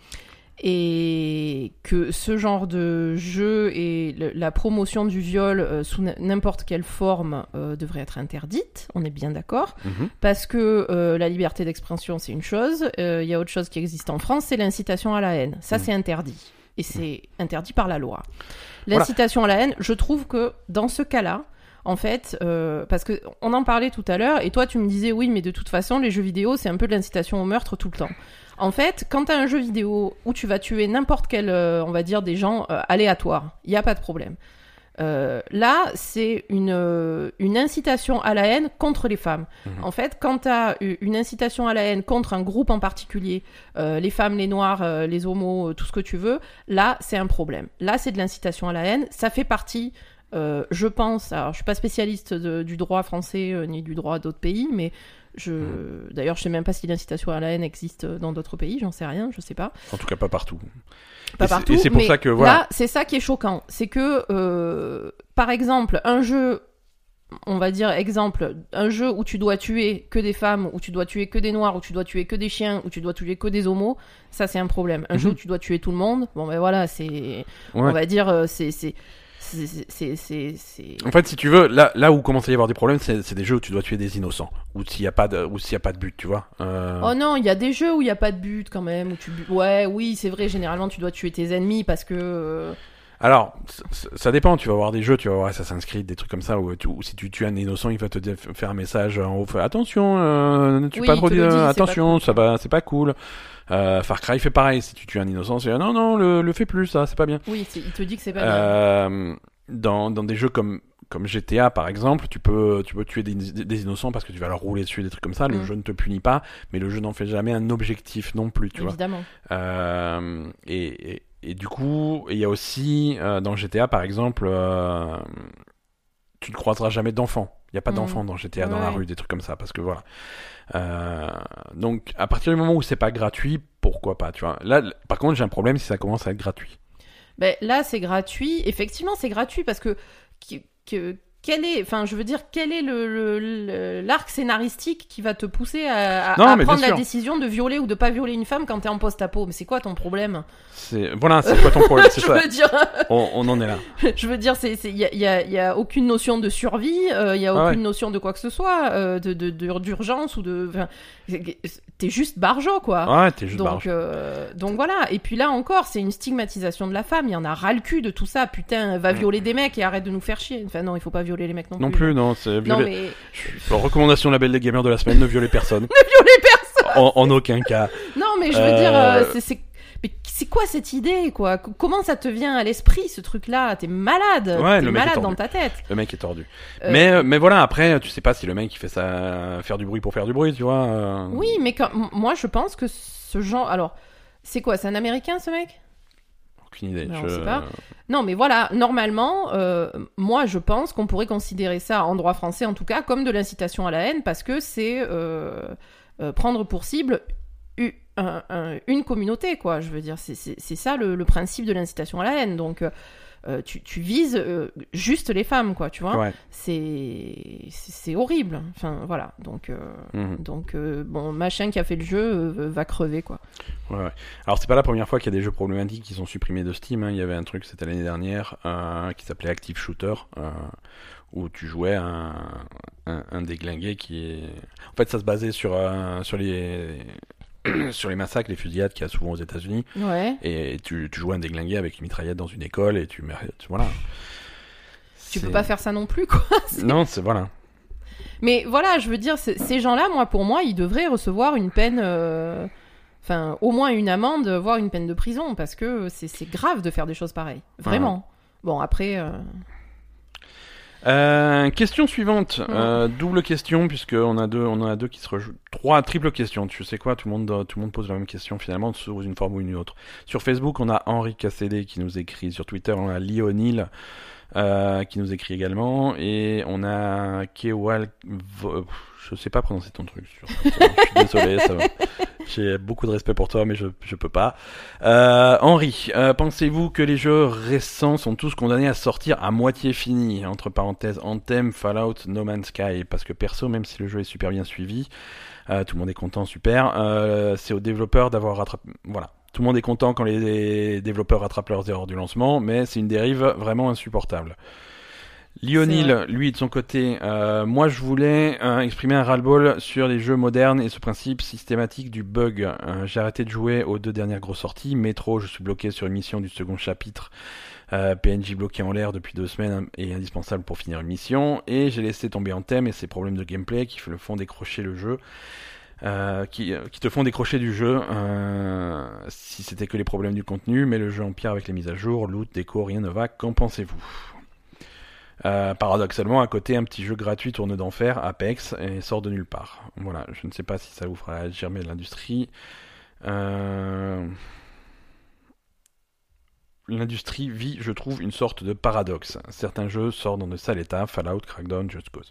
et que ce genre de jeu et le- la promotion du viol euh, sous n- n'importe quelle forme euh, devrait être interdite. On est bien d'accord. Mhm. Parce que euh, la liberté d'expression, c'est une chose. Euh, Il y a autre chose qui existe en France, c'est l'incitation à la haine. Ça, Mhm. c'est interdit. Et c'est interdit par la loi. L'incitation à la haine, je trouve que dans ce cas-là, en fait, euh, parce que on en parlait tout à l'heure, et toi tu me disais oui, mais de toute façon, les jeux vidéo, c'est un peu de l'incitation au meurtre tout le temps. En fait, quand t'as un jeu vidéo où tu vas tuer n'importe quel, euh, on va dire, des gens euh, aléatoires, il y a pas de problème. Euh, là, c'est une, euh, une incitation à la haine contre les femmes. Mhm. En fait, quand tu as une incitation à la haine contre un groupe en particulier, euh, les femmes, les noirs, euh, les homos, euh, tout ce que tu veux, là, c'est un problème. Là, c'est de l'incitation à la haine. Ça fait partie, euh, je pense, alors je suis pas spécialiste de- du droit français euh, ni du droit d'autres pays, mais je, Mhm. d'ailleurs, je sais même pas si l'incitation à la haine existe dans d'autres pays, j'en sais rien, je sais pas. En tout cas, pas partout. Pas Et c'est- partout, et c'est pour mais ça que, voilà. là, c'est ça qui est choquant. C'est que, euh, par exemple, un jeu, on va dire exemple, un jeu où tu dois tuer que des femmes, où tu dois tuer que des noirs, où tu dois tuer que des chiens, où tu dois tuer que des homos, ça c'est un problème. Un Mhm. jeu où tu dois tuer tout le monde, bon ben voilà, c'est, on Ouais. va dire, euh, c'est, c'est, c'est, c'est, c'est, c'est- En fait, si tu veux, là, là où commence à y avoir des problèmes, c'est, c'est des jeux où tu dois tuer des innocents, ou s'il y a pas de, ou s'il y a pas de but, tu vois. Euh... Oh non, il y a des jeux où il y a pas de but quand même, où tu, bu- ouais, oui, c'est vrai, généralement tu dois tuer tes ennemis parce que. euh, Alors, c- c- ça dépend. Tu vas voir des jeux, tu vas voir Assassin's Creed, des trucs comme ça, où, tu- où si tu tues un innocent, il va te dire- faire un message en haut, fait, attention, euh, ne tue Oui, pas il trop te le d'in- dit, c'est pas attention, cool, ça va, c'est pas cool. Euh, Far Cry fait pareil. Si tu tues un innocent, c'est non, non, le, le fais plus, ça, c'est pas bien. Oui, c'est- il te dit que c'est pas bien. Euh, dans, dans des jeux comme comme G T A par exemple, tu peux tu peux tuer des, des innocents parce que tu vas leur rouler dessus, des trucs comme ça. Le Mm. jeu ne te punit pas, mais le jeu n'en fait jamais un objectif non plus, tu vois. Évidemment. Euh, et, et, et du coup, il y a aussi euh, dans G T A par exemple, euh, tu ne croiseras jamais d'enfants. Il n'y a pas Mm. d'enfants dans G T A dans la Ouais. rue, des trucs comme ça, parce que voilà. Euh, donc à partir du moment où c'est pas gratuit, pourquoi pas, tu vois. Là, l- par contre, j'ai un problème si ça commence à être gratuit. Ben, là, c'est gratuit. Effectivement, c'est gratuit parce que, que, que- quel est, enfin, je veux dire, quel est le, le- le- l'arc scénaristique qui va te pousser à, à- Non, à mais bien prendre la sûr. décision de violer ou de pas violer une femme quand t'es en post-apo? Mais c'est quoi ton problème? C'est voilà, c'est quoi ton problème, c'est Je ça. veux dire, On, on en est là. je veux dire, c'est, c'est, y a, y a, y a aucune notion de survie, il y a Ah aucune ouais. notion de quoi que ce soit, euh, de, de, de- d'urgence ou de, enfin, t'es juste barjo, quoi. Ouais, t'es juste Donc, barge. euh, donc voilà. Et puis là encore, c'est une stigmatisation de la femme. Il y en a ras le cul de tout ça. Putain, va violer des mecs et arrête de nous faire chier. Enfin non, il faut pas violer les mecs non, Non plus, non, c'est Non violer. mais Je- Recommandation label des gamers de la semaine, ne violez personne. violer personne. en, en aucun cas. Non mais je veux Euh, dire, euh, c'est, c'est... Mais c'est quoi cette idée, quoi? C- Comment ça te vient à l'esprit, ce truc-là? T'es malade. Ouais, T'es le mec est malade tordu. dans ta tête. Le mec est tordu. Euh, Mais, euh, mais voilà, après, tu sais pas si le mec il fait ça, faire du bruit pour faire du bruit, tu vois. euh. Oui, mais quand... m- moi je pense que ce genre... Alors, c'est quoi? C'est un Américain, ce mec? Aucune idée. Non, je... on sait pas. Non, mais voilà, normalement, euh, moi je pense qu'on pourrait considérer ça, en droit français en tout cas, comme de l'incitation à la haine, parce que c'est euh, euh, prendre pour cible u- un- un- une communauté, quoi. Je veux dire, c'est, c'est, c'est ça le, le principe de l'incitation à la haine. Donc, euh, tu, tu vises euh, juste les femmes, quoi, tu vois. Ouais. C'est, c'est, c'est horrible. Enfin, voilà. Donc, euh, Mhm. donc euh, bon, machin qui a fait le jeu euh, va crever, quoi. Ouais, ouais. Alors c'est pas la première fois qu'il y a des jeux problématiques qui sont supprimés de Steam, hein. Il y avait un truc, c'était l'année dernière, euh, qui s'appelait Active Shooter, euh, où tu jouais un, un, un déglingué qui est... En fait ça se basait sur, euh, sur les... sur les massacres, les fusillades qu'il y a souvent aux États-Unis, Ouais. et tu, tu jouais un déglingué avec une mitraillette dans une école, et tu... tu voilà. Tu peux C'est- pas faire ça non plus, quoi. C'est- Non, c'est... Voilà. Mais voilà, je veux dire, c- ces gens-là, moi, pour moi, ils devraient recevoir une peine. euh, Enfin, au moins une amende, voire une peine de prison, parce que c'est, c'est grave de faire des choses pareilles. Vraiment. Ouais. Bon, après... Euh... Euh, question suivante, mmh. euh, double question puisque on a deux, on en a deux qui se rejouent. Trois triple questions. Tu sais quoi, tout le monde, tout le monde pose la même question finalement sous une forme ou une autre. Sur Facebook, on a Henri Cassédé qui nous écrit. Sur Twitter, on a Lionel euh, qui nous écrit également, et on a Kewal. Je sais pas prononcer ton truc. Sur... je suis désolé, ça va. J'ai beaucoup de respect pour toi, mais je je peux pas. Euh, Henri, euh, pensez-vous que les jeux récents sont tous condamnés à sortir à moitié finis, entre parenthèses Anthem, Fallout, No Man's Sky? Parce que perso, même si le jeu est super bien suivi, euh, tout le monde est content, super. Euh, c'est aux développeurs d'avoir rattrapé. Voilà, tout le monde est content quand les développeurs rattrapent leurs erreurs du lancement, mais c'est une dérive vraiment insupportable. Lionel, lui, de son côté, euh, moi je voulais euh, exprimer un ras-le-bol sur les jeux modernes et ce principe systématique du bug. Euh, j'ai arrêté de jouer aux deux dernières grosses sorties. Métro, je suis bloqué sur une mission du second chapitre. Euh, P N J bloqué en l'air depuis deux semaines et indispensable pour finir une mission. Et j'ai laissé tomber Anthem et ses problèmes de gameplay qui le font décrocher le jeu. Euh, qui, qui te font décrocher du jeu euh, si c'était que les problèmes du contenu, mais le jeu empire avec les mises à jour, loot, déco, rien ne va. Qu'en pensez-vous ? Euh, paradoxalement, à côté, un petit jeu gratuit tourne d'enfer, Apex, et sort de nulle part. Voilà, je ne sais pas si ça vous fera germer de l'industrie. Euh... L'industrie vit, je trouve, une sorte de paradoxe. Certains jeux sortent dans de sale état, Fallout, Crackdown, Just Cause.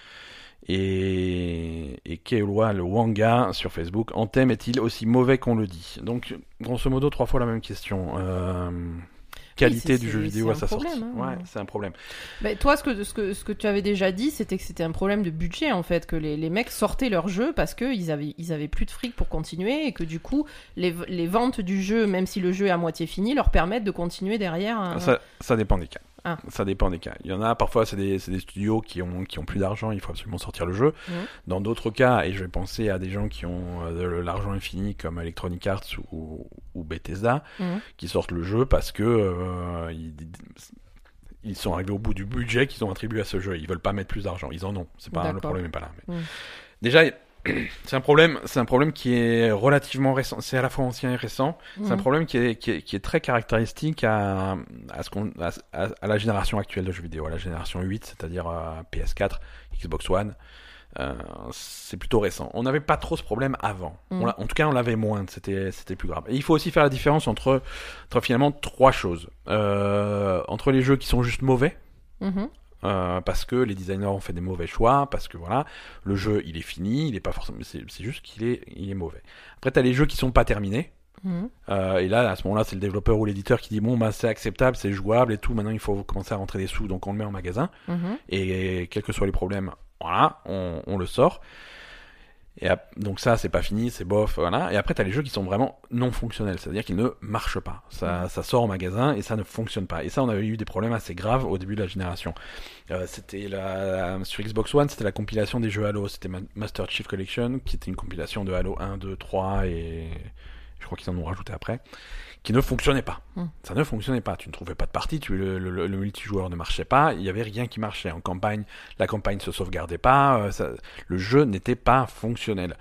Et, et Keolwa, le Wanga, sur Facebook, Anthem est-il aussi mauvais qu'on le dit? Donc, grosso modo, trois fois la même question. Euh... qualité oui, du jeu vidéo à sa sortie. Hein. Ouais, c'est un problème. Bah, toi, ce que, ce, que, ce que tu avais déjà dit, c'était que c'était un problème de budget, en fait, que les, les mecs sortaient leur jeu parce qu'ils avaient, ils avaient plus de fric pour continuer et que du coup, les, les ventes du jeu, même si le jeu est à moitié fini, leur permettent de continuer derrière. Un... Ça, ça dépend des cas. Ah. Ça dépend des cas. Il y en a parfois, c'est des, c'est des studios qui ont, qui ont plus d'argent, il faut absolument sortir le jeu. Mmh. Dans d'autres cas, et je vais penser à des gens qui ont de l'argent infini comme Electronic Arts ou, ou Bethesda, mmh. qui sortent le jeu parce que euh, ils, ils sont arrivés au bout du budget qu'ils ont attribué à ce jeu. Ils veulent pas mettre plus d'argent. Ils en ont. C'est pas, le problème n'est pas là. Mais... Mmh. Déjà, c'est un problème, c'est un problème qui est relativement récent. C'est à la fois ancien et récent. Mmh. C'est un problème qui est, qui est, qui est très caractéristique à, à ce qu'on, à, à la génération actuelle de jeux vidéo, à la génération huit, c'est-à-dire à P S quatre, Xbox One. Euh, c'est plutôt récent. On n'avait pas trop ce problème avant. Mmh. On en tout cas, on l'avait moins. C'était, c'était plus grave. Et il faut aussi faire la différence entre, entre finalement trois choses. Euh, entre les jeux qui sont juste mauvais. Mmh. Euh, parce que les designers ont fait des mauvais choix, parce que voilà, le jeu il est fini, il est pas forcément, c'est, c'est juste qu'il est, il est mauvais. Après t'as les jeux qui sont pas terminés, mmh. euh, et là à ce moment-là c'est le développeur ou l'éditeur qui dit bon bah c'est acceptable, c'est jouable et tout, maintenant il faut commencer à rentrer des sous, donc on le met en magasin, mmh. et quels que soient les problèmes, voilà, on, on le sort. Et donc ça c'est pas fini, c'est bof, voilà. Et après t'as les jeux qui sont vraiment non fonctionnels, c'est-à-dire qu'ils ne marchent pas. Ça, mmh. ça sort en magasin et ça ne fonctionne pas. Et ça on avait eu des problèmes assez graves au début de la génération. Euh, c'était la sur Xbox One, c'était la compilation des jeux Halo, c'était Master Chief Collection, qui était une compilation de Halo un, deux, trois et je crois qu'ils en ont rajouté après, qui ne fonctionnait pas. Mmh. Ça ne fonctionnait pas. Tu ne trouvais pas de partie, tu, le, le, le multijoueur ne marchait pas, il y avait rien qui marchait. En campagne, la campagne se sauvegardait pas, euh, ça, le jeu n'était pas fonctionnel.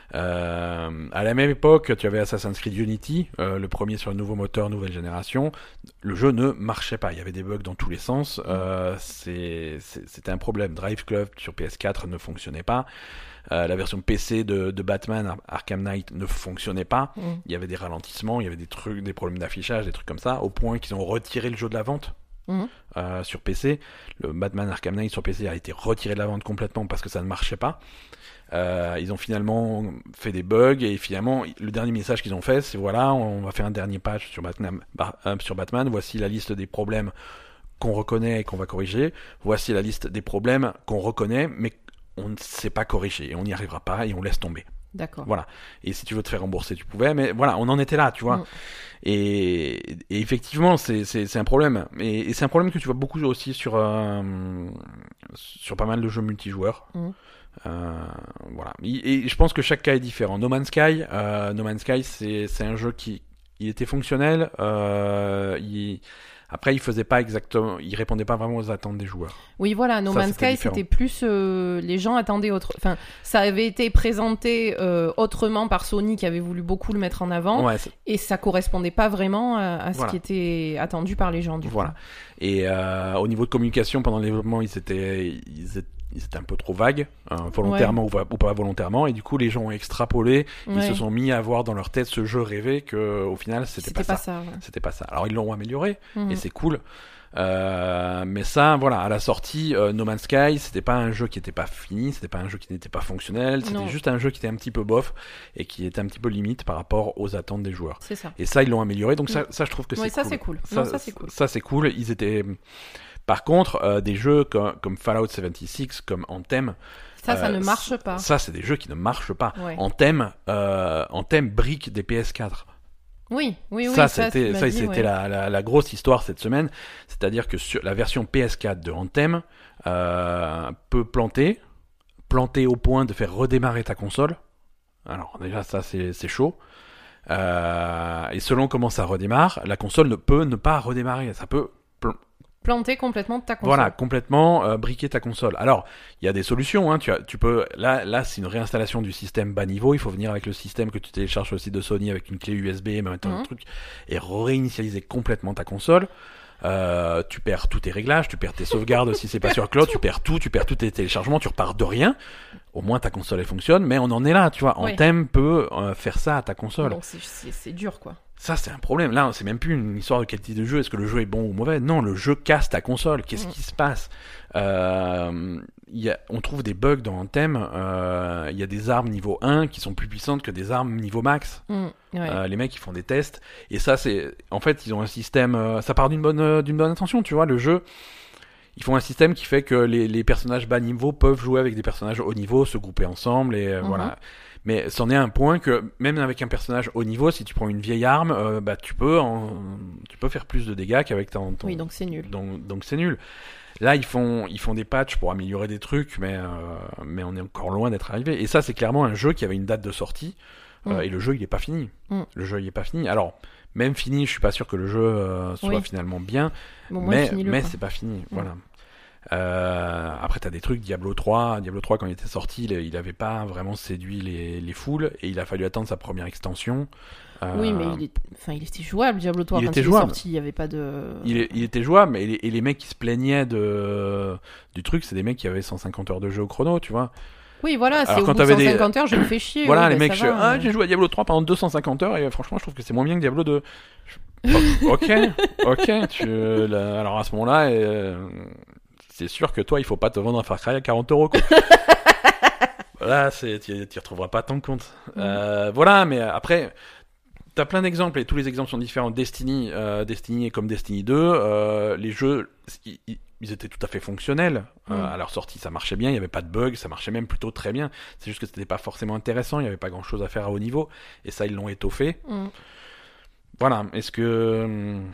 Euh, à la même époque, tu avais Assassin's Creed Unity, euh, le premier sur le nouveau moteur, nouvelle génération. Le jeu ne marchait pas, il y avait des bugs dans tous les sens. Euh, c'est, c'est, c'était un problème. Drive Club sur P S quatre ne fonctionnait pas. Euh, la version P C de, de Batman Ar- Arkham Knight ne fonctionnait pas. Mmh. Il y avait des ralentissements, il y avait des trucs, des problèmes d'affichage, des trucs comme ça, au point qu'ils ont retiré le jeu de la vente. Mmh. Euh, sur P C, le Batman Arkham Knight sur P C a été retiré de la vente complètement parce que ça ne marchait pas. Euh, ils ont finalement fait des bugs et finalement le dernier message qu'ils ont fait, c'est voilà, on va faire un dernier patch sur Batman. Bah, euh, sur Batman. Voici la liste des problèmes qu'on reconnaît et qu'on va corriger. Voici la liste des problèmes qu'on reconnaît mais on ne sait pas corriger et on n'y arrivera pas et on laisse tomber. D'accord. Voilà. Et si tu veux te faire rembourser, tu pouvais, mais voilà, on en était là, tu vois. Mmh. Et, et effectivement, c'est, c'est, c'est un problème. Et, et c'est un problème que tu vois beaucoup aussi sur, euh, sur pas mal de jeux multijoueurs. Mmh. Euh, voilà. Et, et je pense que chaque cas est différent. No Man's Sky, euh, No Man's Sky, c'est, c'est un jeu qui il était fonctionnel. Euh, il Après, il faisait pas exactement, il répondait pas vraiment aux attentes des joueurs. Oui, voilà, No Ça, Man's c'était Sky, différent. c'était plus... euh, les gens attendaient autre... Enfin, ça avait été présenté euh, autrement par Sony, qui avait voulu beaucoup le mettre en avant, Ouais, c'est- et ça correspondait pas vraiment à, à ce Voilà. qui était attendu par les gens, du voilà. coup. Et euh, au niveau de communication, pendant le développement, ils étaient, ils étaient, ils étaient un peu trop vagues, hein, volontairement ou, va- ou pas volontairement, et du coup, les gens ont extrapolé, ils Ouais. se sont mis à voir dans leur tête ce jeu rêvé que, au final, c'était, C'était pas, pas ça. ça, ouais. C'était pas ça. Alors, ils l'ont amélioré, Mhm. et c'est cool. Euh, mais ça, voilà, à la sortie, euh, No Man's Sky, c'était pas un jeu qui était pas fini, c'était pas un jeu qui n'était pas fonctionnel, c'était Non. juste un jeu qui était un petit peu bof et qui était un petit peu limite par rapport aux attentes des joueurs. C'est ça. Et ça, ils l'ont amélioré, donc ça, ça je trouve que Oui, c'est ça, cool. c'est cool. Non, ça, c'est cool. Ça, c'est cool. Ils étaient. Par contre, euh, des jeux comme, comme Fallout soixante-six, comme Anthem, Ça, ça euh, ne marche pas. ça, c'est des jeux qui ne marchent pas. Ouais. Anthem, euh, Anthem brique des P S quatre. Oui, oui, oui. ça, ça, c'était, tu m'as ça, dit, c'était ouais. la, la, la grosse histoire cette semaine. C'est-à-dire que sur la version P S quatre de Anthem euh, peut planter, planter au point de faire redémarrer ta console. Alors déjà, ça, c'est, c'est chaud. Euh, et selon comment ça redémarre, la console ne peut ne pas redémarrer. Ça peut Planter complètement ta console. voilà, complètement euh, briquer ta console. Alors, il y a des solutions. Hein. Tu, as, tu peux. Là, là, c'est une réinstallation du système bas niveau. Il faut venir avec le système que tu télécharges sur le site de Sony avec une clé U S B, mettre un Mhm. truc et réinitialiser complètement ta console. Euh, tu perds tous tes réglages, tu perds tes sauvegardes si c'est pas sur cloud, tu perds tout, tu perds tous tes téléchargements, tu repars de rien. Au moins ta console elle fonctionne, mais on en est là, tu vois. Oui. Anthem peut euh, faire ça à ta console. Donc, c'est- c'est c'est dur, quoi. Ça, c'est un problème. Là, c'est même plus une histoire de qualité de jeu. Est-ce que le jeu est bon ou mauvais? Non, le jeu casse ta console. Qu'est-ce Mm. qui se passe? euh, y a, On trouve des bugs dans Anthem. Euh, Il y a des armes niveau un qui sont plus puissantes que des armes niveau max. Mm, ouais. Euh, les mecs, ils font des tests. Et ça, c'est... En fait, ils ont un système... euh, ça part d'une bonne, euh, d'une bonne intention, tu vois. Le jeu... Ils font un système qui fait que les, les personnages bas niveau peuvent jouer avec des personnages haut niveau, se grouper ensemble, et euh, Mhm. voilà. Mais c'en est un point que même avec un personnage haut niveau, si tu prends une vieille arme, euh, bah tu peux en... tu peux faire plus de dégâts qu'avec ton, ton... Oui, donc c'est nul. donc donc c'est nul. Là, ils font ils font des patchs pour améliorer des trucs, mais euh, mais on est encore loin d'être arrivé. Et ça, c'est clairement un jeu qui avait une date de sortie, euh, Mm. et le jeu il est pas fini. Mm. Le jeu il est pas fini. Alors même fini, je suis pas sûr que le jeu euh, soit Oui. finalement bien. Bon, moi, mais finis-le, mais quoi. c'est pas fini, voilà. Euh, après t'as des trucs, Diablo trois, Diablo trois quand il était sorti, il, il avait pas vraiment séduit les, les foules et il a fallu attendre sa première extension. Euh, Oui, mais il, est... enfin, il était jouable, Diablo trois, il quand était il jouable. est sorti, il n'y avait pas de... il, est- il était jouable, mais et les, et les mecs qui se plaignaient de du truc, c'est des mecs qui avaient cent cinquante heures de jeu au chrono, tu vois. Oui, voilà, c'est Alors, au quand bout de t'avais cent des- cinquante heures, je me fais chier. Voilà, oui, les ben, mecs, ça je- va, ah, mais- j'ai joué à Diablo trois pendant deux cent cinquante heures et euh, franchement, je trouve que c'est moins bien que Diablo deux. Je- Ok, ok, tu, là, alors à ce moment-là, euh, c'est sûr que toi, il faut pas te vendre un Far Cry à quarante euros. Quoi. Là, c'est, tu tu y retrouveras pas ton compte. Euh, voilà, mais après, t'as plein d'exemples et tous les exemples sont différents. Destiny, euh, Destiny est comme Destiny deux, euh, les jeux, ils, ils- ils étaient tout à fait fonctionnels. Euh, Mm. à leur sortie, ça marchait bien, il y avait pas de bugs, ça marchait même plutôt très bien. C'est juste que c'était pas forcément intéressant, il y avait pas grand-chose à faire à haut niveau, et ça, ils l'ont étoffé. Mm. Voilà, est-ce que... hum,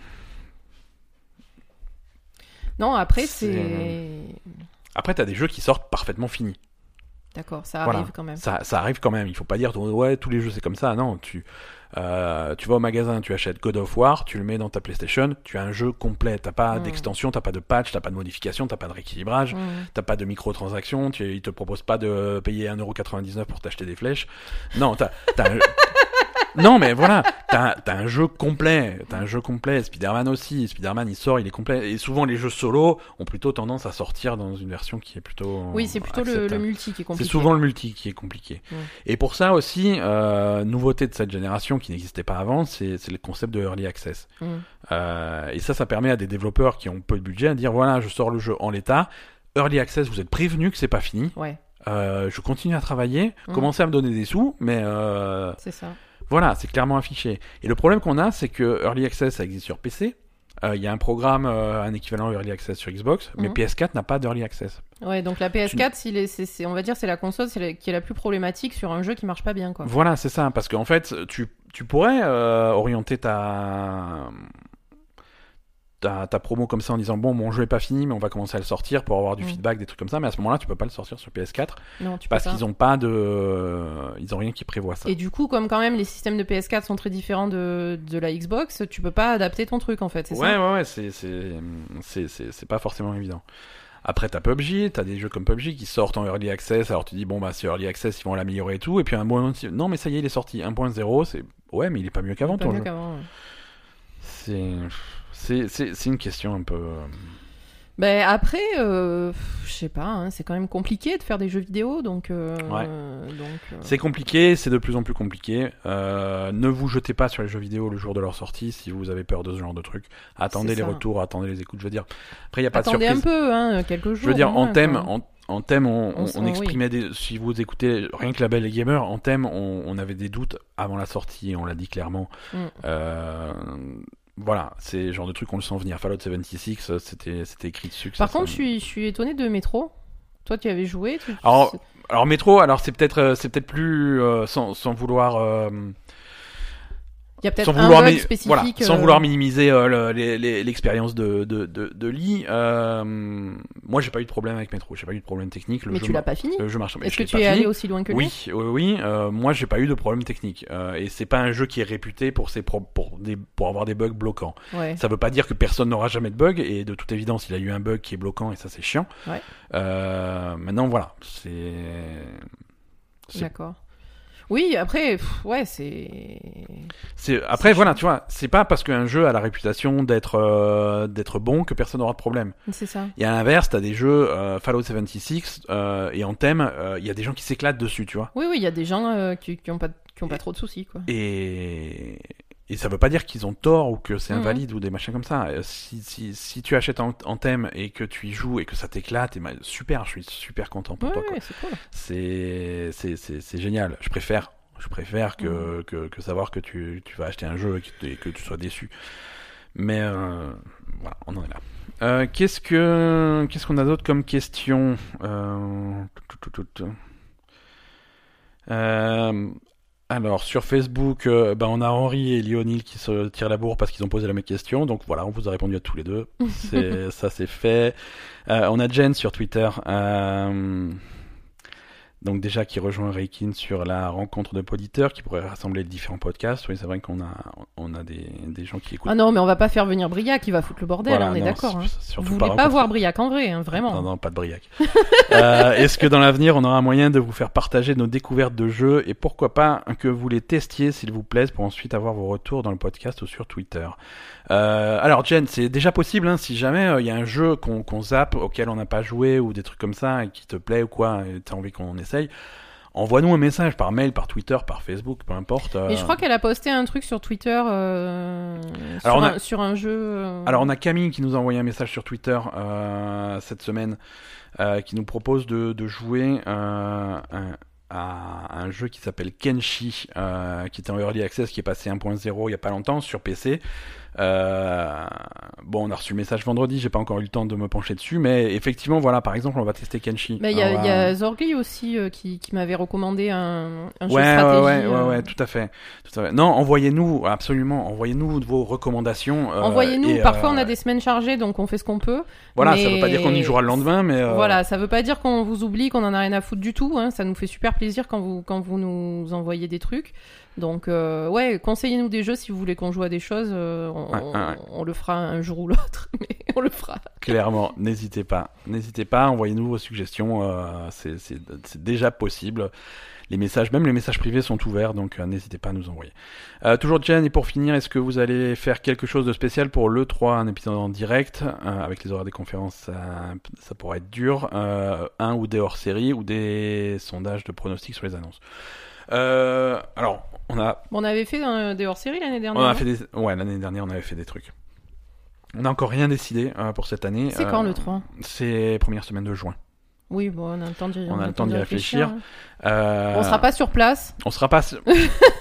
Non, après, C'est- c'est... Après, t'as des jeux qui sortent parfaitement finis. D'accord, ça Voilà. arrive quand même. Ça, ça arrive quand même. Il faut pas dire ouais tous les jeux c'est comme ça. Non, tu euh, tu vas au magasin, tu achètes God of War, tu le mets dans ta PlayStation, tu as un jeu complet. T'as pas Mm. d'extension, t'as pas de patch, t'as pas de modification, t'as pas de rééquilibrage, Mm. t'as pas de microtransactions. Tu, ils te proposent pas de payer un euro quatre-vingt-dix-neuf pour t'acheter des flèches. Non, t'as, t'as un... Non mais voilà, t'as, t'as un jeu complet, t'as un jeu complet. Spider-Man aussi, Spider-Man il sort, il est complet. Et souvent les jeux solo ont plutôt tendance à sortir dans une version qui est plutôt. Oui, c'est plutôt le, acceptable. le multi qui est compliqué. C'est souvent le multi qui est compliqué. Ouais. Et pour ça aussi, euh, nouveauté de cette génération qui n'existait pas avant, c'est, c'est le concept de Early Access. Mm. Euh, et ça, ça permet à des développeurs qui ont peu de budget à dire voilà, je sors le jeu en l'état. Early Access, vous êtes prévenus que c'est pas fini. Ouais, Euh, je continue à travailler, Mm. commencez à me donner des sous, mais euh, c'est ça. voilà, c'est clairement affiché. Et le problème qu'on a, c'est que Early Access, ça existe sur P C. Euh, Il y a un programme, euh, un équivalent Early Access sur Xbox, mais Mhm. P S quatre n'a pas d'Early Access. Ouais, donc la P S quatre, s'il est- c'est, c'est- on va dire c'est la console c'est la- qui est la plus problématique sur un jeu qui marche pas bien, quoi. Voilà, c'est ça, parce qu'en fait, tu, tu pourrais euh, orienter ta ta, ta promo comme ça en disant bon, mon jeu est pas fini, mais on va commencer à le sortir pour avoir du Mm. feedback, des trucs comme ça. Mais à ce moment-là, tu peux pas le sortir sur P S quatre Non, tu peux parce pas. qu'ils ont pas de, ils ont rien qui prévoit ça. Et du coup, comme quand même les systèmes de P S quatre sont très différents de, de la Xbox, tu peux pas adapter ton truc en fait, c'est ouais, ça ouais, ouais, c'est, c'est, c'est, c'est, c'est pas forcément évident. Après, t'as P U B G, t'as des jeux comme P U B G qui sortent en Early Access, alors tu dis, bon, bah, c'est Early Access, ils vont l'améliorer et tout, et puis un moment, non, mais ça y est, il est sorti un point zéro, c'est, ouais, mais il est pas mieux qu'avant, Pas ton mieux jeu. qu'avant, ouais. C'est, c'est, c'est, c'est une question un peu... euh, Ben après, euh, je sais pas, hein, c'est quand même compliqué de faire des jeux vidéo, donc. Euh, Ouais. donc euh, C'est compliqué, c'est de plus en plus compliqué. Euh, ne vous jetez pas sur les jeux vidéo le jour de leur sortie si vous avez peur de ce genre de truc. Attendez C'est les ça. retours, attendez les écoutes. Je veux dire, après il y a pas Attendez de un surprise. peu, hein, quelques jours. Je veux dire, au en moins, thème, quoi. en, en thème, on, On on, s- on oui. exprimait des. Si vous écoutez rien que la Belle et Gamer, en thème, on, on avait des doutes avant la sortie, on l'a dit clairement. Mm. Euh, voilà, c'est le genre de truc qu'on le sent venir. Fallout soixante-six, c'était, c'était écrit dessus. Que Par ça, contre, ça- je suis, je suis étonné de Metro. Toi, tu y avais joué. Tu... Alors, Alors Metro, alors c'est peut-être, euh, c'est peut-être plus euh, sans, sans vouloir. Euh, il y a peut-être sans un vouloir, bug mi- spécifique. voilà, sans euh, vouloir minimiser euh, le- les- les- l'expérience de, de, de, de Lee, euh, moi j'ai pas eu de problème avec Metro, j'ai pas eu de problème technique. Le Mais jeu tu l'as mar- pas fini. Le jeu marche. mais Est-ce je que l'ai tu pas es fini. allé aussi loin que lui? Oui, oui, oui. Euh, moi j'ai pas eu de problème technique euh, et c'est pas un jeu qui est réputé pour ses pro- pour des pour avoir des bugs bloquants. Ouais. Ça veut pas dire que personne n'aura jamais de bug et de toute évidence il a eu un bug qui est bloquant et ça c'est chiant. Ouais. Euh, maintenant voilà, c'est. c'est D'accord. Oui, après, pff, ouais, c'est. C'est après C'est voilà, chiant. tu vois, c'est pas parce qu'un jeu a la réputation d'être euh, d'être bon que personne n'aura de problème. C'est ça. Et à l'inverse, t'as des jeux euh, Fallout soixante-six euh, et en thème, il y a des gens qui s'éclatent dessus, tu vois. Oui, oui, il y a des gens euh, qui, qui ont pas, qui ont pas trop de soucis, quoi. Et et ça veut pas dire qu'ils ont tort ou que c'est Mhm. invalide ou des machins comme ça. Euh, Si si si tu achètes en, en thème et que tu y joues et que ça t'éclate, et ben, super, je suis super content pour Ouais, toi. Quoi. ouais, c'est cool. C'est c'est c'est c'est génial. Je préfère je préfère que, Mhm. que, que savoir que tu, tu vas acheter un jeu et que, et que tu sois déçu. Mais euh, voilà, on en est là. Euh, qu'est-ce que qu'est-ce qu'on a d'autre comme question euh, tout, tout, tout, tout. Euh, alors sur Facebook, euh, ben on a Henri et Lionel qui se tirent la bourre parce qu'ils ont posé la même question. Donc voilà, on vous a répondu à tous les deux. C'est, ça c'est fait. Euh, on a Jen sur Twitter. Euh, Donc déjà qui rejoint Reikin sur la rencontre de poditeurs qui pourrait rassembler les différents podcasts. Oui, c'est vrai qu'on a on a des, des gens qui écoutent. Ah non, mais on va pas faire venir Briac, il va foutre le bordel, Voilà, on est non, d'accord. Hein. c'est- surtout Vous voulez pas rencontrer- voir Briac en vrai, hein, vraiment. Non, non, pas de Briac. euh, est-ce que dans l'avenir, on aura moyen de vous faire partager nos découvertes de jeux et pourquoi pas que vous les testiez s'il vous plaise pour ensuite avoir vos retours dans le podcast ou sur Twitter. Euh, alors Jen, c'est déjà possible hein, si jamais il euh, y a un jeu qu'on, qu'on zappe auquel on n'a pas joué ou des trucs comme ça et qui te plaît ou quoi et t'as envie qu'on essaye. Envoie-nous un message par mail, par Twitter, par Facebook, peu importe. euh. Et je crois qu'elle a posté un truc sur Twitter euh, Alors, sur, on a- un, sur un jeu. euh, Alors on a Camille qui nous a envoyé un message sur Twitter euh, cette semaine euh, qui nous propose de, de jouer euh, un, à un jeu qui s'appelle Kenshi euh, qui était en Early Access, qui est passé un point zéro il y a pas longtemps sur P C. Euh, bon, on a reçu le message vendredi, j'ai pas encore eu le temps de me pencher dessus, mais effectivement, voilà, par exemple, on va tester Kenshi. Mais il y, a- On va- il y a Zorgly aussi euh, qui, qui m'avait recommandé un, un jeu Ouais, ouais, stratégie. ouais, ouais, euh. ouais, tout à fait, tout à fait. Non, envoyez-nous, absolument, envoyez-nous vos recommandations. euh, Envoyez-nous, et, parfois euh, on a des semaines chargées, donc on fait ce qu'on peut. Voilà, mais- ça veut pas dire qu'on y jouera le lendemain, mais. euh, Voilà, ça veut pas dire qu'on vous oublie, qu'on en a rien à foutre du tout. Hein. Ça nous fait super plaisir quand vous, quand vous nous envoyez des trucs. Donc, euh, ouais, conseillez-nous des jeux si vous voulez qu'on joue à des choses. euh, on, Ouais, ouais, ouais. on le fera un jour ou l'autre, mais on le fera. Clairement, n'hésitez pas, n'hésitez pas, envoyez-nous vos suggestions, euh, c'est, c'est, c'est déjà possible. Les messages, même les messages privés sont ouverts, donc euh, n'hésitez pas à nous envoyer. Euh, toujours Jen, et pour finir, est-ce que vous allez faire quelque chose de spécial pour l'E trois, un épisode en direct, euh, avec les horaires des conférences, ça, ça pourrait être dur, euh, un ou des hors-séries, ou des sondages de pronostics sur les annonces. Euh, alors, on a, Bon, on avait fait un, des hors-séries l'année dernière. on a non fait des, ouais, l'année dernière, on avait fait des trucs. On n'a encore rien décidé euh, pour cette année. C'est Euh, quand le trois? C'est première semaine de juin. Oui, bon, on a le temps d'y, On a le temps d'y réfléchir. hein. Euh, On sera pas sur place. On sera pas. Il-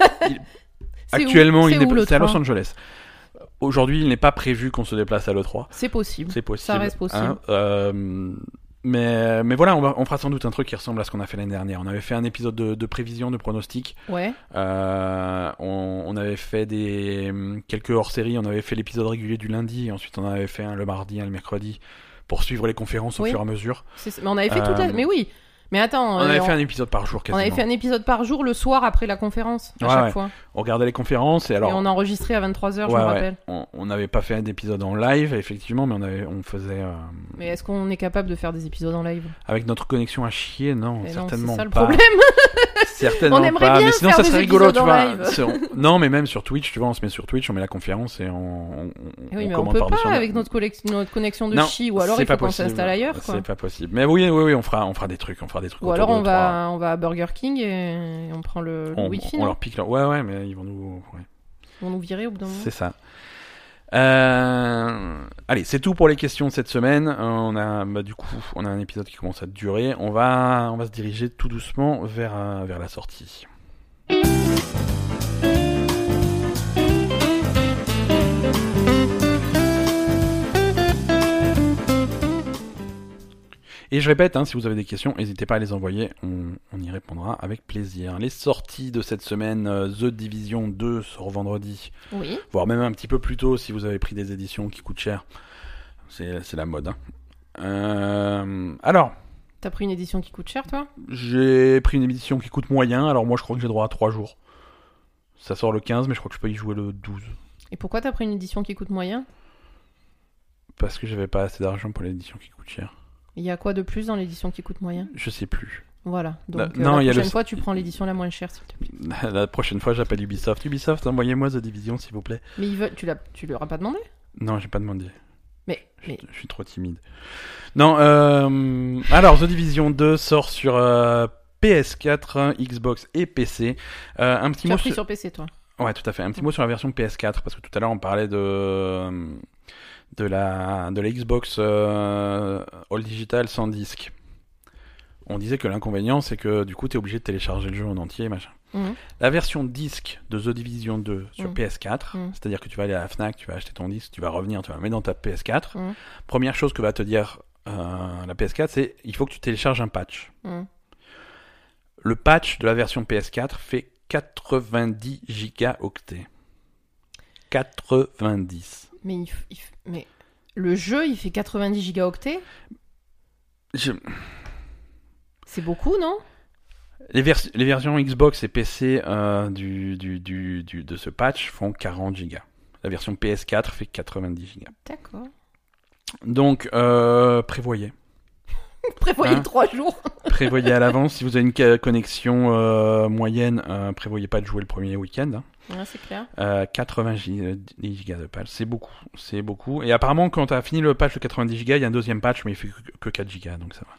C'est Actuellement, où il C'est n'est où, pas- le c'est à Los trois? Angeles. Aujourd'hui, il n'est pas prévu qu'on se déplace à l'E trois. C'est possible. C'est possible. Ça reste possible. hein. Euh, Mais, mais voilà, on, va, on fera sans doute un truc qui ressemble à ce qu'on a fait l'année dernière. On avait fait un épisode de, de prévision, de pronostic. Ouais. Euh, on, on avait fait des quelques hors-séries. On avait fait l'épisode régulier du lundi. Et ensuite, on avait fait un le mardi, un le mercredi, pour suivre les conférences au Oui. fur et à mesure. C'est... Mais on avait fait Euh, toute la... Mais oui. Mais attends. On avait euh, fait un épisode par jour on quasiment. avait fait un épisode par jour le soir après la conférence, à Ouais, chaque ouais. fois. On regardait les conférences et alors. Et on enregistrait à vingt-trois heures, Ouais, je me ouais. rappelle. On on n'avait pas fait un épisode en live, effectivement, mais on, avait, on faisait. Euh, Mais est-ce qu'on est capable de faire des épisodes en live? avec notre connexion à chier, non, Mais non, certainement c'est ça le pas. problème. Certainement On aimerait pas, bien mais sinon faire ça des serait rigolo, épisodes tu en vois. live. C'est- on- Non, mais même sur Twitch, tu vois, on se met sur Twitch, on met la conférence et on. on, Eh oui, mais on commente peut par-dessus. pas avec notre, collec- notre connexion de Non, chi, ou alors c'est il faut pas qu'on possible. s'installe ailleurs, quoi. C'est pas possible. Mais oui, oui, oui, on fera, on fera des trucs, on fera des trucs. Ou autour alors de on trois. va, on va à Burger King et on prend le, le On, Wi-Fi, on non leur pique leur. Ouais, ouais, mais ils vont nous. Ouais. Ils vont nous virer au bout d'un moment. C'est ça. Euh... Allez, c'est tout pour les questions de cette semaine. Euh, On a, bah, du coup, on a un épisode qui commence à durer. On va, on va se diriger tout doucement vers, euh, vers la sortie. Et je répète, hein, si vous avez des questions, n'hésitez pas à les envoyer, on, on y répondra avec plaisir. Les sorties de cette semaine, euh, The Division deux sort vendredi, Oui. voire même un petit peu plus tôt si vous avez pris des éditions qui coûtent cher. C'est, c'est la mode. Hein. Euh, alors, T'as pris une édition qui coûte cher, toi? j'ai pris une édition qui coûte moyen, alors moi je crois que j'ai droit à trois jours. Ça sort le quinze, mais je crois que je peux y jouer le douze. Et pourquoi t'as pris une édition qui coûte moyen? Parce que j'avais pas assez d'argent pour l'édition qui coûte cher. Il y a quoi de plus dans l'édition qui coûte moyen? Je sais plus. Voilà. Donc Bah, euh, non, il y la a le- prochaine fois, tu prends l'édition la moins chère, s'il te plaît. La prochaine fois, j'appelle Ubisoft. Ubisoft, envoyez-moi The Division, s'il vous plaît. Mais ils veulent... tu, l'as... tu leur as pas demandé? Non, j'ai pas demandé. Mais, Je, mais... je suis trop timide. Non, euh... alors The Division deux sort sur euh, P S quatre, Xbox et P C. Euh, un petit tu mot as pris sur... sur P C, toi? Ouais, tout à fait. Un petit mot sur la version P S quatre, parce que tout à l'heure on parlait de de la de la Xbox euh, All Digital sans disque. On disait que l'inconvénient, c'est que du coup, t'es obligé de télécharger le jeu en entier, machin. Mhm. La version disque de The Division deux sur Mhm. P S quatre, Mhm. c'est-à-dire que tu vas aller à la Fnac, tu vas acheter ton disque, tu vas revenir, tu vas le mettre dans ta P S quatre. Mhm. Première chose que va te dire euh, la P S quatre, c'est il faut que tu télécharges un patch. Mhm. Le patch de la version P S quatre fait quatre-vingt-dix gigaoctets. quatre-vingt-dix. Mais, il f- il f- mais le jeu, il fait quatre-vingt-dix gigaoctets? Je- C'est beaucoup, non? Les, vers- les versions Xbox et P C euh, du, du, du, du- de ce patch font quarante gigas. La version P S quatre fait quatre-vingt-dix gigas. D'accord. Donc, euh, prévoyez. Prévoyez Hein trois jours. Prévoyez à l'avance. Si vous avez une ca- connexion euh, moyenne, euh, prévoyez pas de jouer le premier week-end. hein. Ouais, c'est clair. Euh, quatre-vingts gigas de patch, c'est beaucoup. C'est beaucoup. Et apparemment, quand tu as fini le patch de quatre-vingt-dix gigas, il y a un deuxième patch, mais il fait que- que quatre gigas, donc ça va.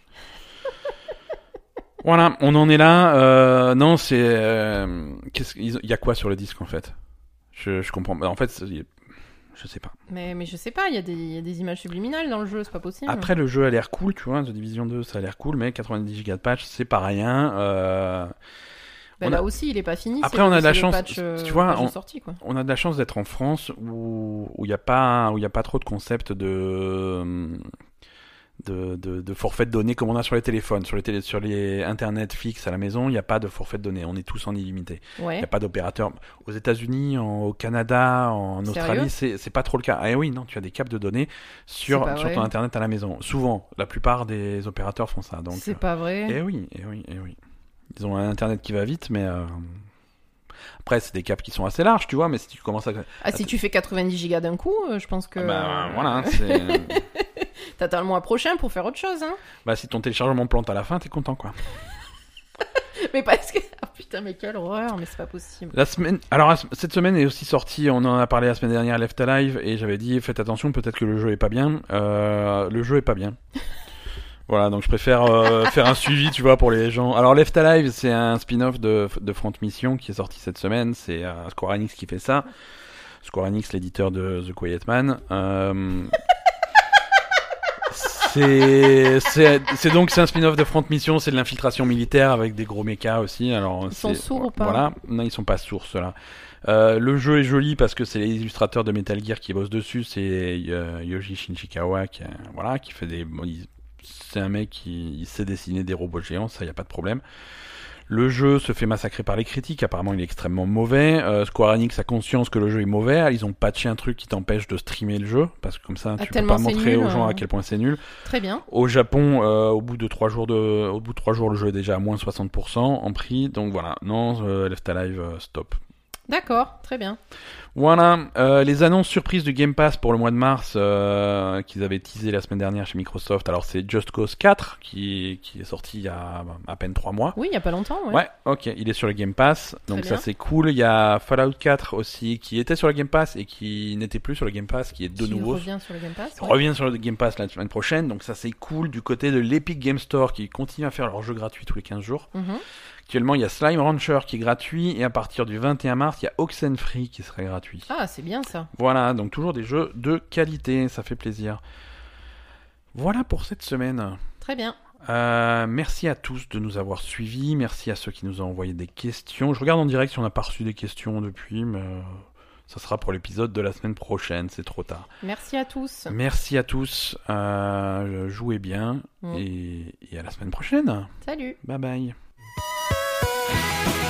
Voilà, on en est là. Euh, non, c'est... euh, qu'est-ce- Il y a quoi sur le disque, en fait je, je comprends. En fait, c'est- je sais pas. Mais, mais je sais pas, il y, a des- il y a des images subliminales dans le jeu, c'est pas possible. Après, le jeu a l'air cool, tu vois. The Division deux, ça a l'air cool, mais quatre-vingt-dix gigas de patch, c'est pas rien. Euh, Ben on là a- aussi, il est pas fini. Après, c'est on le- a de la c'est le chance, patch, euh, tu vois, patch de on- sortie, quoi. On a de la chance d'être en France où il n'y a pas où il y a pas trop de concept de de, de de forfait de données comme on a sur les téléphones, sur les télé, sur les internet fixes à la maison, il n'y a pas de forfait de données, on est tous en illimité. Il Ouais. n'y a pas d'opérateur aux États-Unis, en- au Canada, en Sérieux Australie, c'est c'est pas trop le cas. Ah oui, non, tu as des câbles de données sur C'est pas sur vrai. ton internet à la maison. Souvent, la plupart des opérateurs font ça. Donc C'est pas vrai. eh oui, eh oui, eh oui. Ils ont un internet qui va vite, mais euh, après c'est des câbles qui sont assez larges, tu vois. Mais si tu commences à Ah, si tu fais quatre-vingt-dix gigas d'un coup, euh, je pense que. Ah bah, voilà, c'est... T'attends le mois prochain pour faire autre chose, hein. bah, si ton téléchargement plante à la fin, t'es content, quoi. Mais parce que. Ah putain, mais quelle horreur, mais c'est pas possible. La semaine... Alors, cette semaine est aussi sortie, on en a parlé la semaine dernière, Left Alive, et j'avais dit, faites attention, peut-être que le jeu est pas bien. Euh, le jeu est pas bien. Voilà, donc je préfère euh, faire un suivi, tu vois, pour les gens. Alors, Left Alive, c'est un spin-off de, de Front Mission qui est sorti cette semaine. C'est euh, Square Enix qui fait ça. Square Enix, l'éditeur de The Quiet Man. Euh... C'est, c'est, c'est donc c'est un spin-off de Front Mission, c'est de l'infiltration militaire avec des gros mechas aussi. Alors, Ils sont c'est- sourds ou pas Voilà, non, ils sont pas sourds ceux-là. Euh, le jeu est joli parce que c'est les illustrateurs de Metal Gear qui bossent dessus. C'est euh, Yoji Shinjikawa qui, euh, voilà, qui fait des, bon, il- c'est un mec qui il sait dessiner des robots géants, ça y a pas de problème. Le jeu se fait massacrer par les critiques, apparemment il est extrêmement mauvais. Euh, Square Enix a conscience que le jeu est mauvais, ils ont patché un truc qui t'empêche de streamer le jeu, parce que comme ça Ah, tu peux tellement pas c'est montrer nul, aux gens euh. à quel point c'est nul. Très bien. Au Japon, euh, au bout de trois jours de, au bout de trois jours, le jeu est déjà à moins soixante pour cent en prix, donc voilà, non, euh, Left Alive, euh, stop. D'accord, très bien. Voilà, euh, les annonces surprises du Game Pass pour le mois de mars euh, qu'ils avaient teasé la semaine dernière chez Microsoft. Alors c'est Just Cause quatre qui, qui est sorti il y a à peine trois mois. Oui, il y a pas longtemps, ouais. Ouais, ok, il est sur le Game Pass, donc Très ça bien. c'est cool. Il y a Fallout quatre aussi qui était sur le Game Pass et qui n'était plus sur le Game Pass, qui est de Qui nouveau revient sur le Game Pass. ouais. revient sur le Game Pass la semaine prochaine, donc ça c'est cool. Du côté de l'Epic Game Store qui continue à faire leurs jeux gratuits tous les quinze jours. Mhm. Actuellement il y a Slime Rancher qui est gratuit et à partir du vingt et un mars il y a Oxenfree qui serait gratuit. Ah, c'est bien ça. Voilà, donc toujours des jeux de qualité, ça fait plaisir. Voilà pour cette semaine. Très bien. Euh, merci à tous de nous avoir suivis, merci à ceux qui nous ont envoyé des questions. Je regarde en direct si on n'a pas reçu des questions depuis, mais euh, ça sera pour l'épisode de la semaine prochaine, c'est trop tard. Merci à tous. Merci à tous, euh, jouez bien Mm. et, et à la semaine prochaine. Salut. Bye bye.